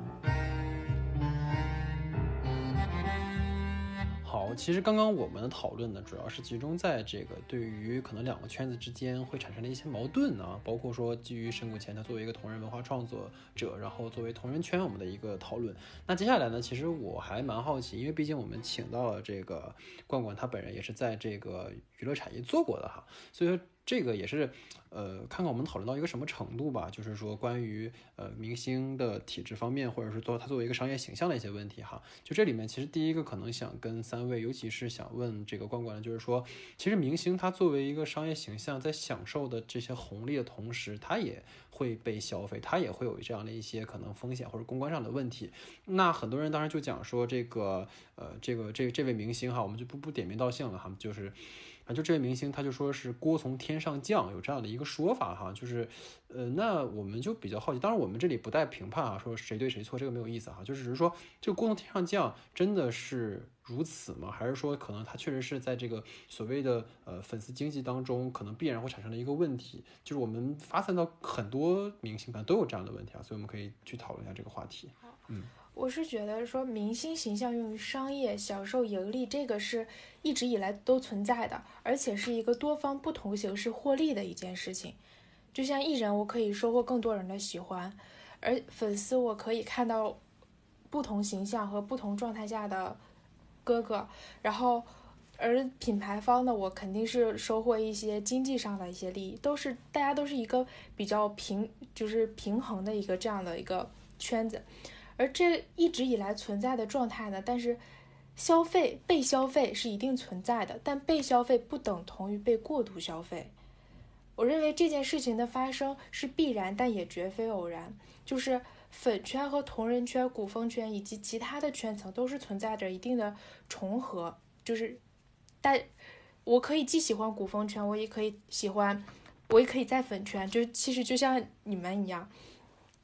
好，其实刚刚我们的讨论呢，主要是集中在这个对于可能两个圈子之间会产生的一些矛盾啊，包括说基于神谷前他作为一个同人文化创作者，然后作为同人圈我们的一个讨论。那接下来呢，其实我还蛮好奇，因为毕竟我们请到了这个冠冠，他本人也是在这个娱乐产业做过的哈，所以说这个也是，呃，看看我们讨论到一个什么程度吧，就是说关于呃明星的体制方面，或者是做他作为一个商业形象的一些问题哈。就这里面，其实第一个可能想跟三位，尤其是想问这个冠冠的，就是说，其实明星他作为一个商业形象，在享受的这些红利的同时，他也会被消费，他也会有这样的一些可能风险或者公关上的问题。那很多人当然就讲说这个，呃，这个这这位明星哈，我们就不不点名道姓了哈，就是。啊，就这位明星，他就说是锅从天上降，有这样的一个说法哈，就是，呃，那我们就比较好奇，当然我们这里不带评判啊，说谁对谁错，这个没有意思哈，就只是说这个锅从天上降真的是如此吗？还是说可能它确实是在这个所谓的呃粉丝经济当中，可能必然会产生的一个问题，就是我们发散到很多明星可能都有这样的问题啊，所以我们可以去讨论一下这个话题。嗯。 我是觉得说明星形象用于商业享受盈利，这个是一直以来都存在的，而且是一个多方不同形式获利的一件事情。就像艺人，我可以收获更多人的喜欢，而粉丝我可以看到不同形象和不同状态下的哥哥，然后而品牌方呢，我肯定是收获一些经济上的一些利益，都是大家都是一个比较平就是平衡的一个这样的一个圈子。而这一直以来存在的状态呢，但是消费被消费是一定存在的，但被消费不等同于被过度消费。我认为这件事情的发生是必然，但也绝非偶然。就是粉圈和同人圈、古风圈以及其他的圈层都是存在着一定的重合，就是但我可以既喜欢古风圈，我也可以喜欢，我也可以在粉圈，就是其实就像你们一样。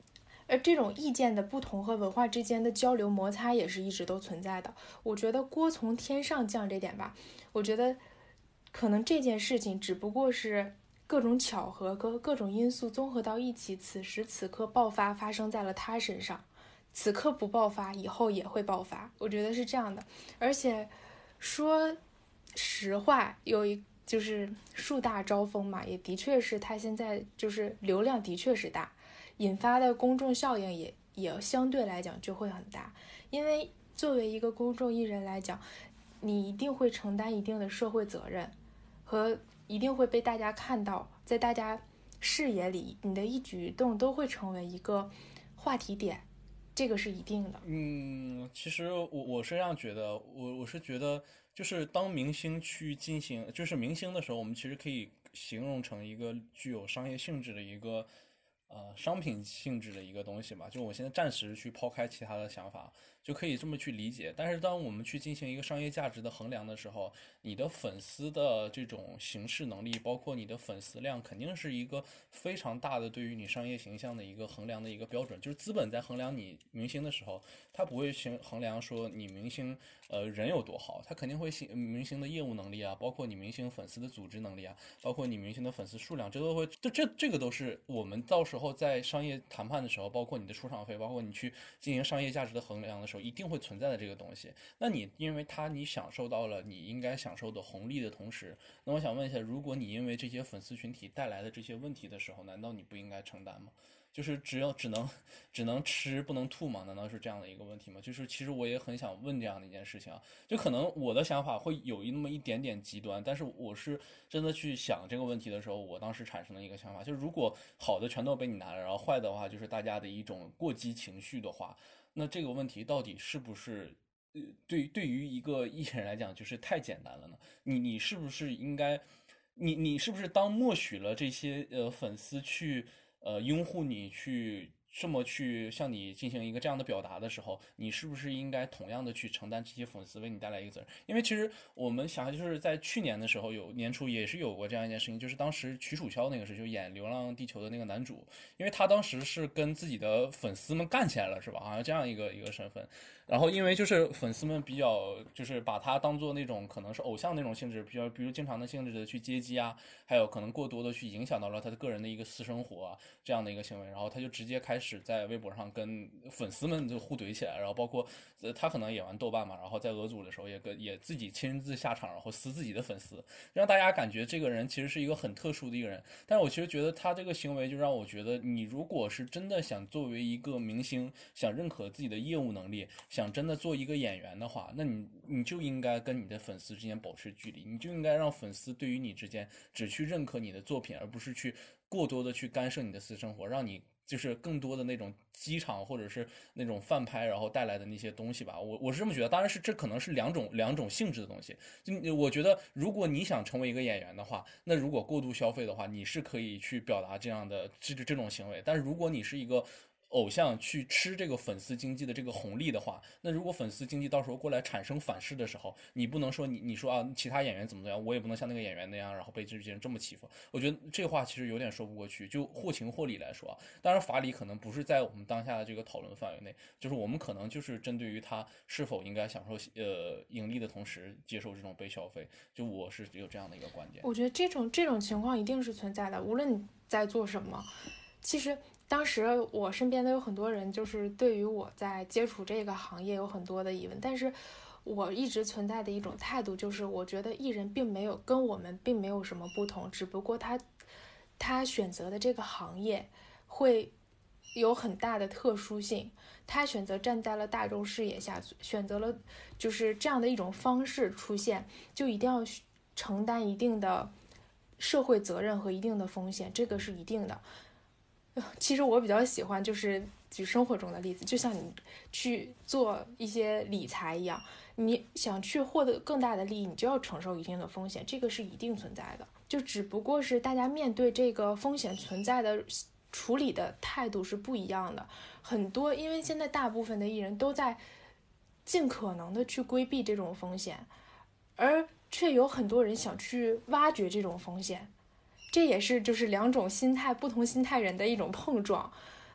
而这种意见的不同和文化之间的交流摩擦也是一直都存在的。我觉得锅从天上降这点吧，我觉得可能这件事情只不过是各种巧合和各种因素综合到一起，此时此刻爆发发生在了他身上，此刻不爆发以后也会爆发，我觉得是这样的。而且说实话，有一就是树大招风嘛，也的确是他现在就是流量的确是大，引发的公众效应也也相对来讲就会很大。因为作为一个公众艺人来讲，你一定会承担一定的社会责任，和一定会被大家看到，在大家视野里你的一举一动都会成为一个话题点，这个是一定的。 嗯，其实我我是这样觉得，我我是觉得，就是当明星去进行，就是明星的时候，我们其实可以形容成一个具有商业性质的一个呃商品性质的一个东西吧。就我现在暂时去抛开其他的想法，就可以这么去理解。但是当我们去进行一个商业价值的衡量的时候，你的粉丝的这种行事能力，包括你的粉丝量，肯定是一个非常大的对于你商业形象的一个衡量的一个标准。就是资本在衡量你明星的时候，他不会行衡量说你明星呃人有多好，他肯定会行明星的业务能力啊，包括你明星粉丝的组织能力啊，包括你明星的粉丝数量，这都会这这这个都是我们到时候在商业谈判的时候，包括你的出场费，包括你去进行商业价值的衡量的时候，一定会存在的这个东西。那你因为它你享受到了你应该享受的红利的同时，那我想问一下，如果你因为这些粉丝群体带来的这些问题的时候，难道你不应该承担吗？就是只要只能只能吃不能吐嘛？难道是这样的一个问题吗？就是其实我也很想问这样的一件事情啊，就可能我的想法会有那么一点点极端，但是我是真的去想这个问题的时候，我当时产生的一个想法，就是如果好的全都被你拿了，然后坏的话就是大家的一种过激情绪的话，那这个问题到底是不是？呃，对，对于一个艺人来讲，就是太简单了呢。你你是不是应该，你你是不是当默许了这些呃粉丝去呃拥护你，去这么去向你进行一个这样的表达的时候，你是不是应该同样的去承担这些粉丝为你带来一个责任？因为其实我们想，就是在去年的时候有年初也是有过这样一件事情，就是当时曲楚萧那个是就演《流浪地球》的那个男主，因为他当时是跟自己的粉丝们干起来了，是吧？好像这样一个一个身份。然后因为就是粉丝们比较就是把他当做那种可能是偶像那种性质，比较比如经常的性质的去接机啊，还有可能过多的去影响到了他的个人的一个私生活啊这样的一个行为，然后他就直接开始在微博上跟粉丝们就互怼起来，然后包括呃他可能也玩豆瓣嘛，然后在俄组的时候也跟也自己亲自下场，然后撕自己的粉丝，让大家感觉这个人其实是一个很特殊的一个人。但是我其实觉得他这个行为就让我觉得，你如果是真的想作为一个明星，想认可自己的业务能力，想真的做一个演员的话，那你你就应该跟你的粉丝之间保持距离，你就应该让粉丝对于你之间只去认可你的作品，而不是去过多的去干涉你的私生活，让你就是更多的那种机场或者是那种饭拍然后带来的那些东西吧。我我是这么觉得，当然是这可能是两种两种性质的东西。就我觉得如果你想成为一个演员的话，那如果过度消费的话，你是可以去表达这样的这这种行为。但是如果你是一个偶像去吃这个粉丝经济的这个红利的话，那如果粉丝经济到时候过来产生反噬的时候，你不能说你你说啊其他演员怎么怎么样，我也不能像那个演员那样，然后被这些人这么欺负。我觉得这话其实有点说不过去。就或情或理来说啊，当然法理可能不是在我们当下的这个讨论范围内，就是我们可能就是针对于他是否应该享受呃盈利的同时接受这种被消费，就我是有这样的一个观点。 我觉得这种这种情况一定是存在的，无论你在做什么，其实。当时我身边的有很多人，就是对于我在接触这个行业有很多的疑问，但是我一直存在的一种态度就是，我觉得艺人并没有跟我们并没有什么不同，只不过他他选择的这个行业会有很大的特殊性，他选择站在了大众视野下，选择了就是这样的一种方式出现，就一定要承担一定的社会责任和一定的风险，这个是一定的。其实我比较喜欢就是举生活中的例子，就像你去做一些理财一样，你想去获得更大的利益，你就要承受一定的风险，这个是一定存在的，就只不过是大家面对这个风险存在的处理的态度是不一样的。很多因为现在大部分的艺人都在尽可能的去规避这种风险，而却有很多人想去挖掘这种风险，这也是就是两种心态不同心态人的一种碰撞。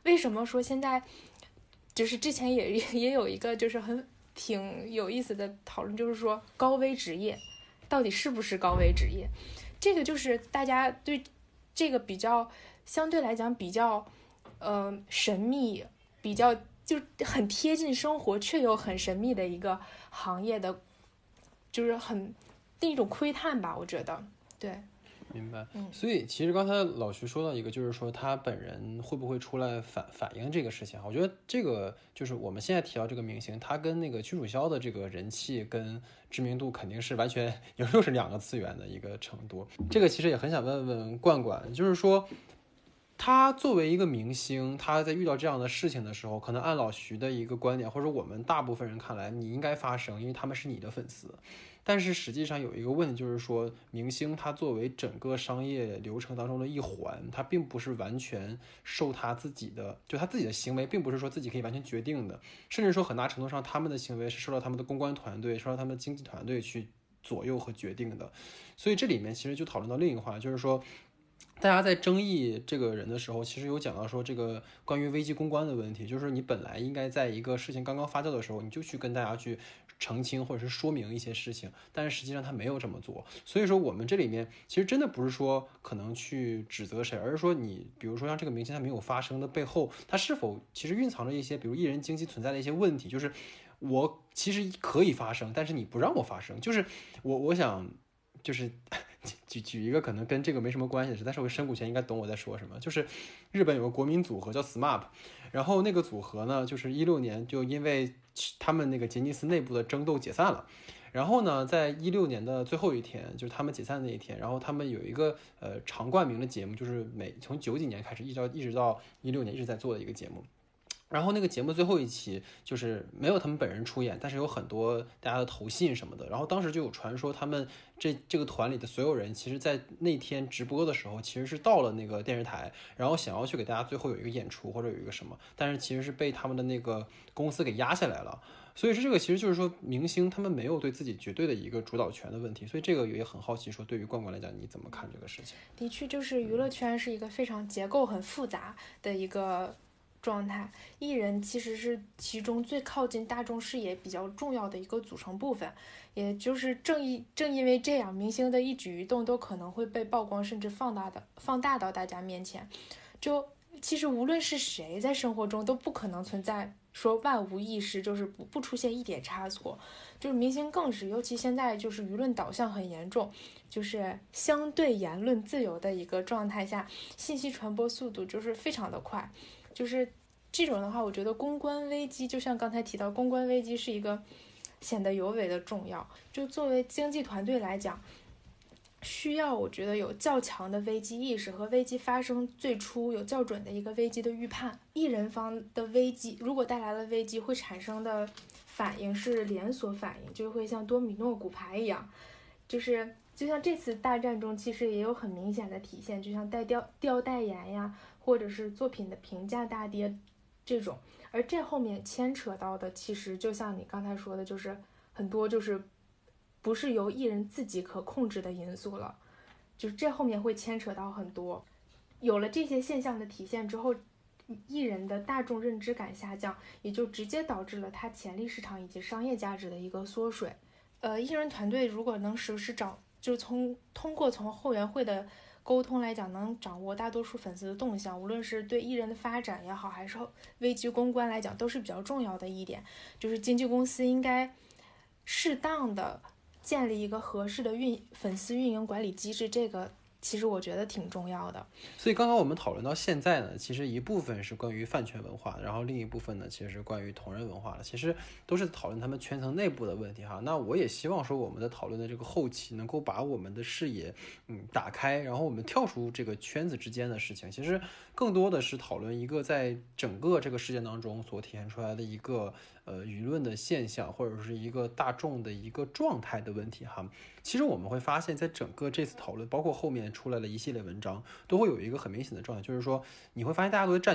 为什么说现在就是之前也也有一个就是很挺有意思的讨论，就是说高危职业到底是不是高危职业？这个就是大家对这个比较相对来讲比较呃神秘，比较就很贴近生活却又很神秘的一个行业的，就是很那种窥探吧，我觉得。对， 明白。 嗯， 所以其实刚才老徐说到一个，就是说他本人会不会出来反反映这个事情，我觉得这个就是我们现在提到这个明星，他跟那个屈楚萧的这个人气跟知名度肯定是完全又是两个次元的一个程度。这个其实也很想问问冠冠，就是说他作为一个明星，他在遇到这样的事情的时候，可能按老徐的一个观点，或者我们大部分人看来，你应该发声，因为他们是你的粉丝。但是实际上有一个问题，就是说明星他作为整个商业流程当中的一环，他并不是完全受他自己的，就他自己的行为并不是说自己可以完全决定的，甚至说很大程度上他们的行为是受到他们的公关团队，受到他们的经纪团队去左右和决定的。所以这里面其实就讨论到另一个话，就是说大家在争议这个人的时候，其实有讲到说这个关于危机公关的问题，就是你本来应该在一个事情刚刚发酵的时候，你就去跟大家去澄清或者是说明一些事情，但是实际上他没有这么做。所以说我们这里面其实真的不是说可能去指责谁，而是说你比如说像这个明星他没有发生的背后，他是否其实蕴藏着一些比如艺人经济存在的一些问题，就是我其实可以发生，但是你不让我发生。就是我我想就是举举一个可能跟这个没什么关系的事，但是我深股前应该懂我在说什么。就是日本有个国民组合叫 S M A P， 然后那个组合呢，就是一六年就因为他们那个杰尼斯内部的争斗解散了。然后呢，在一六年的最后一天，就是他们解散那一天，然后他们有一个呃常冠名的节目，就是每从九几年开始一直到一直到一六年一直在做的一个节目。然后那个节目最后一期就是没有他们本人出演，但是有很多大家的投信什么的。然后当时就有传说，他们这这个团里的所有人，其实在那天直播的时候，其实是到了那个电视台，然后想要去给大家最后有一个演出或者有一个什么，但是其实是被他们的那个公司给压下来了。所以说这个其实就是说明星他们没有对自己绝对的一个主导权的问题。所以这个也很好奇，说对于冠冠来讲，你怎么看这个事情？ 的确，就是娱乐圈是一个非常结构很复杂的一个状态，艺人其实是其中最靠近大众视野比较重要的一个组成部分，也就是正因正因为这样，明星的一举一动都可能会被曝光，甚至放大的放大到大家面前。就其实无论是谁在生活中都不可能存在说万无一失，就是不不出现一点差错，就是明星更是，尤其现在就是舆论导向很严重，就是相对言论自由的一个状态下，信息传播速度就是非常的快。就是这种的话，我觉得公关危机，就像刚才提到，公关危机是一个显得尤为的重要。就作为经纪团队来讲，需要我觉得有较强的危机意识和危机发生最初有较准的一个危机的预判。艺人方的危机如果带来了危机，会产生的反应是连锁反应，就会像多米诺骨牌一样，就是就像这次大战中其实也有很明显的体现，就像带掉掉代言呀，或者是作品的评价大跌这种。而这后面牵扯到的其实就像你刚才说的，就是很多就是不是由艺人自己可控制的因素了，就是这后面会牵扯到很多。有了这些现象的体现之后，艺人的大众认知感下降，也就直接导致了他潜力市场以及商业价值的一个缩水。呃，艺人团队如果能实时找，就是从通过从后援会的沟通来讲，能掌握大多数粉丝的动向，无论是对艺人的发展也好，还是危机公关来讲，都是比较重要的一点。就是经纪公司应该适当的建立一个合适的运粉丝运营管理机制，这个其实我觉得挺重要的。 所以刚刚我们讨论到现在呢，其实一部分是关于饭圈文化，然后另一部分呢其实是关于同人文化的，其实都是讨论他们圈层内部的问题哈。那我也希望说我们的讨论的这个后期能够把我们的视野嗯打开，然后我们跳出这个圈子之间的事情，其实更多的是讨论一个在整个这个事件当中所体现出来的一个呃舆论的现象，或者是一个大众的一个状态的问题哈。其实我们会发现，在整个这次讨论，包括后面出来了一系列文章，都会有一个很明显的状态，就是说你会发现大家都在站队，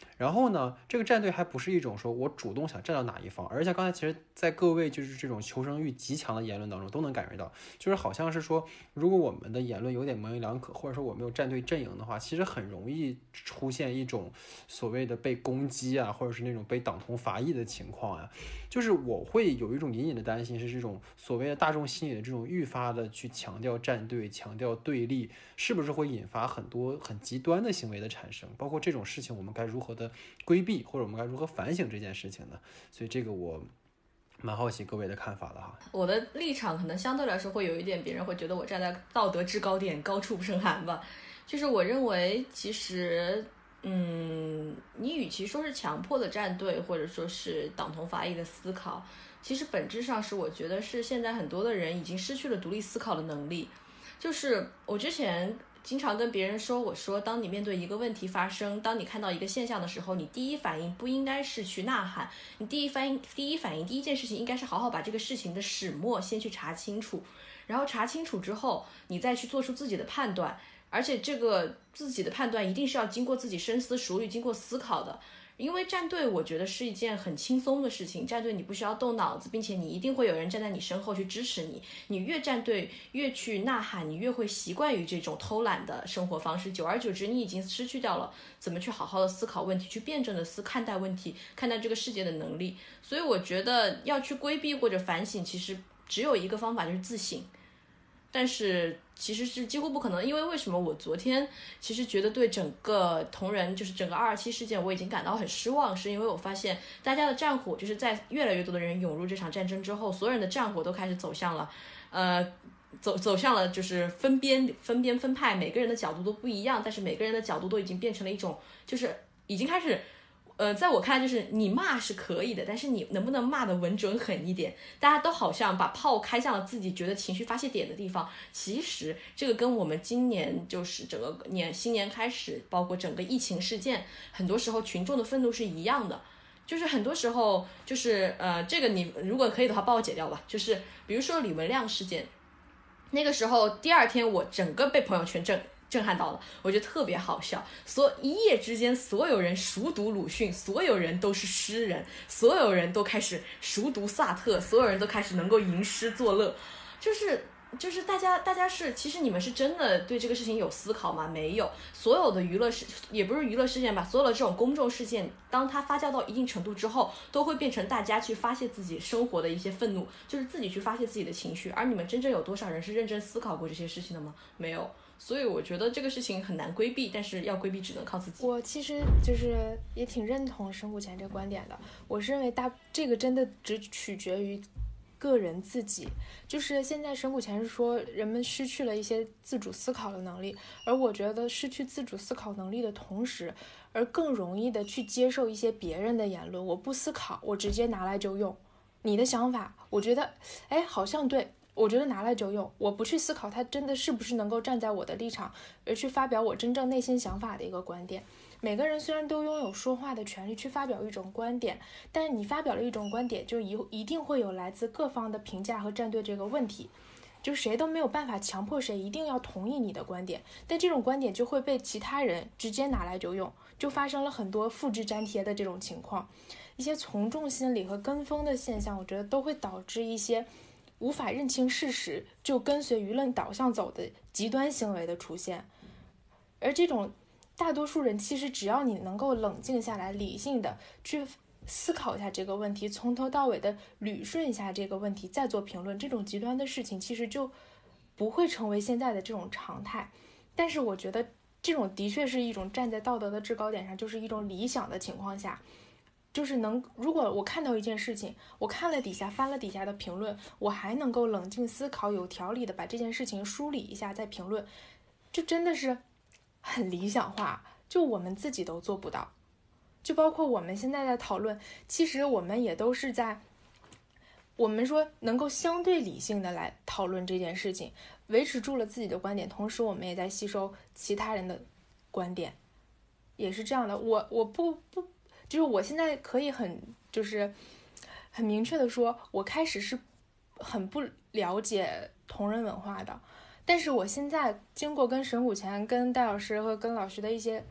然后呢，这个站队还不是一种说我主动想站到哪一方，而且刚才其实在各位就是这种求生欲极强的言论当中都能感觉到，就是好像是说，如果我们的言论有点模棱两可，或者说我没有站队阵营的话，其实很容易出现一种所谓的被攻击啊，或者是那种被党同伐异的情况呀、啊。就是我会有一种隐隐的担心，是这种所谓的大众心理的这种愈发的去强调站队、强调对立，是不是会引发很多很极端的行为的产生？包括这种事情，我们该如何的规避，或者我们该如何反省这件事情呢？所以这个我蛮好奇各位的看法的哈。 我的立场可能相对来说会有一点，别人会觉得我站在道德制高点，高处不胜寒吧。就是我认为，其实，嗯，你与其说是强迫的站队，或者说是党同伐异的思考，其实本质上是我觉得是现在很多的人已经失去了独立思考的能力。就是我之前经常跟别人说，我说当你面对一个问题发生，当你看到一个现象的时候，你第一反应不应该是去呐喊，你第一反应第一反应第一件事情应该是好好把这个事情的始末先去查清楚，然后查清楚之后你再去做出自己的判断，而且这个自己的判断一定是要经过自己深思熟虑，经过思考的。因为站队我觉得是一件很轻松的事情，站队你不需要动脑子，并且你一定会有人站在你身后去支持你，你越站队越去呐喊，你越会习惯于这种偷懒的生活方式，久而久之你已经失去掉了怎么去好好的思考问题，去辩证的思看待问题，看待这个世界的能力。所以我觉得要去规避或者反省，其实只有一个方法，就是自省。但是其实是几乎不可能，因为为什么我昨天其实觉得对整个同人就是整个二二七事件我已经感到很失望，是因为我发现大家的战火就是在越来越多的人涌入这场战争之后，所有人的战火都开始走向了呃走走向了就是分边分边分派，每个人的角度都不一样，但是每个人的角度都已经变成了一种就是已经开始呃，在我看来就是你骂是可以的，但是你能不能骂的稳准狠一点？大家都好像把炮开向了自己觉得情绪发泄点的地方。其实这个跟我们今年就是整个年新年开始，包括整个疫情事件，很多时候群众的愤怒是一样的。就是很多时候就是呃，这个你如果可以的话帮我解掉吧。就是比如说李文亮事件，那个时候第二天我整个被朋友圈震震撼到了，我觉得特别好笑。所一夜之间，所有人熟读鲁迅，所有人都是诗人，所有人都开始熟读萨特，所有人都开始能够吟诗作乐。就是就是大家大家是，其实你们是真的对这个事情有思考吗？没有。所有的娱乐事也不是娱乐事件吧，所有的这种公众事件，当它发酵到一定程度之后，都会变成大家去发泄自己生活的一些愤怒，就是自己去发泄自己的情绪。而你们真正有多少人是认真思考过这些事情的吗？没有。所以我觉得这个事情很难规避，但是要规避只能靠自己。 我其实就是也挺认同神谷前这个观点的，我是认为大这个真的只取决于个人自己。就是现在神谷前是说人们失去了一些自主思考的能力，而我觉得失去自主思考能力的同时，而更容易的去接受一些别人的言论，我不思考，我直接拿来就用你的想法，我觉得哎好像对，我觉得拿来就用，我不去思考它真的是不是能够站在我的立场而去发表我真正内心想法的一个观点。每个人虽然都拥有说话的权利去发表一种观点，但是你发表了一种观点就一一定会有来自各方的评价和站队这个问题，就谁都没有办法强迫谁一定要同意你的观点，但这种观点就会被其他人直接拿来就用，就发生了很多复制粘贴的这种情况。一些从众心理和跟风的现象，我觉得都会导致一些无法认清事实就跟随舆论导向走的极端行为的出现。而这种大多数人其实只要你能够冷静下来，理性的去思考一下这个问题，从头到尾的捋顺一下这个问题，再做评论，这种极端的事情其实就不会成为现在的这种常态。但是我觉得这种的确是一种站在道德的制高点上，就是一种理想的情况下，就是能，如果我看到一件事情，我看了底下翻了底下的评论，我还能够冷静思考，有条理的把这件事情梳理一下再评论，就真的是很理想化，就我们自己都做不到。就包括我们现在在讨论，其实我们也都是在我们说能够相对理性的来讨论这件事情，维持住了自己的观点，同时我们也在吸收其他人的观点，也是这样的。我我不不就是我现在可以很就是很明确的说，我开始是很不了解同人文化的，但是我现在经过跟神谷前跟戴老师和跟老师的一些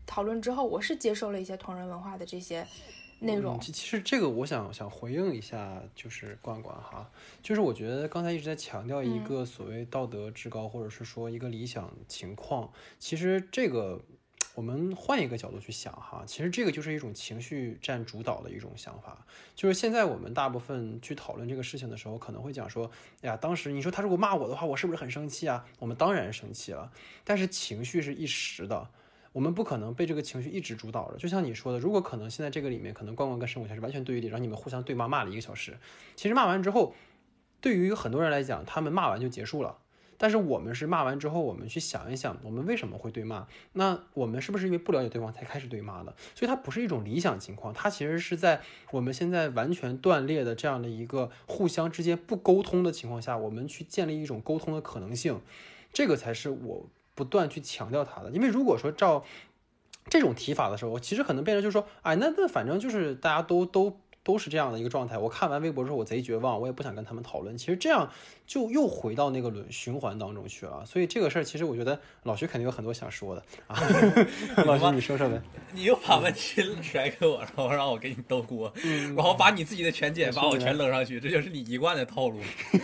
讨论之后，我是接受了一些同人文化的这些内容。 嗯、其实这个我想想回应一下，就是罐罐哈，就是我觉得刚才一直在强调一个所谓道德至高，嗯、或者是说一个理想情况，其实这个我们换一个角度去想哈，其实这个就是一种情绪占主导的一种想法。就是现在我们大部分去讨论这个事情的时候，可能会讲说，哎呀，当时你说他如果骂我的话，我是不是很生气啊？我们当然生气了，但是情绪是一时的。我们不可能被这个情绪一直主导着，就像你说的，如果可能现在这个里面可能罐罐跟神武侠是完全对立，然后你们互相对骂骂了一个小时，其实骂完之后，对于很多人来讲，他们骂完就结束了，但是我们是骂完之后，我们去想一想，我们为什么会对骂？那我们是不是因为不了解对方才开始对骂的？所以它不是一种理想情况，它其实是在我们现在完全断裂的这样的一个互相之间不沟通的情况下，我们去建立一种沟通的可能性，这个才是我不断去强调它的。因为如果说照这种提法的时候，其实可能变成就是说，哎，那那反正就是大家都都都是这样的一个状态。我看完微博之后，我贼绝望，我也不想跟他们讨论。其实这样就又回到那个轮循环当中去了。所以这个事儿，其实我觉得老徐肯定有很多想说的啊。老徐，你说说呗。 你又把问题甩给我，然后让我给你兜锅，嗯、然后把你自己的全解把我全扔上去，这就是你一贯的套路。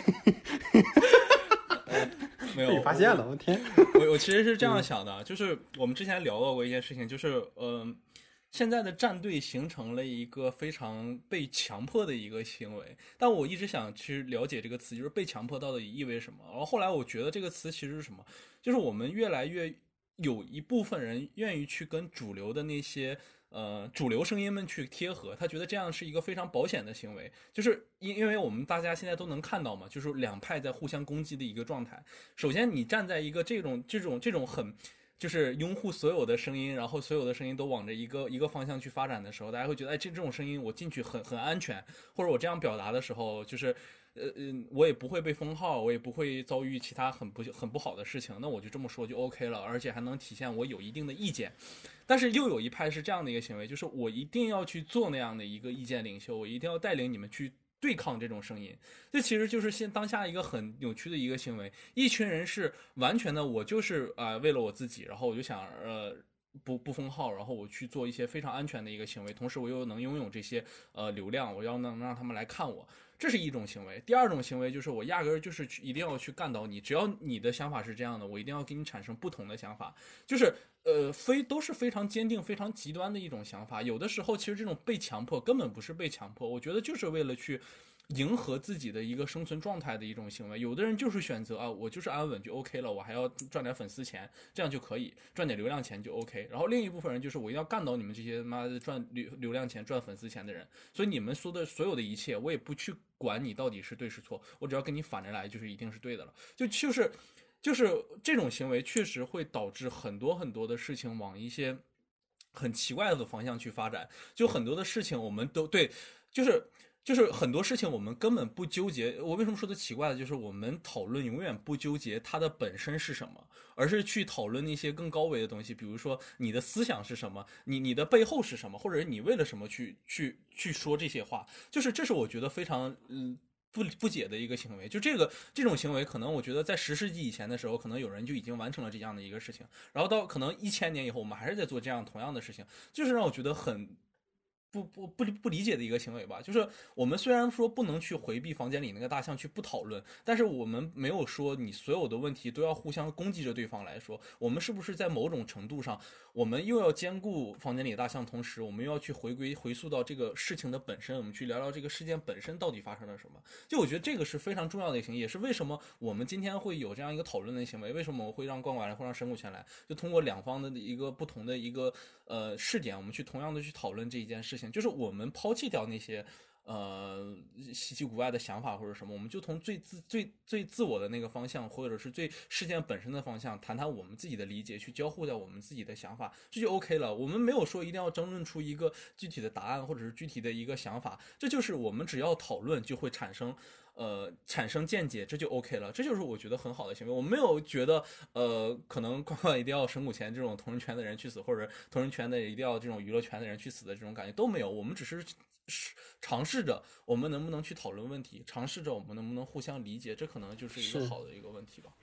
没有被发现了，我天！ 我我其实是这样想的，就是我们之前聊到过一件事情，就是嗯、呃，现在的战队形成了一个非常被强迫的一个行为，但我一直想去了解这个词，就是被强迫到底意味着什么。然后后来我觉得这个词其实是什么，就是我们越来越有一部分人愿意去跟主流的那些。呃，主流声音们去贴合，他觉得这样是一个非常保险的行为，就是因因为我们大家现在都能看到嘛，就是两派在互相攻击的一个状态。首先，你站在一个这种这种这种很，就是拥护所有的声音，然后所有的声音都往着一个一个方向去发展的时候，大家会觉得，哎，这这种声音我进去很很安全，或者我这样表达的时候，就是。呃嗯，我也不会被封号，我也不会遭遇其他很不很不好的事情，那我就这么说就 OK 了，而且还能体现我有一定的意见。但是又有一派是这样的一个行为，就是我一定要去做那样的一个意见领袖，我一定要带领你们去对抗这种声音。这其实就是现当下一个很扭曲的一个行为，一群人是完全的，我就是啊、呃、为了我自己，然后我就想呃。不不封号，然后我去做一些非常安全的一个行为，同时我又能拥有这些呃流量，我要能让他们来看我，这是一种行为。第二种行为就是我压根儿就是一定要去干倒你，只要你的想法是这样的，我一定要给你产生不同的想法，就是呃非都是非常坚定、非常极端的一种想法。有的时候其实这种被强迫根本不是被强迫，我觉得就是为了去。迎合自己的一个生存状态的一种行为，有的人就是选择啊，我就是安稳就 OK 了，我还要赚点粉丝钱，这样就可以赚点流量钱就 OK。然后另一部分人就是我一定要干倒你们这些妈的赚流流量钱、赚粉丝钱的人，所以你们说的所有的一切，我也不去管你到底是对是错，我只要跟你反着来，就是一定是对的了。就就是就是这种行为确实会导致很多很多的事情往一些很奇怪的方向去发展，就很多的事情我们都对，就是。就是很多事情我们根本不纠结，我为什么说的奇怪的，就是我们讨论永远不纠结它的本身是什么，而是去讨论那些更高维的东西，比如说你的思想是什么，你你的背后是什么，或者你为了什么去去去说这些话，就是这是我觉得非常嗯。不不解的一个行为，就这个这种行为，可能我觉得在十世纪以前的时候，可能有人就已经完成了这样的一个事情，然后到可能一千年以后，我们还是在做这样同样的事情，就是让我觉得很。不不不不理解的一个行为吧，就是我们虽然说不能去回避房间里那个大象去不讨论，但是我们没有说你所有的问题都要互相攻击着对方来说，我们是不是在某种程度上，我们又要兼顾房间里的大象，同时我们又要去回归回溯到这个事情的本身，我们去聊聊这个事件本身到底发生了什么。就我觉得这个是非常重要的一个行为，也是为什么我们今天会有这样一个讨论的行为，为什么我会让罐罐来，会让神谷泉来，就通过两方的一个不同的一个呃视点，我们去同样的去讨论这一件事情，就是我们抛弃掉那些呃稀奇古怪的想法或者什么，我们就从最自最最自我的那个方向，或者是最事件本身的方向，谈谈我们自己的理解，去交互掉我们自己的想法，这就 OK 了。我们没有说一定要争论出一个具体的答案或者是具体的一个想法，这就是我们只要讨论就会产生。呃，产生见解，这就 OK 了，这就是我觉得很好的行为。我没有觉得，呃，可能罐罐一定要神谷前这种同人圈的人去死，或者同人圈的一定要这种娱乐圈的人去死的这种感觉都没有。我们只是尝试着，我们能不能去讨论问题，尝试着我们能不能互相理解，这可能就是一个好的一个问题吧。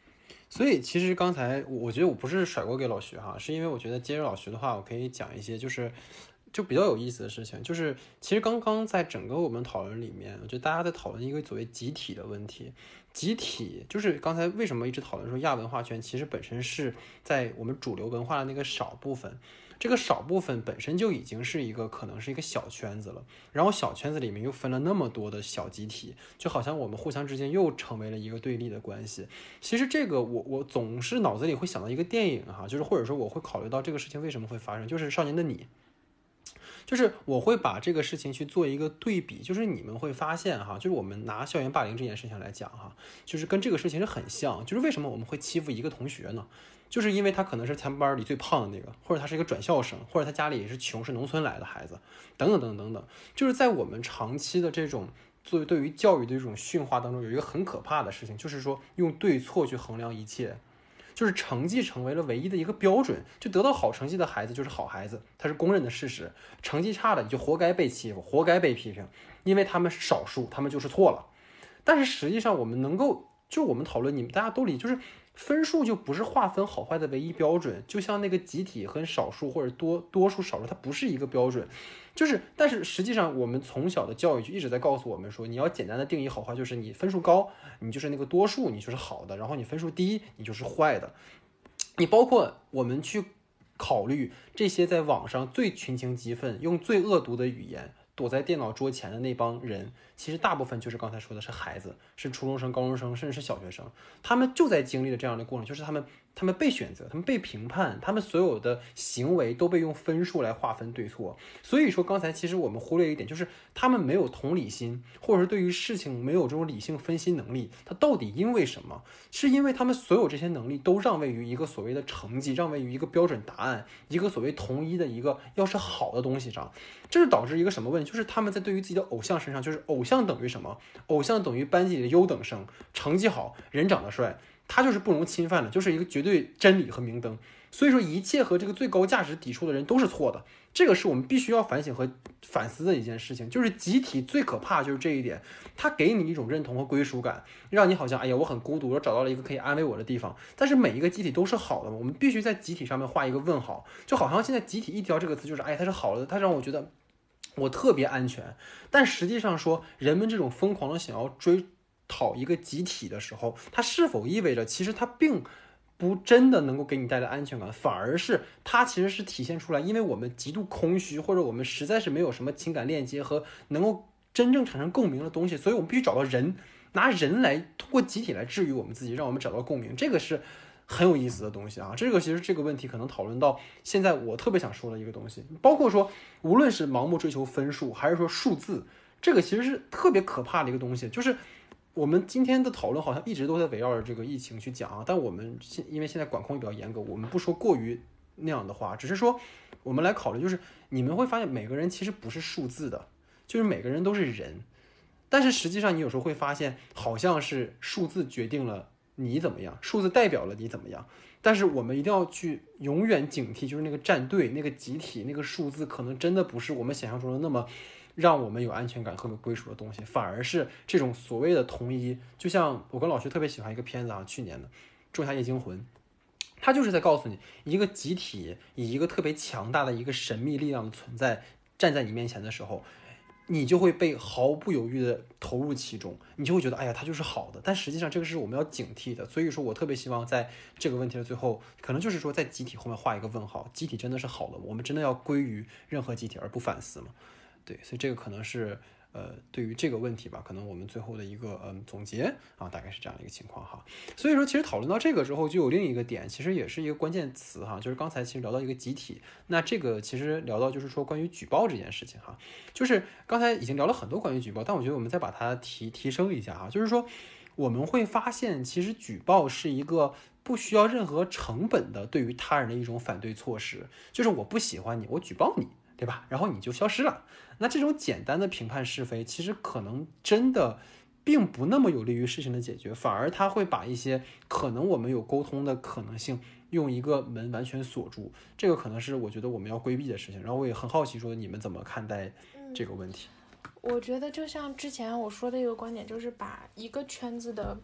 所以其实刚才我觉得我不是甩锅给老徐哈，是因为我觉得接着老徐的话，我可以讲一些就是就比较有意思的事情，就是其实刚刚在整个我们讨论里面，我觉得大家在讨论一个所谓集体的问题。集体就是刚才为什么一直讨论说亚文化圈其实本身是在我们主流文化的那个少部分，这个少部分本身就已经是一个可能是一个小圈子了，然后小圈子里面又分了那么多的小集体，就好像我们互相之间又成为了一个对立的关系。其实这个我我总是脑子里会想到一个电影哈，就是或者说我会考虑到这个事情为什么会发生，就是《少年的你》。就是我会把这个事情去做一个对比，就是你们会发现哈，就是我们拿校园霸凌这件事情来讲哈，就是跟这个事情是很像。就是为什么我们会欺负一个同学呢？就是因为他可能是他们班里最胖的那个，或者他是一个转校生，或者他家里也是穷，是农村来的孩子，等等等等等等。就是在我们长期的这种作为对于教育的这种驯化当中，有一个很可怕的事情，就是说用对错去衡量一切。就是成绩成为了唯一的一个标准，就得到好成绩的孩子就是好孩子，它是公认的事实。成绩差的你就活该被欺负，活该被批评，因为他们是少数，他们就是错了。但是实际上我们能够，就我们讨论，你们大家都理，就是分数就不是划分好坏的唯一标准，就像那个集体和少数或者多多数少数，它不是一个标准。就是，但是实际上我们从小的教育就一直在告诉我们说，你要简单的定义好坏，就是你分数高，你就是那个多数，你就是好的，然后你分数低，你就是坏的。你包括我们去考虑这些在网上最群情激愤、用最恶毒的语言躲在电脑桌前的那帮人，其实大部分就是刚才说的是孩子，是初中生、高中生，甚至是小学生，他们就在经历了这样的过程，就是他们他们被选择，他们被评判，他们所有的行为都被用分数来划分对错。所以说刚才其实我们忽略一点，就是他们没有同理心，或者是对于事情没有这种理性分析能力。他到底因为什么？是因为他们所有这些能力都让位于一个所谓的成绩，让位于一个标准答案，一个所谓统一的一个要是好的东西上。这就导致一个什么问题？就是他们在对于自己的偶像身上，就是偶像等于什么？偶像等于班级里的优等生，成绩好，人长得帅，他就是不容侵犯的，就是一个绝对真理和明灯。所以说一切和这个最高价值抵触的人都是错的，这个是我们必须要反省和反思的一件事情。就是集体最可怕就是这一点，它给你一种认同和归属感，让你好像哎呀我很孤独，我找到了一个可以安慰我的地方。但是每一个集体都是好的，我们必须在集体上面画一个问号，就好像现在集体一条这个词就是哎它是好的，它让我觉得我特别安全。但实际上说人们这种疯狂的想要追讨一个集体的时候，它是否意味着其实它并不真的能够给你带来安全感，反而是它其实是体现出来，因为我们极度空虚，或者我们实在是没有什么情感链接和能够真正产生共鸣的东西，所以我们必须找到人，拿人来通过集体来治愈我们自己，让我们找到共鸣。这个是很有意思的东西啊！这个其实这个问题可能讨论到现在，我特别想说的一个东西，包括说无论是盲目追求分数，还是说数字，这个其实是特别可怕的一个东西，就是我们今天的讨论好像一直都在围绕着这个疫情去讲啊，但我们现因为现在管控比较严格，我们不说过于那样的话，只是说我们来考虑，就是你们会发现每个人其实不是数字的，就是每个人都是人，但是实际上你有时候会发现，好像是数字决定了你怎么样，数字代表了你怎么样。但是我们一定要去永远警惕，就是那个战队、那个集体、那个数字，可能真的不是我们想象中的那么让我们有安全感和归属的东西，反而是这种所谓的统一。就像我跟老徐特别喜欢一个片子啊，去年的《仲夏夜惊魂》，它就是在告诉你，一个集体以一个特别强大的一个神秘力量的存在站在你面前的时候，你就会被毫不犹豫的投入其中，你就会觉得哎呀它就是好的。但实际上这个是我们要警惕的，所以说我特别希望在这个问题的最后，可能就是说在集体后面画一个问号，集体真的是好的吗？我们真的要归于任何集体而不反思吗？对，所以这个可能是呃对于这个问题吧，可能我们最后的一个嗯总结啊，大概是这样的一个情况哈。所以说其实讨论到这个之后，就有另一个点，其实也是一个关键词哈，就是刚才其实聊到一个集体，那这个其实聊到就是说关于举报这件事情哈，就是刚才已经聊了很多关于举报，但我觉得我们再把它提提升一下哈，就是说我们会发现其实举报是一个不需要任何成本的对于他人的一种反对措施，就是我不喜欢你，我举报你，对吧？然后你就消失了。那这种简单的评判是非，其实可能真的并不那么有利于事情的解决，反而它会把一些可能我们有沟通的可能性用一个门完全锁住，这个可能是我觉得我们要规避的事情。然后我也很好奇说你们怎么看待这个问题。 嗯，我觉得就像之前我说的一个观点，就是把一个圈子的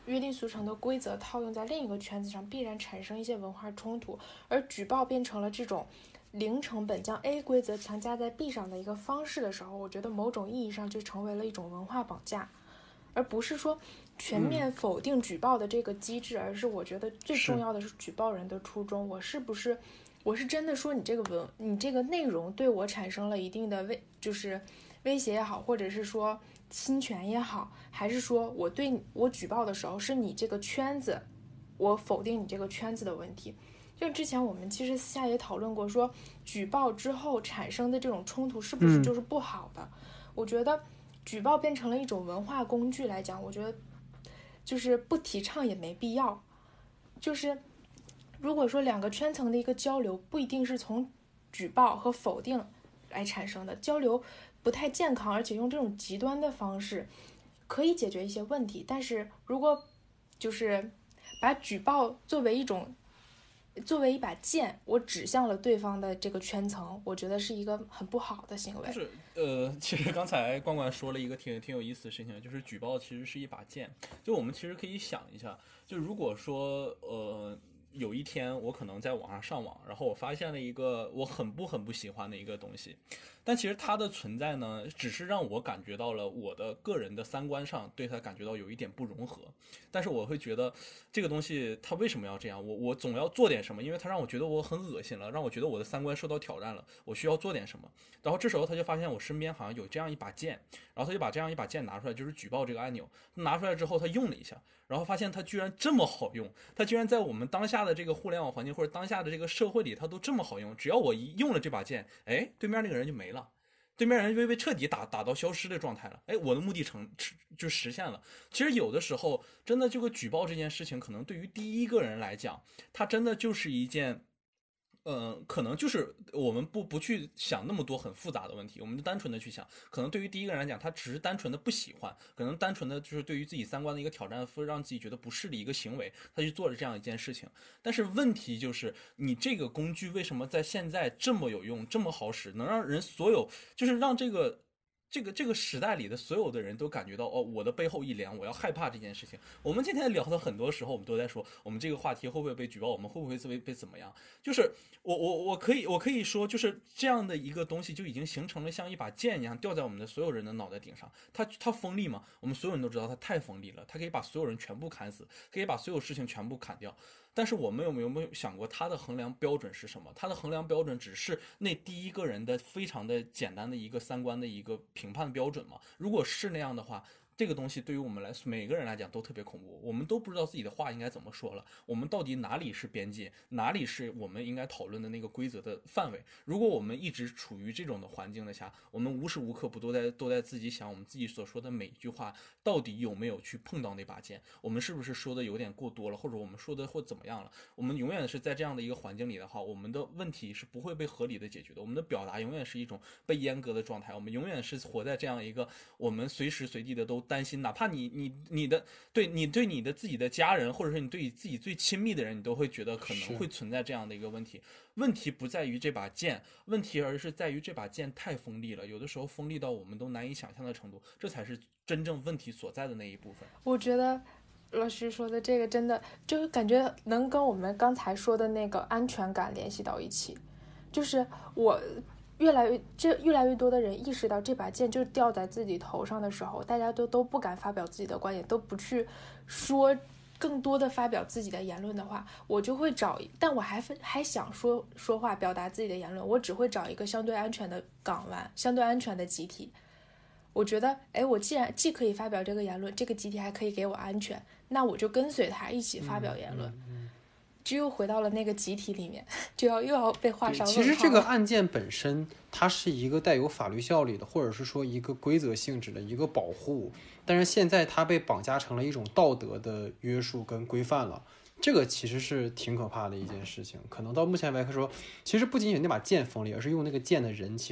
约定俗成的规则套用在另一个圈子上，必然产生一些文化冲突。而举报变成了这种零成本将 A 规则强加在 B 上的一个方式的时候，我觉得某种意义上就成为了一种文化绑架，而不是说全面否定举报的这个机制、嗯、而是我觉得最重要的是举报人的初衷，我是不是我是真的说你这个文你这个内容对我产生了一定的威就是威胁也好，或者是说侵权也好，还是说我对我举报的时候是你这个圈子，我否定你这个圈子的问题。就之前我们其实私下也讨论过，说举报之后产生的这种冲突是不是就是不好的、嗯、我觉得举报变成了一种文化工具来讲，我觉得就是不提倡也没必要。就是如果说两个圈层的一个交流不一定是从举报和否定来产生的，交流不太健康，而且用这种极端的方式可以解决一些问题，但是如果就是把举报作为一种作为一把剑，我指向了对方的这个圈层，我觉得是一个很不好的行为。 就是呃，其实刚才冠冠说了一个挺挺有意思的事情，就是举报其实是一把剑。就我们其实可以想一下，就如果说呃有一天我可能在网上上网，然后我发现了一个我很不很不喜欢的一个东西，但其实它的存在呢，只是让我感觉到了我的个人的三观上对它感觉到有一点不融合。但是我会觉得这个东西它为什么要这样，我我总要做点什么，因为它让我觉得我很恶心了，让我觉得我的三观受到挑战了，我需要做点什么。然后这时候他就发现我身边好像有这样一把剑，然后他就把这样一把剑拿出来，就是举报这个按钮。拿出来之后他用了一下，然后发现它居然这么好用，它居然在我们当下的这个互联网环境或者当下的这个社会里它都这么好用。只要我一用了这把剑，哎，对面那个人就没了，对面人就被彻底打打到消失的状态了，哎，我的目的成就实现了。其实有的时候真的这个举报这件事情，可能对于第一个人来讲，它真的就是一件呃，可能就是我们不不去想那么多很复杂的问题，我们就单纯的去想，可能对于第一个人来讲，他只是单纯的不喜欢，可能单纯的就是对于自己三观的一个挑战，让自己觉得不适的一个行为，他去做了这样一件事情。但是问题就是，你这个工具为什么在现在这么有用，这么好使，能让人所有就是让这个。这个这个时代里的所有的人都感觉到，哦，我的背后一凉，我要害怕这件事情。我们今天聊的很多时候，我们都在说，我们这个话题会不会被举报，我们会不会被被怎么样？就是我我我可以我可以说，就是这样的一个东西就已经形成了像一把剑一样吊在我们的所有人的脑袋顶上。它它锋利吗？我们所有人都知道它太锋利了，它可以把所有人全部砍死，可以把所有事情全部砍掉。但是我们有没有没有想过，它的衡量标准是什么？它的衡量标准只是那第一个人的非常的简单的一个三观的一个评判标准吗？如果是那样的话，这个东西对于我们来每个人来讲都特别恐怖，我们都不知道自己的话应该怎么说了，我们到底哪里是边界，哪里是我们应该讨论的那个规则的范围。如果我们一直处于这种的环境的下，我们无时无刻不都在都在自己想，我们自己所说的每一句话到底有没有去碰到那把剑，我们是不是说的有点过多了，或者我们说的或怎么样了。我们永远是在这样的一个环境里的话，我们的问题是不会被合理的解决的，我们的表达永远是一种被阉割的状态，我们永远是活在这样一个我们随时随地的都担心，哪怕你你你的对你对你的自己的家人，或者是你对你自己最亲密的人，你都会觉得可能会存在这样的一个问题。问题不在于这把剑，问题而是在于这把剑太锋利了，有的时候锋利到我们都难以想象的程度，这才是真正问题所在的那一部分。 我觉得老师说的这个真的就感觉能跟我们刚才说的那个安全感联系到一起，就是我越来越这越来越多的人意识到这把剑就掉在自己头上的时候，大家都都不敢发表自己的观点，都不去说更多的发表自己的言论的话，我就会找，但我还还想说说话表达自己的言论，我只会找一个相对安全的港湾，相对安全的集体。我觉得哎，我既然既可以发表这个言论，这个集体还可以给我安全，那我就跟随他一起发表言论。嗯嗯嗯，只有回到了那个集体里面，就要又要被画上问号。 其实这个案件本身它是一个带有法律效力的，或者是说一个规则性质的一个保护，但是现在它被绑架成了一种道德的约束跟规范了，这个其实是挺可怕的一件事情。可能到目前来说，其实不仅仅那把剑锋利，而是用那个剑的人其实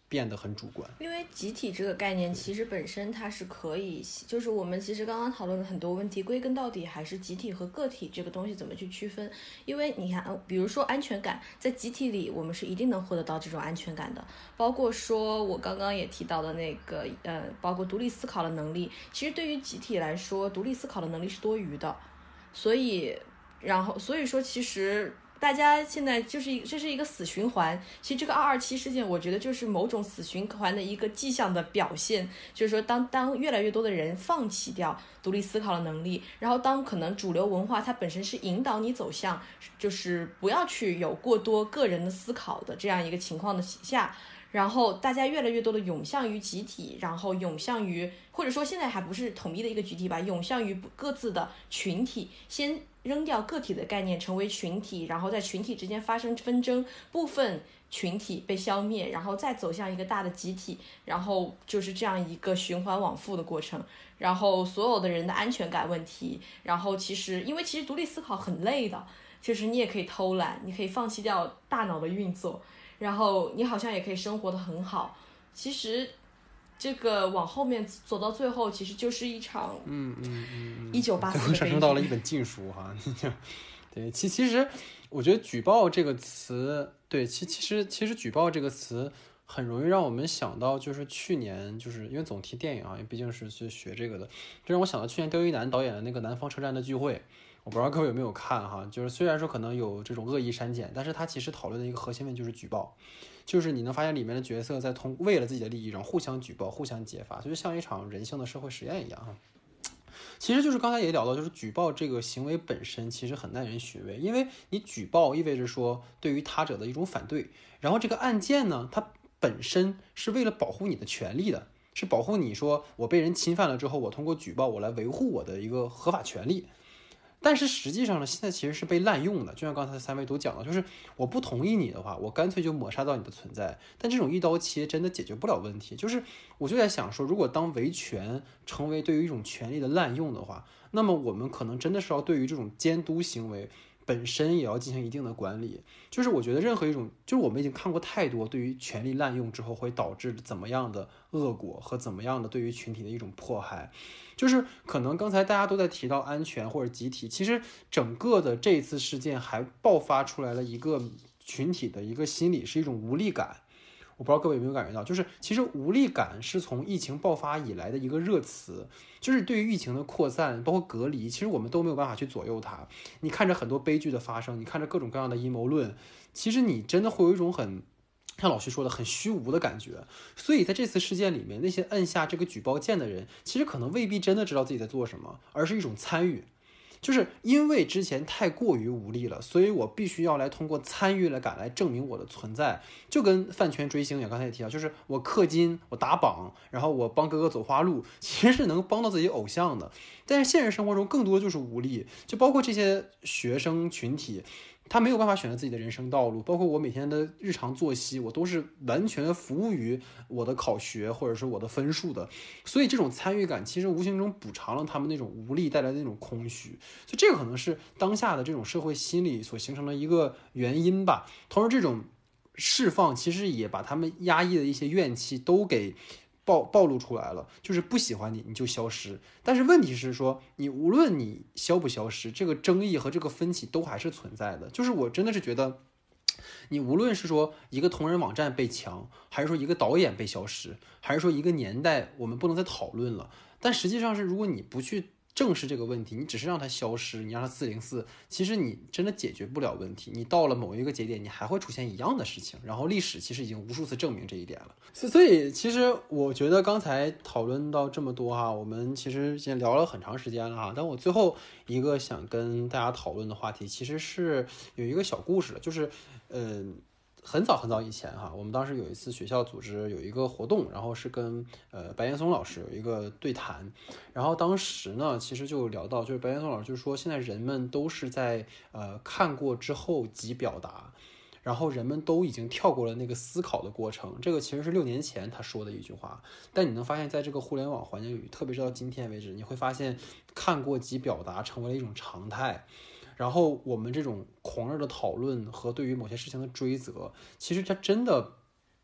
变得很主观。 因为集体这个概念其实本身它是可以，就是我们其实刚刚讨论的很多问题，归根到底还是集体和个体这个东西怎么去区分。因为你看，比如说安全感，在集体里我们是一定能获得到这种安全感的，包括说我刚刚也提到的那个呃，包括独立思考的能力，其实对于集体来说，独立思考的能力是多余的，所以然后所以说其实大家现在就是一这是一个死循环。其实这个二二七事件我觉得就是某种死循环的一个迹象的表现，就是说当当越来越多的人放弃掉独立思考的能力，然后当可能主流文化它本身是引导你走向就是不要去有过多个人的思考的这样一个情况的下，然后大家越来越多的涌向于集体，然后涌向于或者说现在还不是统一的一个集体吧，涌向于各自的群体，先扔掉个体的概念，成为群体，然后在群体之间发生纷争，部分群体被消灭，然后再走向一个大的集体，然后就是这样一个循环往复的过程。然后所有的人的安全感问题，然后其实因为其实独立思考很累的，就是你也可以偷懒，你可以放弃掉大脑的运作，然后你好像也可以生活得很好。其实这个往后面走到最后，其实就是一场嗯嗯嗯一九八四最后上升到了一本禁书哈。对，其其实我觉得举报这个词，对，其其实其实举报这个词很容易让我们想到，就是去年就是因为总提电影啊，因为毕竟是去学这个的，这让我想到去年刁一男导演的那个《南方车站的聚会》。我不知道各位有没有看哈，就是虽然说可能有这种恶意删减，但是它其实讨论的一个核心问题就是举报，就是你能发现里面的角色在通为了自己的利益，然后互相举报、互相揭发，就像一场人性的社会实验一样哈。其实就是刚才也聊到，就是举报这个行为本身其实很耐人寻味，因为你举报意味着说对于他者的一种反对，然后这个案件呢，它本身是为了保护你的权利的，是保护你说我被人侵犯了之后，我通过举报我来维护我的一个合法权利。但是实际上呢，现在其实是被滥用的，就像刚才三位都讲了，就是我不同意你的话，我干脆就抹杀到你的存在。但这种一刀切真的解决不了问题。就是我就在想说，如果当维权成为对于一种权利的滥用的话，那么我们可能真的是要对于这种监督行为本身也要进行一定的管理。就是我觉得任何一种，就是我们已经看过太多对于权力滥用之后会导致怎么样的恶果和怎么样的对于群体的一种迫害。就是可能刚才大家都在提到安全或者集体，其实整个的这次事件还爆发出来了一个群体的一个心理，是一种无力感。我不知道各位有没有感觉到，就是其实无力感是从疫情爆发以来的一个热词，就是对于疫情的扩散包括隔离，其实我们都没有办法去左右它。你看着很多悲剧的发生，你看着各种各样的阴谋论，其实你真的会有一种很像老徐说的很虚无的感觉。所以在这次事件里面，那些摁下这个举报键的人，其实可能未必真的知道自己在做什么，而是一种参与。就是因为之前太过于无力了，所以我必须要来通过参与了感来证明我的存在。就跟饭圈追星也刚才也提到，就是我氪金，我打榜，然后我帮哥哥走花路，其实是能帮到自己偶像的。但是现实生活中更多的就是无力，就包括这些学生群体，他没有办法选择自己的人生道路，包括我每天的日常作息，我都是完全服务于我的考学或者是我的分数的。所以这种参与感其实无形中补偿了他们那种无力带来的那种空虚，所以这个可能是当下的这种社会心理所形成的一个原因吧。同时这种释放其实也把他们压抑的一些怨气都给暴暴露出来了，就是不喜欢你你就消失。但是问题是说，你无论你消不消失，这个争议和这个分歧都还是存在的。就是我真的是觉得，你无论是说一个同人网站被强，还是说一个导演被消失，还是说一个年代我们不能再讨论了，但实际上是如果你不去正视这个问题，你只是让它消失，你让它四零四，其实你真的解决不了问题。你到了某一个节点，你还会出现一样的事情，然后历史其实已经无数次证明这一点了。所以其实我觉得刚才讨论到这么多哈，我们其实先聊了很长时间了哈，但我最后一个想跟大家讨论的话题其实是有一个小故事的，就是嗯。很早很早以前哈，我们当时有一次学校组织有一个活动，然后是跟呃白岩松老师有一个对谈，然后当时呢其实就聊到，就是白岩松老师就说现在人们都是在呃看过之后即表达，然后人们都已经跳过了那个思考的过程。这个其实是六年前他说的一句话，但你能发现在这个互联网环境里，特别是到今天为止，你会发现看过即表达成为了一种常态。然后我们这种狂热的讨论和对于某些事情的追责，其实它真的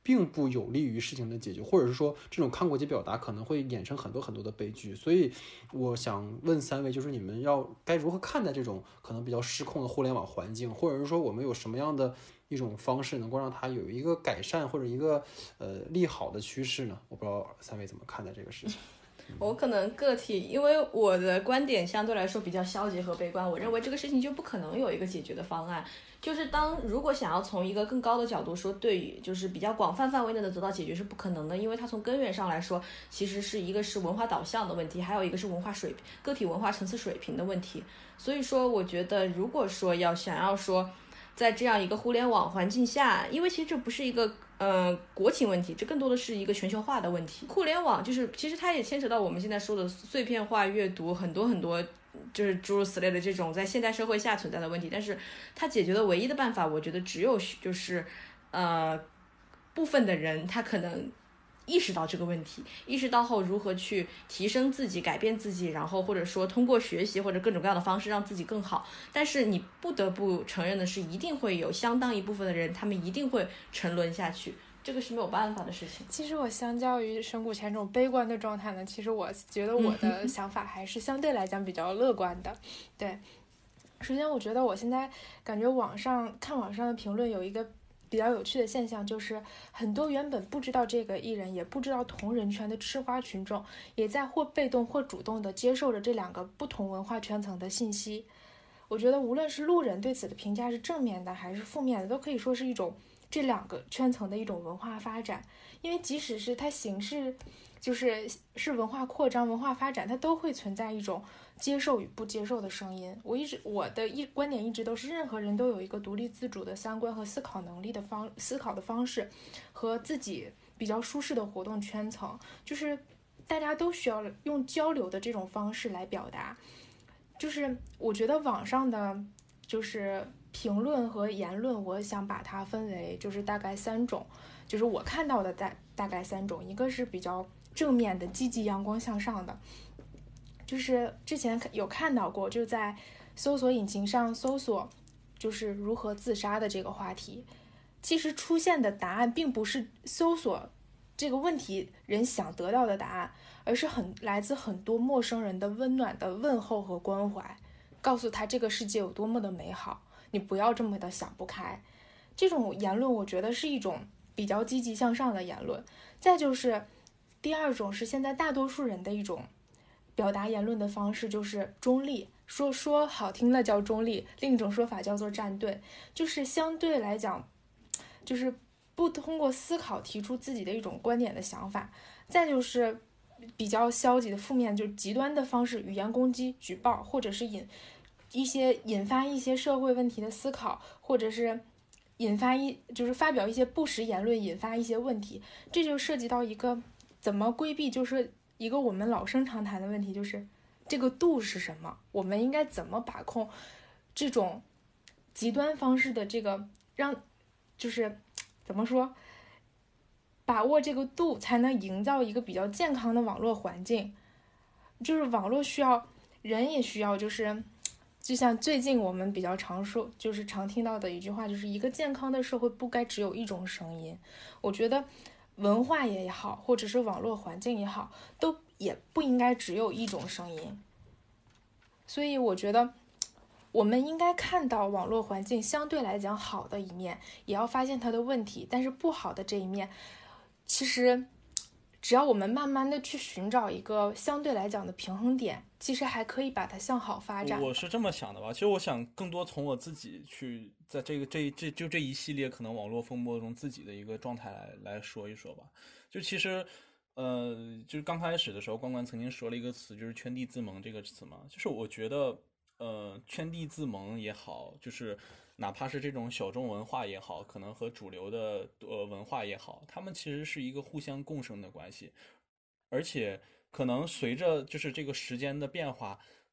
并不有利于事情的解决，或者是说这种看国际表达可能会衍生很多很多的悲剧。所以我想问三位，就是你们要该如何看待这种可能比较失控的互联网环境，或者是说我们有什么样的一种方式能够让它有一个改善或者一个呃利好的趋势呢？我不知道三位怎么看待这个事情。 我可能个体，因为我的观点相对来说比较消极和悲观，我认为这个事情就不可能有一个解决的方案。就是当如果想要从一个更高的角度说，对于就是比较广泛范围内的得到解决是不可能的，因为它从根源上来说，其实是一个是文化导向的问题，还有一个是文化水平、个体文化层次水平的问题。所以说，我觉得如果说要想要说，在这样一个互联网环境下，因为其实这不是一个呃国情问题，这更多的是一个全球化的问题。互联网就是其实它也牵扯到我们现在说的碎片化阅读，很多很多就是诸如此类的这种在现代社会下存在的问题。但是它解决的唯一的办法，我觉得只有就是呃部分的人他可能意识到这个问题，意识到后如何去提升自己、改变自己，然后或者说通过学习或者各种各样的方式让自己更好。但是你不得不承认的是，一定会有相当一部分的人，他们一定会沉沦下去，这个是没有办法的事情。 其实我相较于神谷前这种悲观的状态呢，其实我觉得我的想法还是相对来讲比较乐观的。对，首先我觉得我现在感觉网上看网上的评论有一个比较有趣的现象，就是很多原本不知道这个艺人也不知道同人圈的吃瓜群众，也在或被动或主动的接受着这两个不同文化圈层的信息。我觉得无论是路人对此的评价是正面的还是负面的，都可以说是一种这两个圈层的一种文化发展。因为即使是它形式就是是文化扩张、文化发展，它都会存在一种接受与不接受的声音。我一直我的一观点一直都是，任何人都有一个独立自主的三观和思考能力的方思考的方式，和自己比较舒适的活动圈层，就是大家都需要用交流的这种方式来表达。就是我觉得网上的就是评论和言论，我想把它分为就是大概三种，就是我看到的大大概三种。一个是比较正面的、积极、阳光向上的，就是之前有看到过，就在搜索引擎上搜索就是如何自杀的这个话题，其实出现的答案并不是搜索这个问题人想得到的答案，而是很来自很多陌生人的温暖的问候和关怀，告诉他这个世界有多么的美好，你不要这么的想不开。这种言论我觉得是一种比较积极向上的言论。再就是第二种是现在大多数人的一种表达言论的方式，就是中立，说说好听的叫中立，另一种说法叫做站队，就是相对来讲就是不通过思考提出自己的一种观点的想法。再就是比较消极的负面，就是极端的方式，语言攻击、举报，或者是引一些引发一些社会问题的思考，或者是引发一就是发表一些不实言论，引发一些问题。这就涉及到一个怎么规避，就是一个我们老生常谈的问题，就是这个度是什么，我们应该怎么把控这种极端方式的这个让就是怎么说把握这个度，才能营造一个比较健康的网络环境。就是网络需要，人也需要，就是就像最近我们比较常说，就是常听到的一句话，就是一个健康的社会不该只有一种声音。我觉得文化也好，或者是网络环境也好，都也不应该只有一种声音。所以我觉得我们应该看到网络环境相对来讲好的一面，也要发现它的问题，但是不好的这一面，其实只要我们慢慢的去寻找一个相对来讲的平衡点，其实还可以把它向好发展。 我是这么想的吧，其实我想更多从我自己去在这个这这就这一系列可能网络风波中自己的一个状态来来说一说吧。就其实呃就是刚开始的时候，关关曾经说了一个词，就是圈地自萌这个词嘛。就是我觉得呃圈地自萌也好，就是哪怕是这种小众文化也好，可能和主流的呃文化也好，他们其实是一个互相共生的关系。而且可能随着就是这个时间的变化，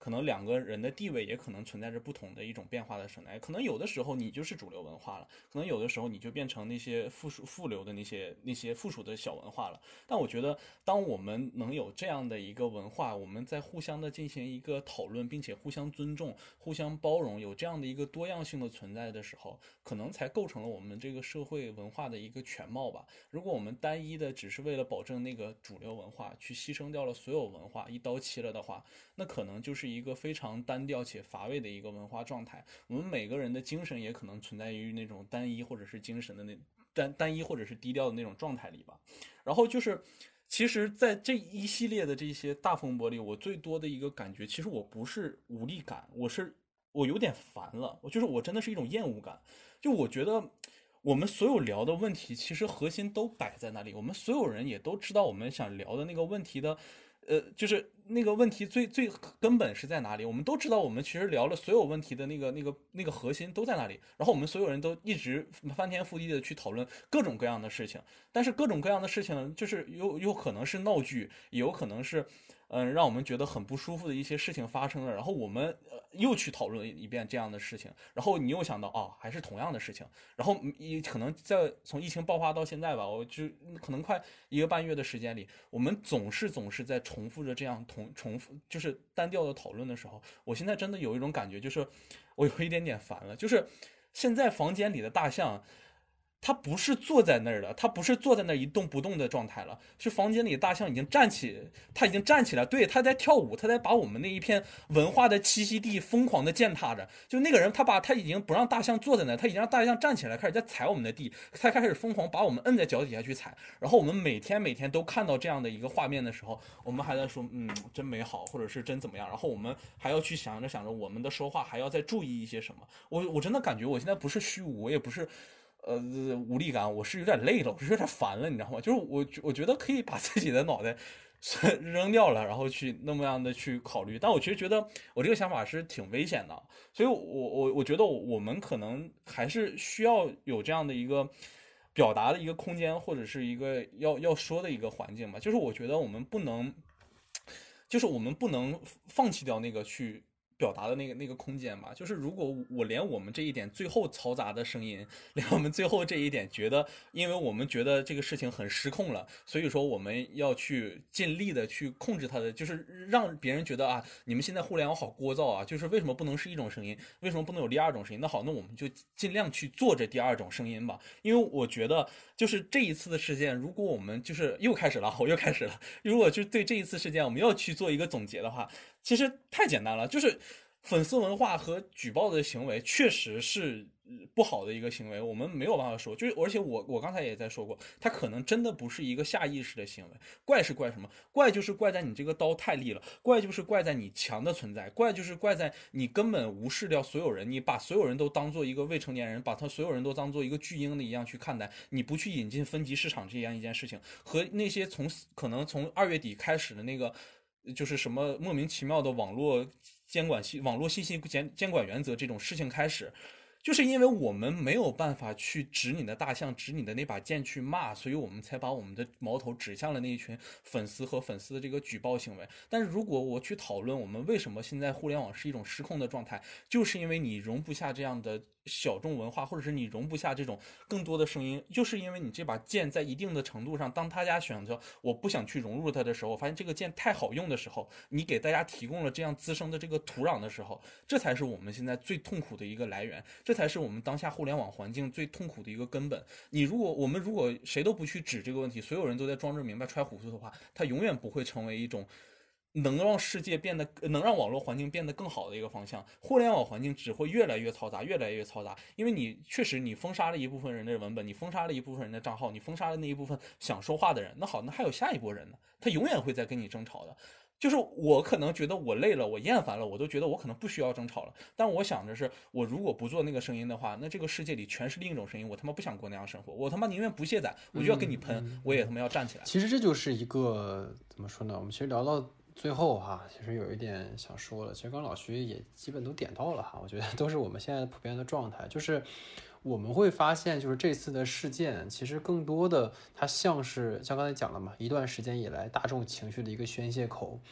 可能两个人的地位也可能存在着不同的一种变化的生态。可能有的时候你就是主流文化了，可能有的时候你就变成那些附属附流的那些那些附属的小文化了。但我觉得，当我们能有这样的一个文化，我们在互相的进行一个讨论，并且互相尊重、互相包容，有这样的一个多样性的存在的时候，可能才构成了我们这个社会文化的一个全貌吧。如果我们单一的只是为了保证那个主流文化，去牺牲掉了所有文化，一刀切了的话，那可能就是一个非常单调且乏味的一个文化状态。我们每个人的精神也可能存在于那种单一或者是精神的那单单一或者是低调的那种状态里吧。然后就是，其实，在这一系列的这些大风波里，我最多的一个感觉，其实我不是无力感，我是我有点烦了，我就是我真的是一种厌恶感。就我觉得我们所有聊的问题，其实核心都摆在那里，我们所有人也都知道我们想聊的那个问题的。呃，就是那个问题最最根本是在哪里？我们都知道，我们其实聊了所有问题的那个那个那个核心都在那里。然后我们所有人都一直翻天覆地的去讨论各种各样的事情，但是各种各样的事情，就是有有可能是闹剧，也有可能是，嗯、呃，让我们觉得很不舒服的一些事情发生了。然后我们呃又去讨论一遍这样的事情，然后你又想到啊、哦，还是同样的事情。然后也可能在从疫情爆发到现在吧，我就可能快一个半月的时间里，我们总是总是在重复着这样同重复就是单调的讨论的时候，我现在真的有一种感觉，就是我有一点点烦了。就是现在房间里的大象，它不是坐在那儿的，它不是坐在那儿一动不动的状态了，是房间里的大象已经站起，它已经站起来，对，它在跳舞，它在把我们那一片文化的栖息地疯狂的践踏着。就那个人，他把他已经不让大象坐在那儿，他已经让大象站起来，开始在踩我们的地，他开始疯狂把我们摁在脚底下去踩。然后我们每天每天都看到这样的一个画面的时候，我们还在说，嗯，真美好，或者是真怎么样。然后我们还要去想着想着，我们的说话还要再注意一些什么。我我真的感觉我现在不是虚无，我也不是。呃，无力感，我是有点累了，我是有点烦了，你知道吗？就是我，我觉得可以把自己的脑袋扔掉了，然后去那么样的去考虑。但我其实觉得我这个想法是挺危险的，所以我我我觉得我们可能还是需要有这样的一个表达的一个空间，或者是一个要要说的一个环境吧。就是我觉得我们不能，就是我们不能放弃掉那个去表达的那个那个空间吧。就是如果我连我们这一点最后嘈杂的声音，连我们最后这一点觉得，因为我们觉得这个事情很失控了，所以说我们要去尽力的去控制它的，就是让别人觉得啊，你们现在互联网好聒噪啊，就是为什么不能是一种声音，为什么不能有第二种声音？那好，那我们就尽量去做这第二种声音吧。因为我觉得就是这一次的事件，如果我们就是又开始了，我又开始了，如果就对这一次事件我们要去做一个总结的话，其实太简单了，就是粉丝文化和举报的行为确实是不好的一个行为，我们没有办法说，就是而且我我刚才也在说过，它可能真的不是一个下意识的行为。怪是怪什么？怪就是怪在你这个刀太利了，怪就是怪在你强的存在，怪就是怪在你根本无视掉所有人，你把所有人都当做一个未成年人，把他所有人都当做一个巨婴的一样去看待，你不去引进分级市场这样一件事情，和那些从可能从二月底开始的那个。就是什么莫名其妙的网络监管系、网络信息监监管原则这种事情开始，就是因为我们没有办法去指你的大象、指你的那把剑去骂，所以我们才把我们的矛头指向了那一群粉丝和粉丝的这个举报行为。但是如果我去讨论我们为什么现在互联网是一种失控的状态，就是因为你容不下这样的小众文化，或者是你容不下这种更多的声音，就是因为你这把剑在一定的程度上，当大家选择我不想去融入它的时候，发现这个剑太好用的时候，你给大家提供了这样滋生的这个土壤的时候，这才是我们现在最痛苦的一个来源，这才是我们当下互联网环境最痛苦的一个根本。你如果我们如果谁都不去指这个问题，所有人都在装着明白揣糊涂的话，它永远不会成为一种能让世界变得能让网络环境变得更好的一个方向。互联网环境只会越来越嘈杂，越来越嘈杂，因为你确实你封杀了一部分人的文本，你封杀了一部分人的账号，你封杀了那一部分想说话的人，那好，那还有下一波人呢，他永远会在跟你争吵的。就是我可能觉得我累了，我厌烦了，我都觉得我可能不需要争吵了。但我想着是，我如果不做那个声音的话，那这个世界里全是另一种声音，我他妈不想过那样生活，我他妈宁愿不卸载，我就要跟你喷，嗯、我也他妈要站起来。 其实这就是一个怎么说呢？我们其实聊到最后哈，其实有一点想说了，其实刚老徐也基本都点到了哈，我觉得都是我们现在普遍的状态，就是我们会发现，就是这次的事件，其实更多的它像是像刚才讲了嘛，一段时间以来大众情绪的一个宣泄口。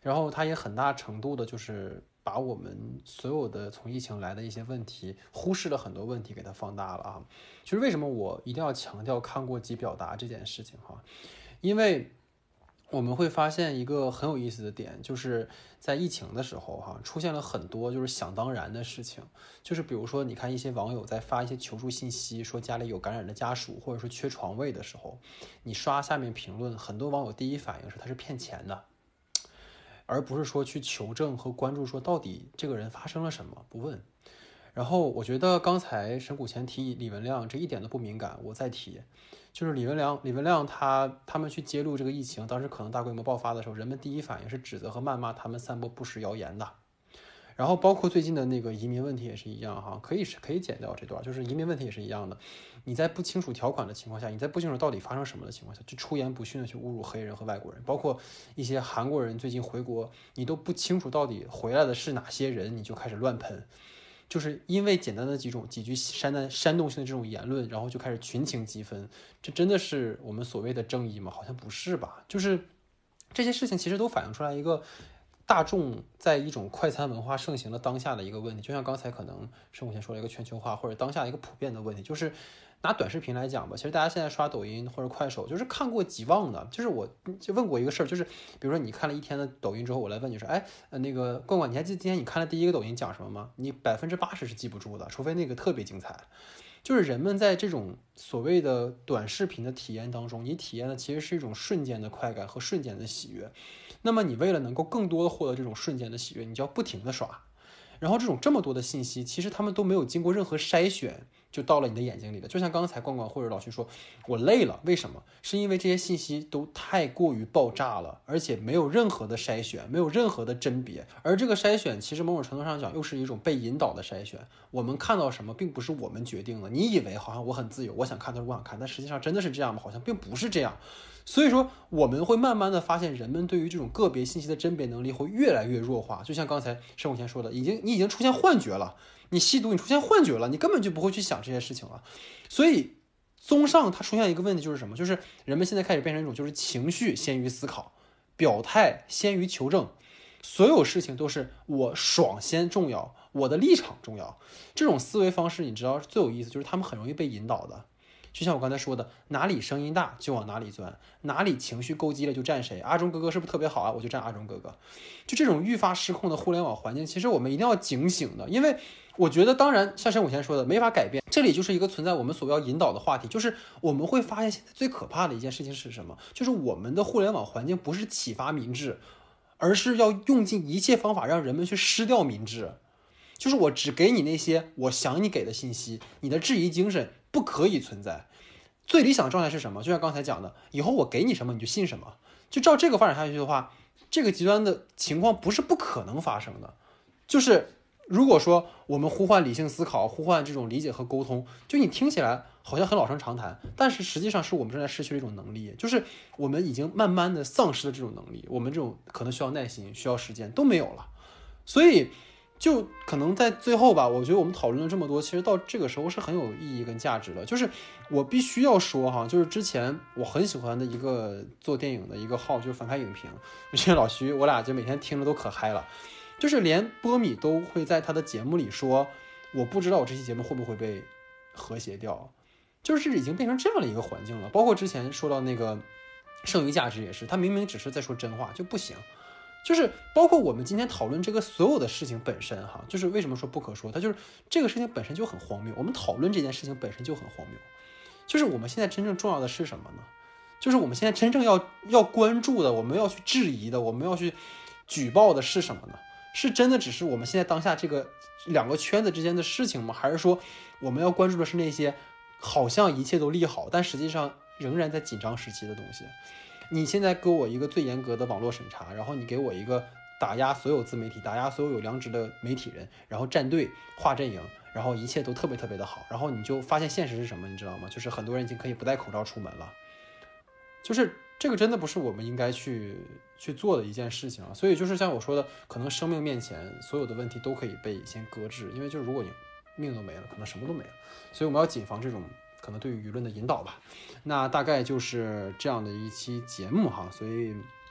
然后它也很大程度的就是把我们所有的从疫情来的一些问题，忽视了很多问题，给它放大了啊。就是为什么我一定要强调看过即表达这件事情哈？因为我们会发现一个很有意思的点，就是在疫情的时候哈，出现了很多就是想当然的事情，就是比如说你看一些网友在发一些求助信息，说家里有感染的家属，或者说缺床位的时候，你刷下面评论，很多网友第一反应是他是骗钱的，而不是说去求证和关注说到底这个人发生了什么，不问。然后我觉得刚才沈谷前提李文亮这一点都不敏感，我再提，就是李文亮，李文亮他他们去揭露这个疫情，当时可能大规模爆发的时候，人们第一反应是指责和谩骂他们散播不实谣言的。然后包括最近的那个移民问题也是一样哈，可以是可以剪掉这段，就是移民问题也是一样的。你在不清楚条款的情况下，你在不清楚到底发生什么的情况下，就出言不逊的去侮辱黑人和外国人，包括一些韩国人最近回国，你都不清楚到底回来的是哪些人，你就开始乱喷。就是因为简单的几种几句煽动煽动性的这种言论，然后就开始群情激愤，这真的是我们所谓的正义吗？好像不是吧。就是这些事情其实都反映出来一个大众在一种快餐文化盛行的当下的一个问题，就像刚才可能沈谷前说了一个全球化或者当下一个普遍的问题，就是拿短视频来讲吧，其实大家现在刷抖音或者快手，就是看过即忘的。就是我就问过一个事儿，就是比如说你看了一天的抖音之后，我来问你说，哎，那个冠冠，你还记得今天你看了第一个抖音讲什么吗？你百分之八十是记不住的，除非那个特别精彩。就是人们在这种所谓的短视频的体验当中，你体验的其实是一种瞬间的快感和瞬间的喜悦。那么你为了能够更多的获得这种瞬间的喜悦，你就要不停的刷。然后这种这么多的信息，其实他们都没有经过任何筛选，就到了你的眼睛里了。就像刚才冠冠或者老徐说，我累了，为什么？是因为这些信息都太过于爆炸了，而且没有任何的筛选，没有任何的甄别。而这个筛选，其实某种程度上讲，又是一种被引导的筛选。我们看到什么，并不是我们决定的。你以为好像我很自由，我想看的我想看，但实际上真的是这样吗？好像并不是这样。所以说我们会慢慢的发现，人们对于这种个别信息的甄别能力会越来越弱化。就像刚才沈永前说的，已经你已经出现幻觉了，你吸毒你出现幻觉了，你根本就不会去想这些事情了。所以综上它出现一个问题就是什么？就是人们现在开始变成一种就是情绪先于思考，表态先于求证，所有事情都是我爽先重要，我的立场重要。这种思维方式你知道最有意思，就是他们很容易被引导的。就像我刚才说的，哪里声音大就往哪里钻，哪里情绪够激烈就站谁。阿忠哥哥是不是特别好啊？我就站阿忠哥哥。就这种愈发失控的互联网环境，其实我们一定要警醒的，因为我觉得，当然像沈谷前说的，没法改变。这里就是一个存在我们所要引导的话题，就是我们会发现现在最可怕的一件事情是什么？就是我们的互联网环境不是启发民智，而是要用尽一切方法让人们去失掉民智。就是我只给你那些我想你给的信息，你的质疑精神不可以存在。最理想的状态是什么？就像刚才讲的，以后我给你什么你就信什么。就照这个发展下去的话，这个极端的情况不是不可能发生的。就是如果说我们呼唤理性思考，呼唤这种理解和沟通，就你听起来好像很老生常谈，但是实际上是我们正在失去的一种能力，就是我们已经慢慢的丧失了这种能力，我们这种可能需要耐心需要时间都没有了。所以就可能在最后吧，我觉得我们讨论了这么多，其实到这个时候是很有意义跟价值的。就是我必须要说哈，就是之前我很喜欢的一个做电影的一个号，就是反派影评，我觉得老徐我俩就每天听着都可嗨了。就是连波米都会在他的节目里说，我不知道我这期节目会不会被和谐掉，就是已经变成这样的一个环境了。包括之前说到那个剩余价值也是，他明明只是在说真话就不行。就是包括我们今天讨论这个所有的事情本身哈，就是为什么说不可说，它就是这个事情本身就很荒谬，我们讨论这件事情本身就很荒谬。就是我们现在真正重要的是什么呢？就是我们现在真正要要关注的，我们要去质疑的，我们要去举报的是什么呢？是真的只是我们现在当下这个两个圈子之间的事情吗？还是说我们要关注的是那些好像一切都利好，但实际上仍然在紧张时期的东西？你现在给我一个最严格的网络审查，然后你给我一个打压所有自媒体，打压所有有良知的媒体人，然后站队划阵营，然后一切都特别特别的好，然后你就发现现实是什么，你知道吗？就是很多人已经可以不戴口罩出门了。就是这个真的不是我们应该去去做的一件事情啊。所以就是像我说的，可能生命面前所有的问题都可以被先搁置，因为就是如果你命都没了，可能什么都没了。所以我们要谨防这种可能对于舆论的引导吧。那大概就是这样的一期节目哈，所以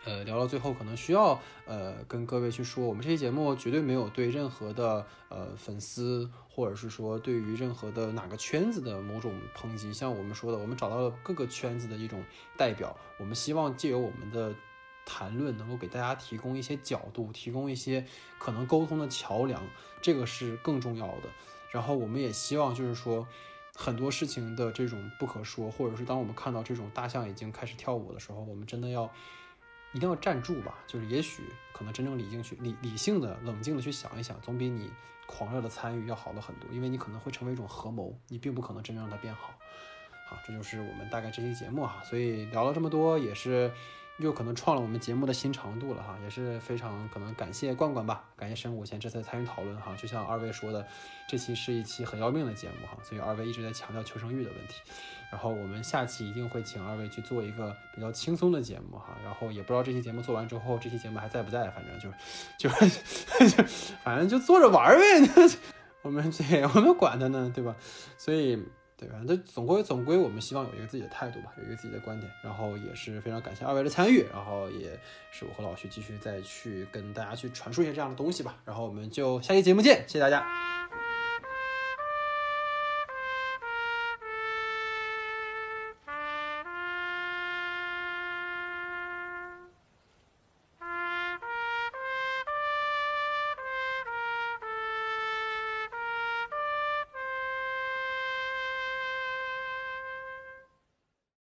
呃，聊到最后可能需要呃跟各位去说，我们这期节目绝对没有对任何的呃粉丝，或者是说对于任何的哪个圈子的某种抨击。像我们说的，我们找到了各个圈子的一种代表，我们希望借由我们的谈论能够给大家提供一些角度，提供一些可能沟通的桥梁，这个是更重要的。然后我们也希望就是说很多事情的这种不可说，或者是当我们看到这种大象已经开始跳舞的时候，我们真的要一定要站住吧，就是也许可能真正理性去理理性的冷静的去想一想，总比你狂热的参与要好的很多，因为你可能会成为一种合谋，你并不可能真正让它变好。好，这就是我们大概这期节目哈，所以聊了这么多，也是又可能创了我们节目的新长度了哈，也是非常可能感谢罐罐吧，感谢神谷贤这次参与讨论哈，就像二位说的，这期是一期很要命的节目哈，所以二位一直在强调求生欲的问题。然后我们下期一定会请二位去做一个比较轻松的节目哈，然后也不知道这期节目做完之后，这期节目还在不在，反正就就就反正就做着玩呗，我们对我们管他呢，对吧？所以对吧？这总归总归我们希望有一个自己的态度吧，有一个自己的观点，然后也是非常感谢二位的参与，然后也是我和老徐继续再去跟大家去传输一些这样的东西吧，然后我们就下期节目见，谢谢大家。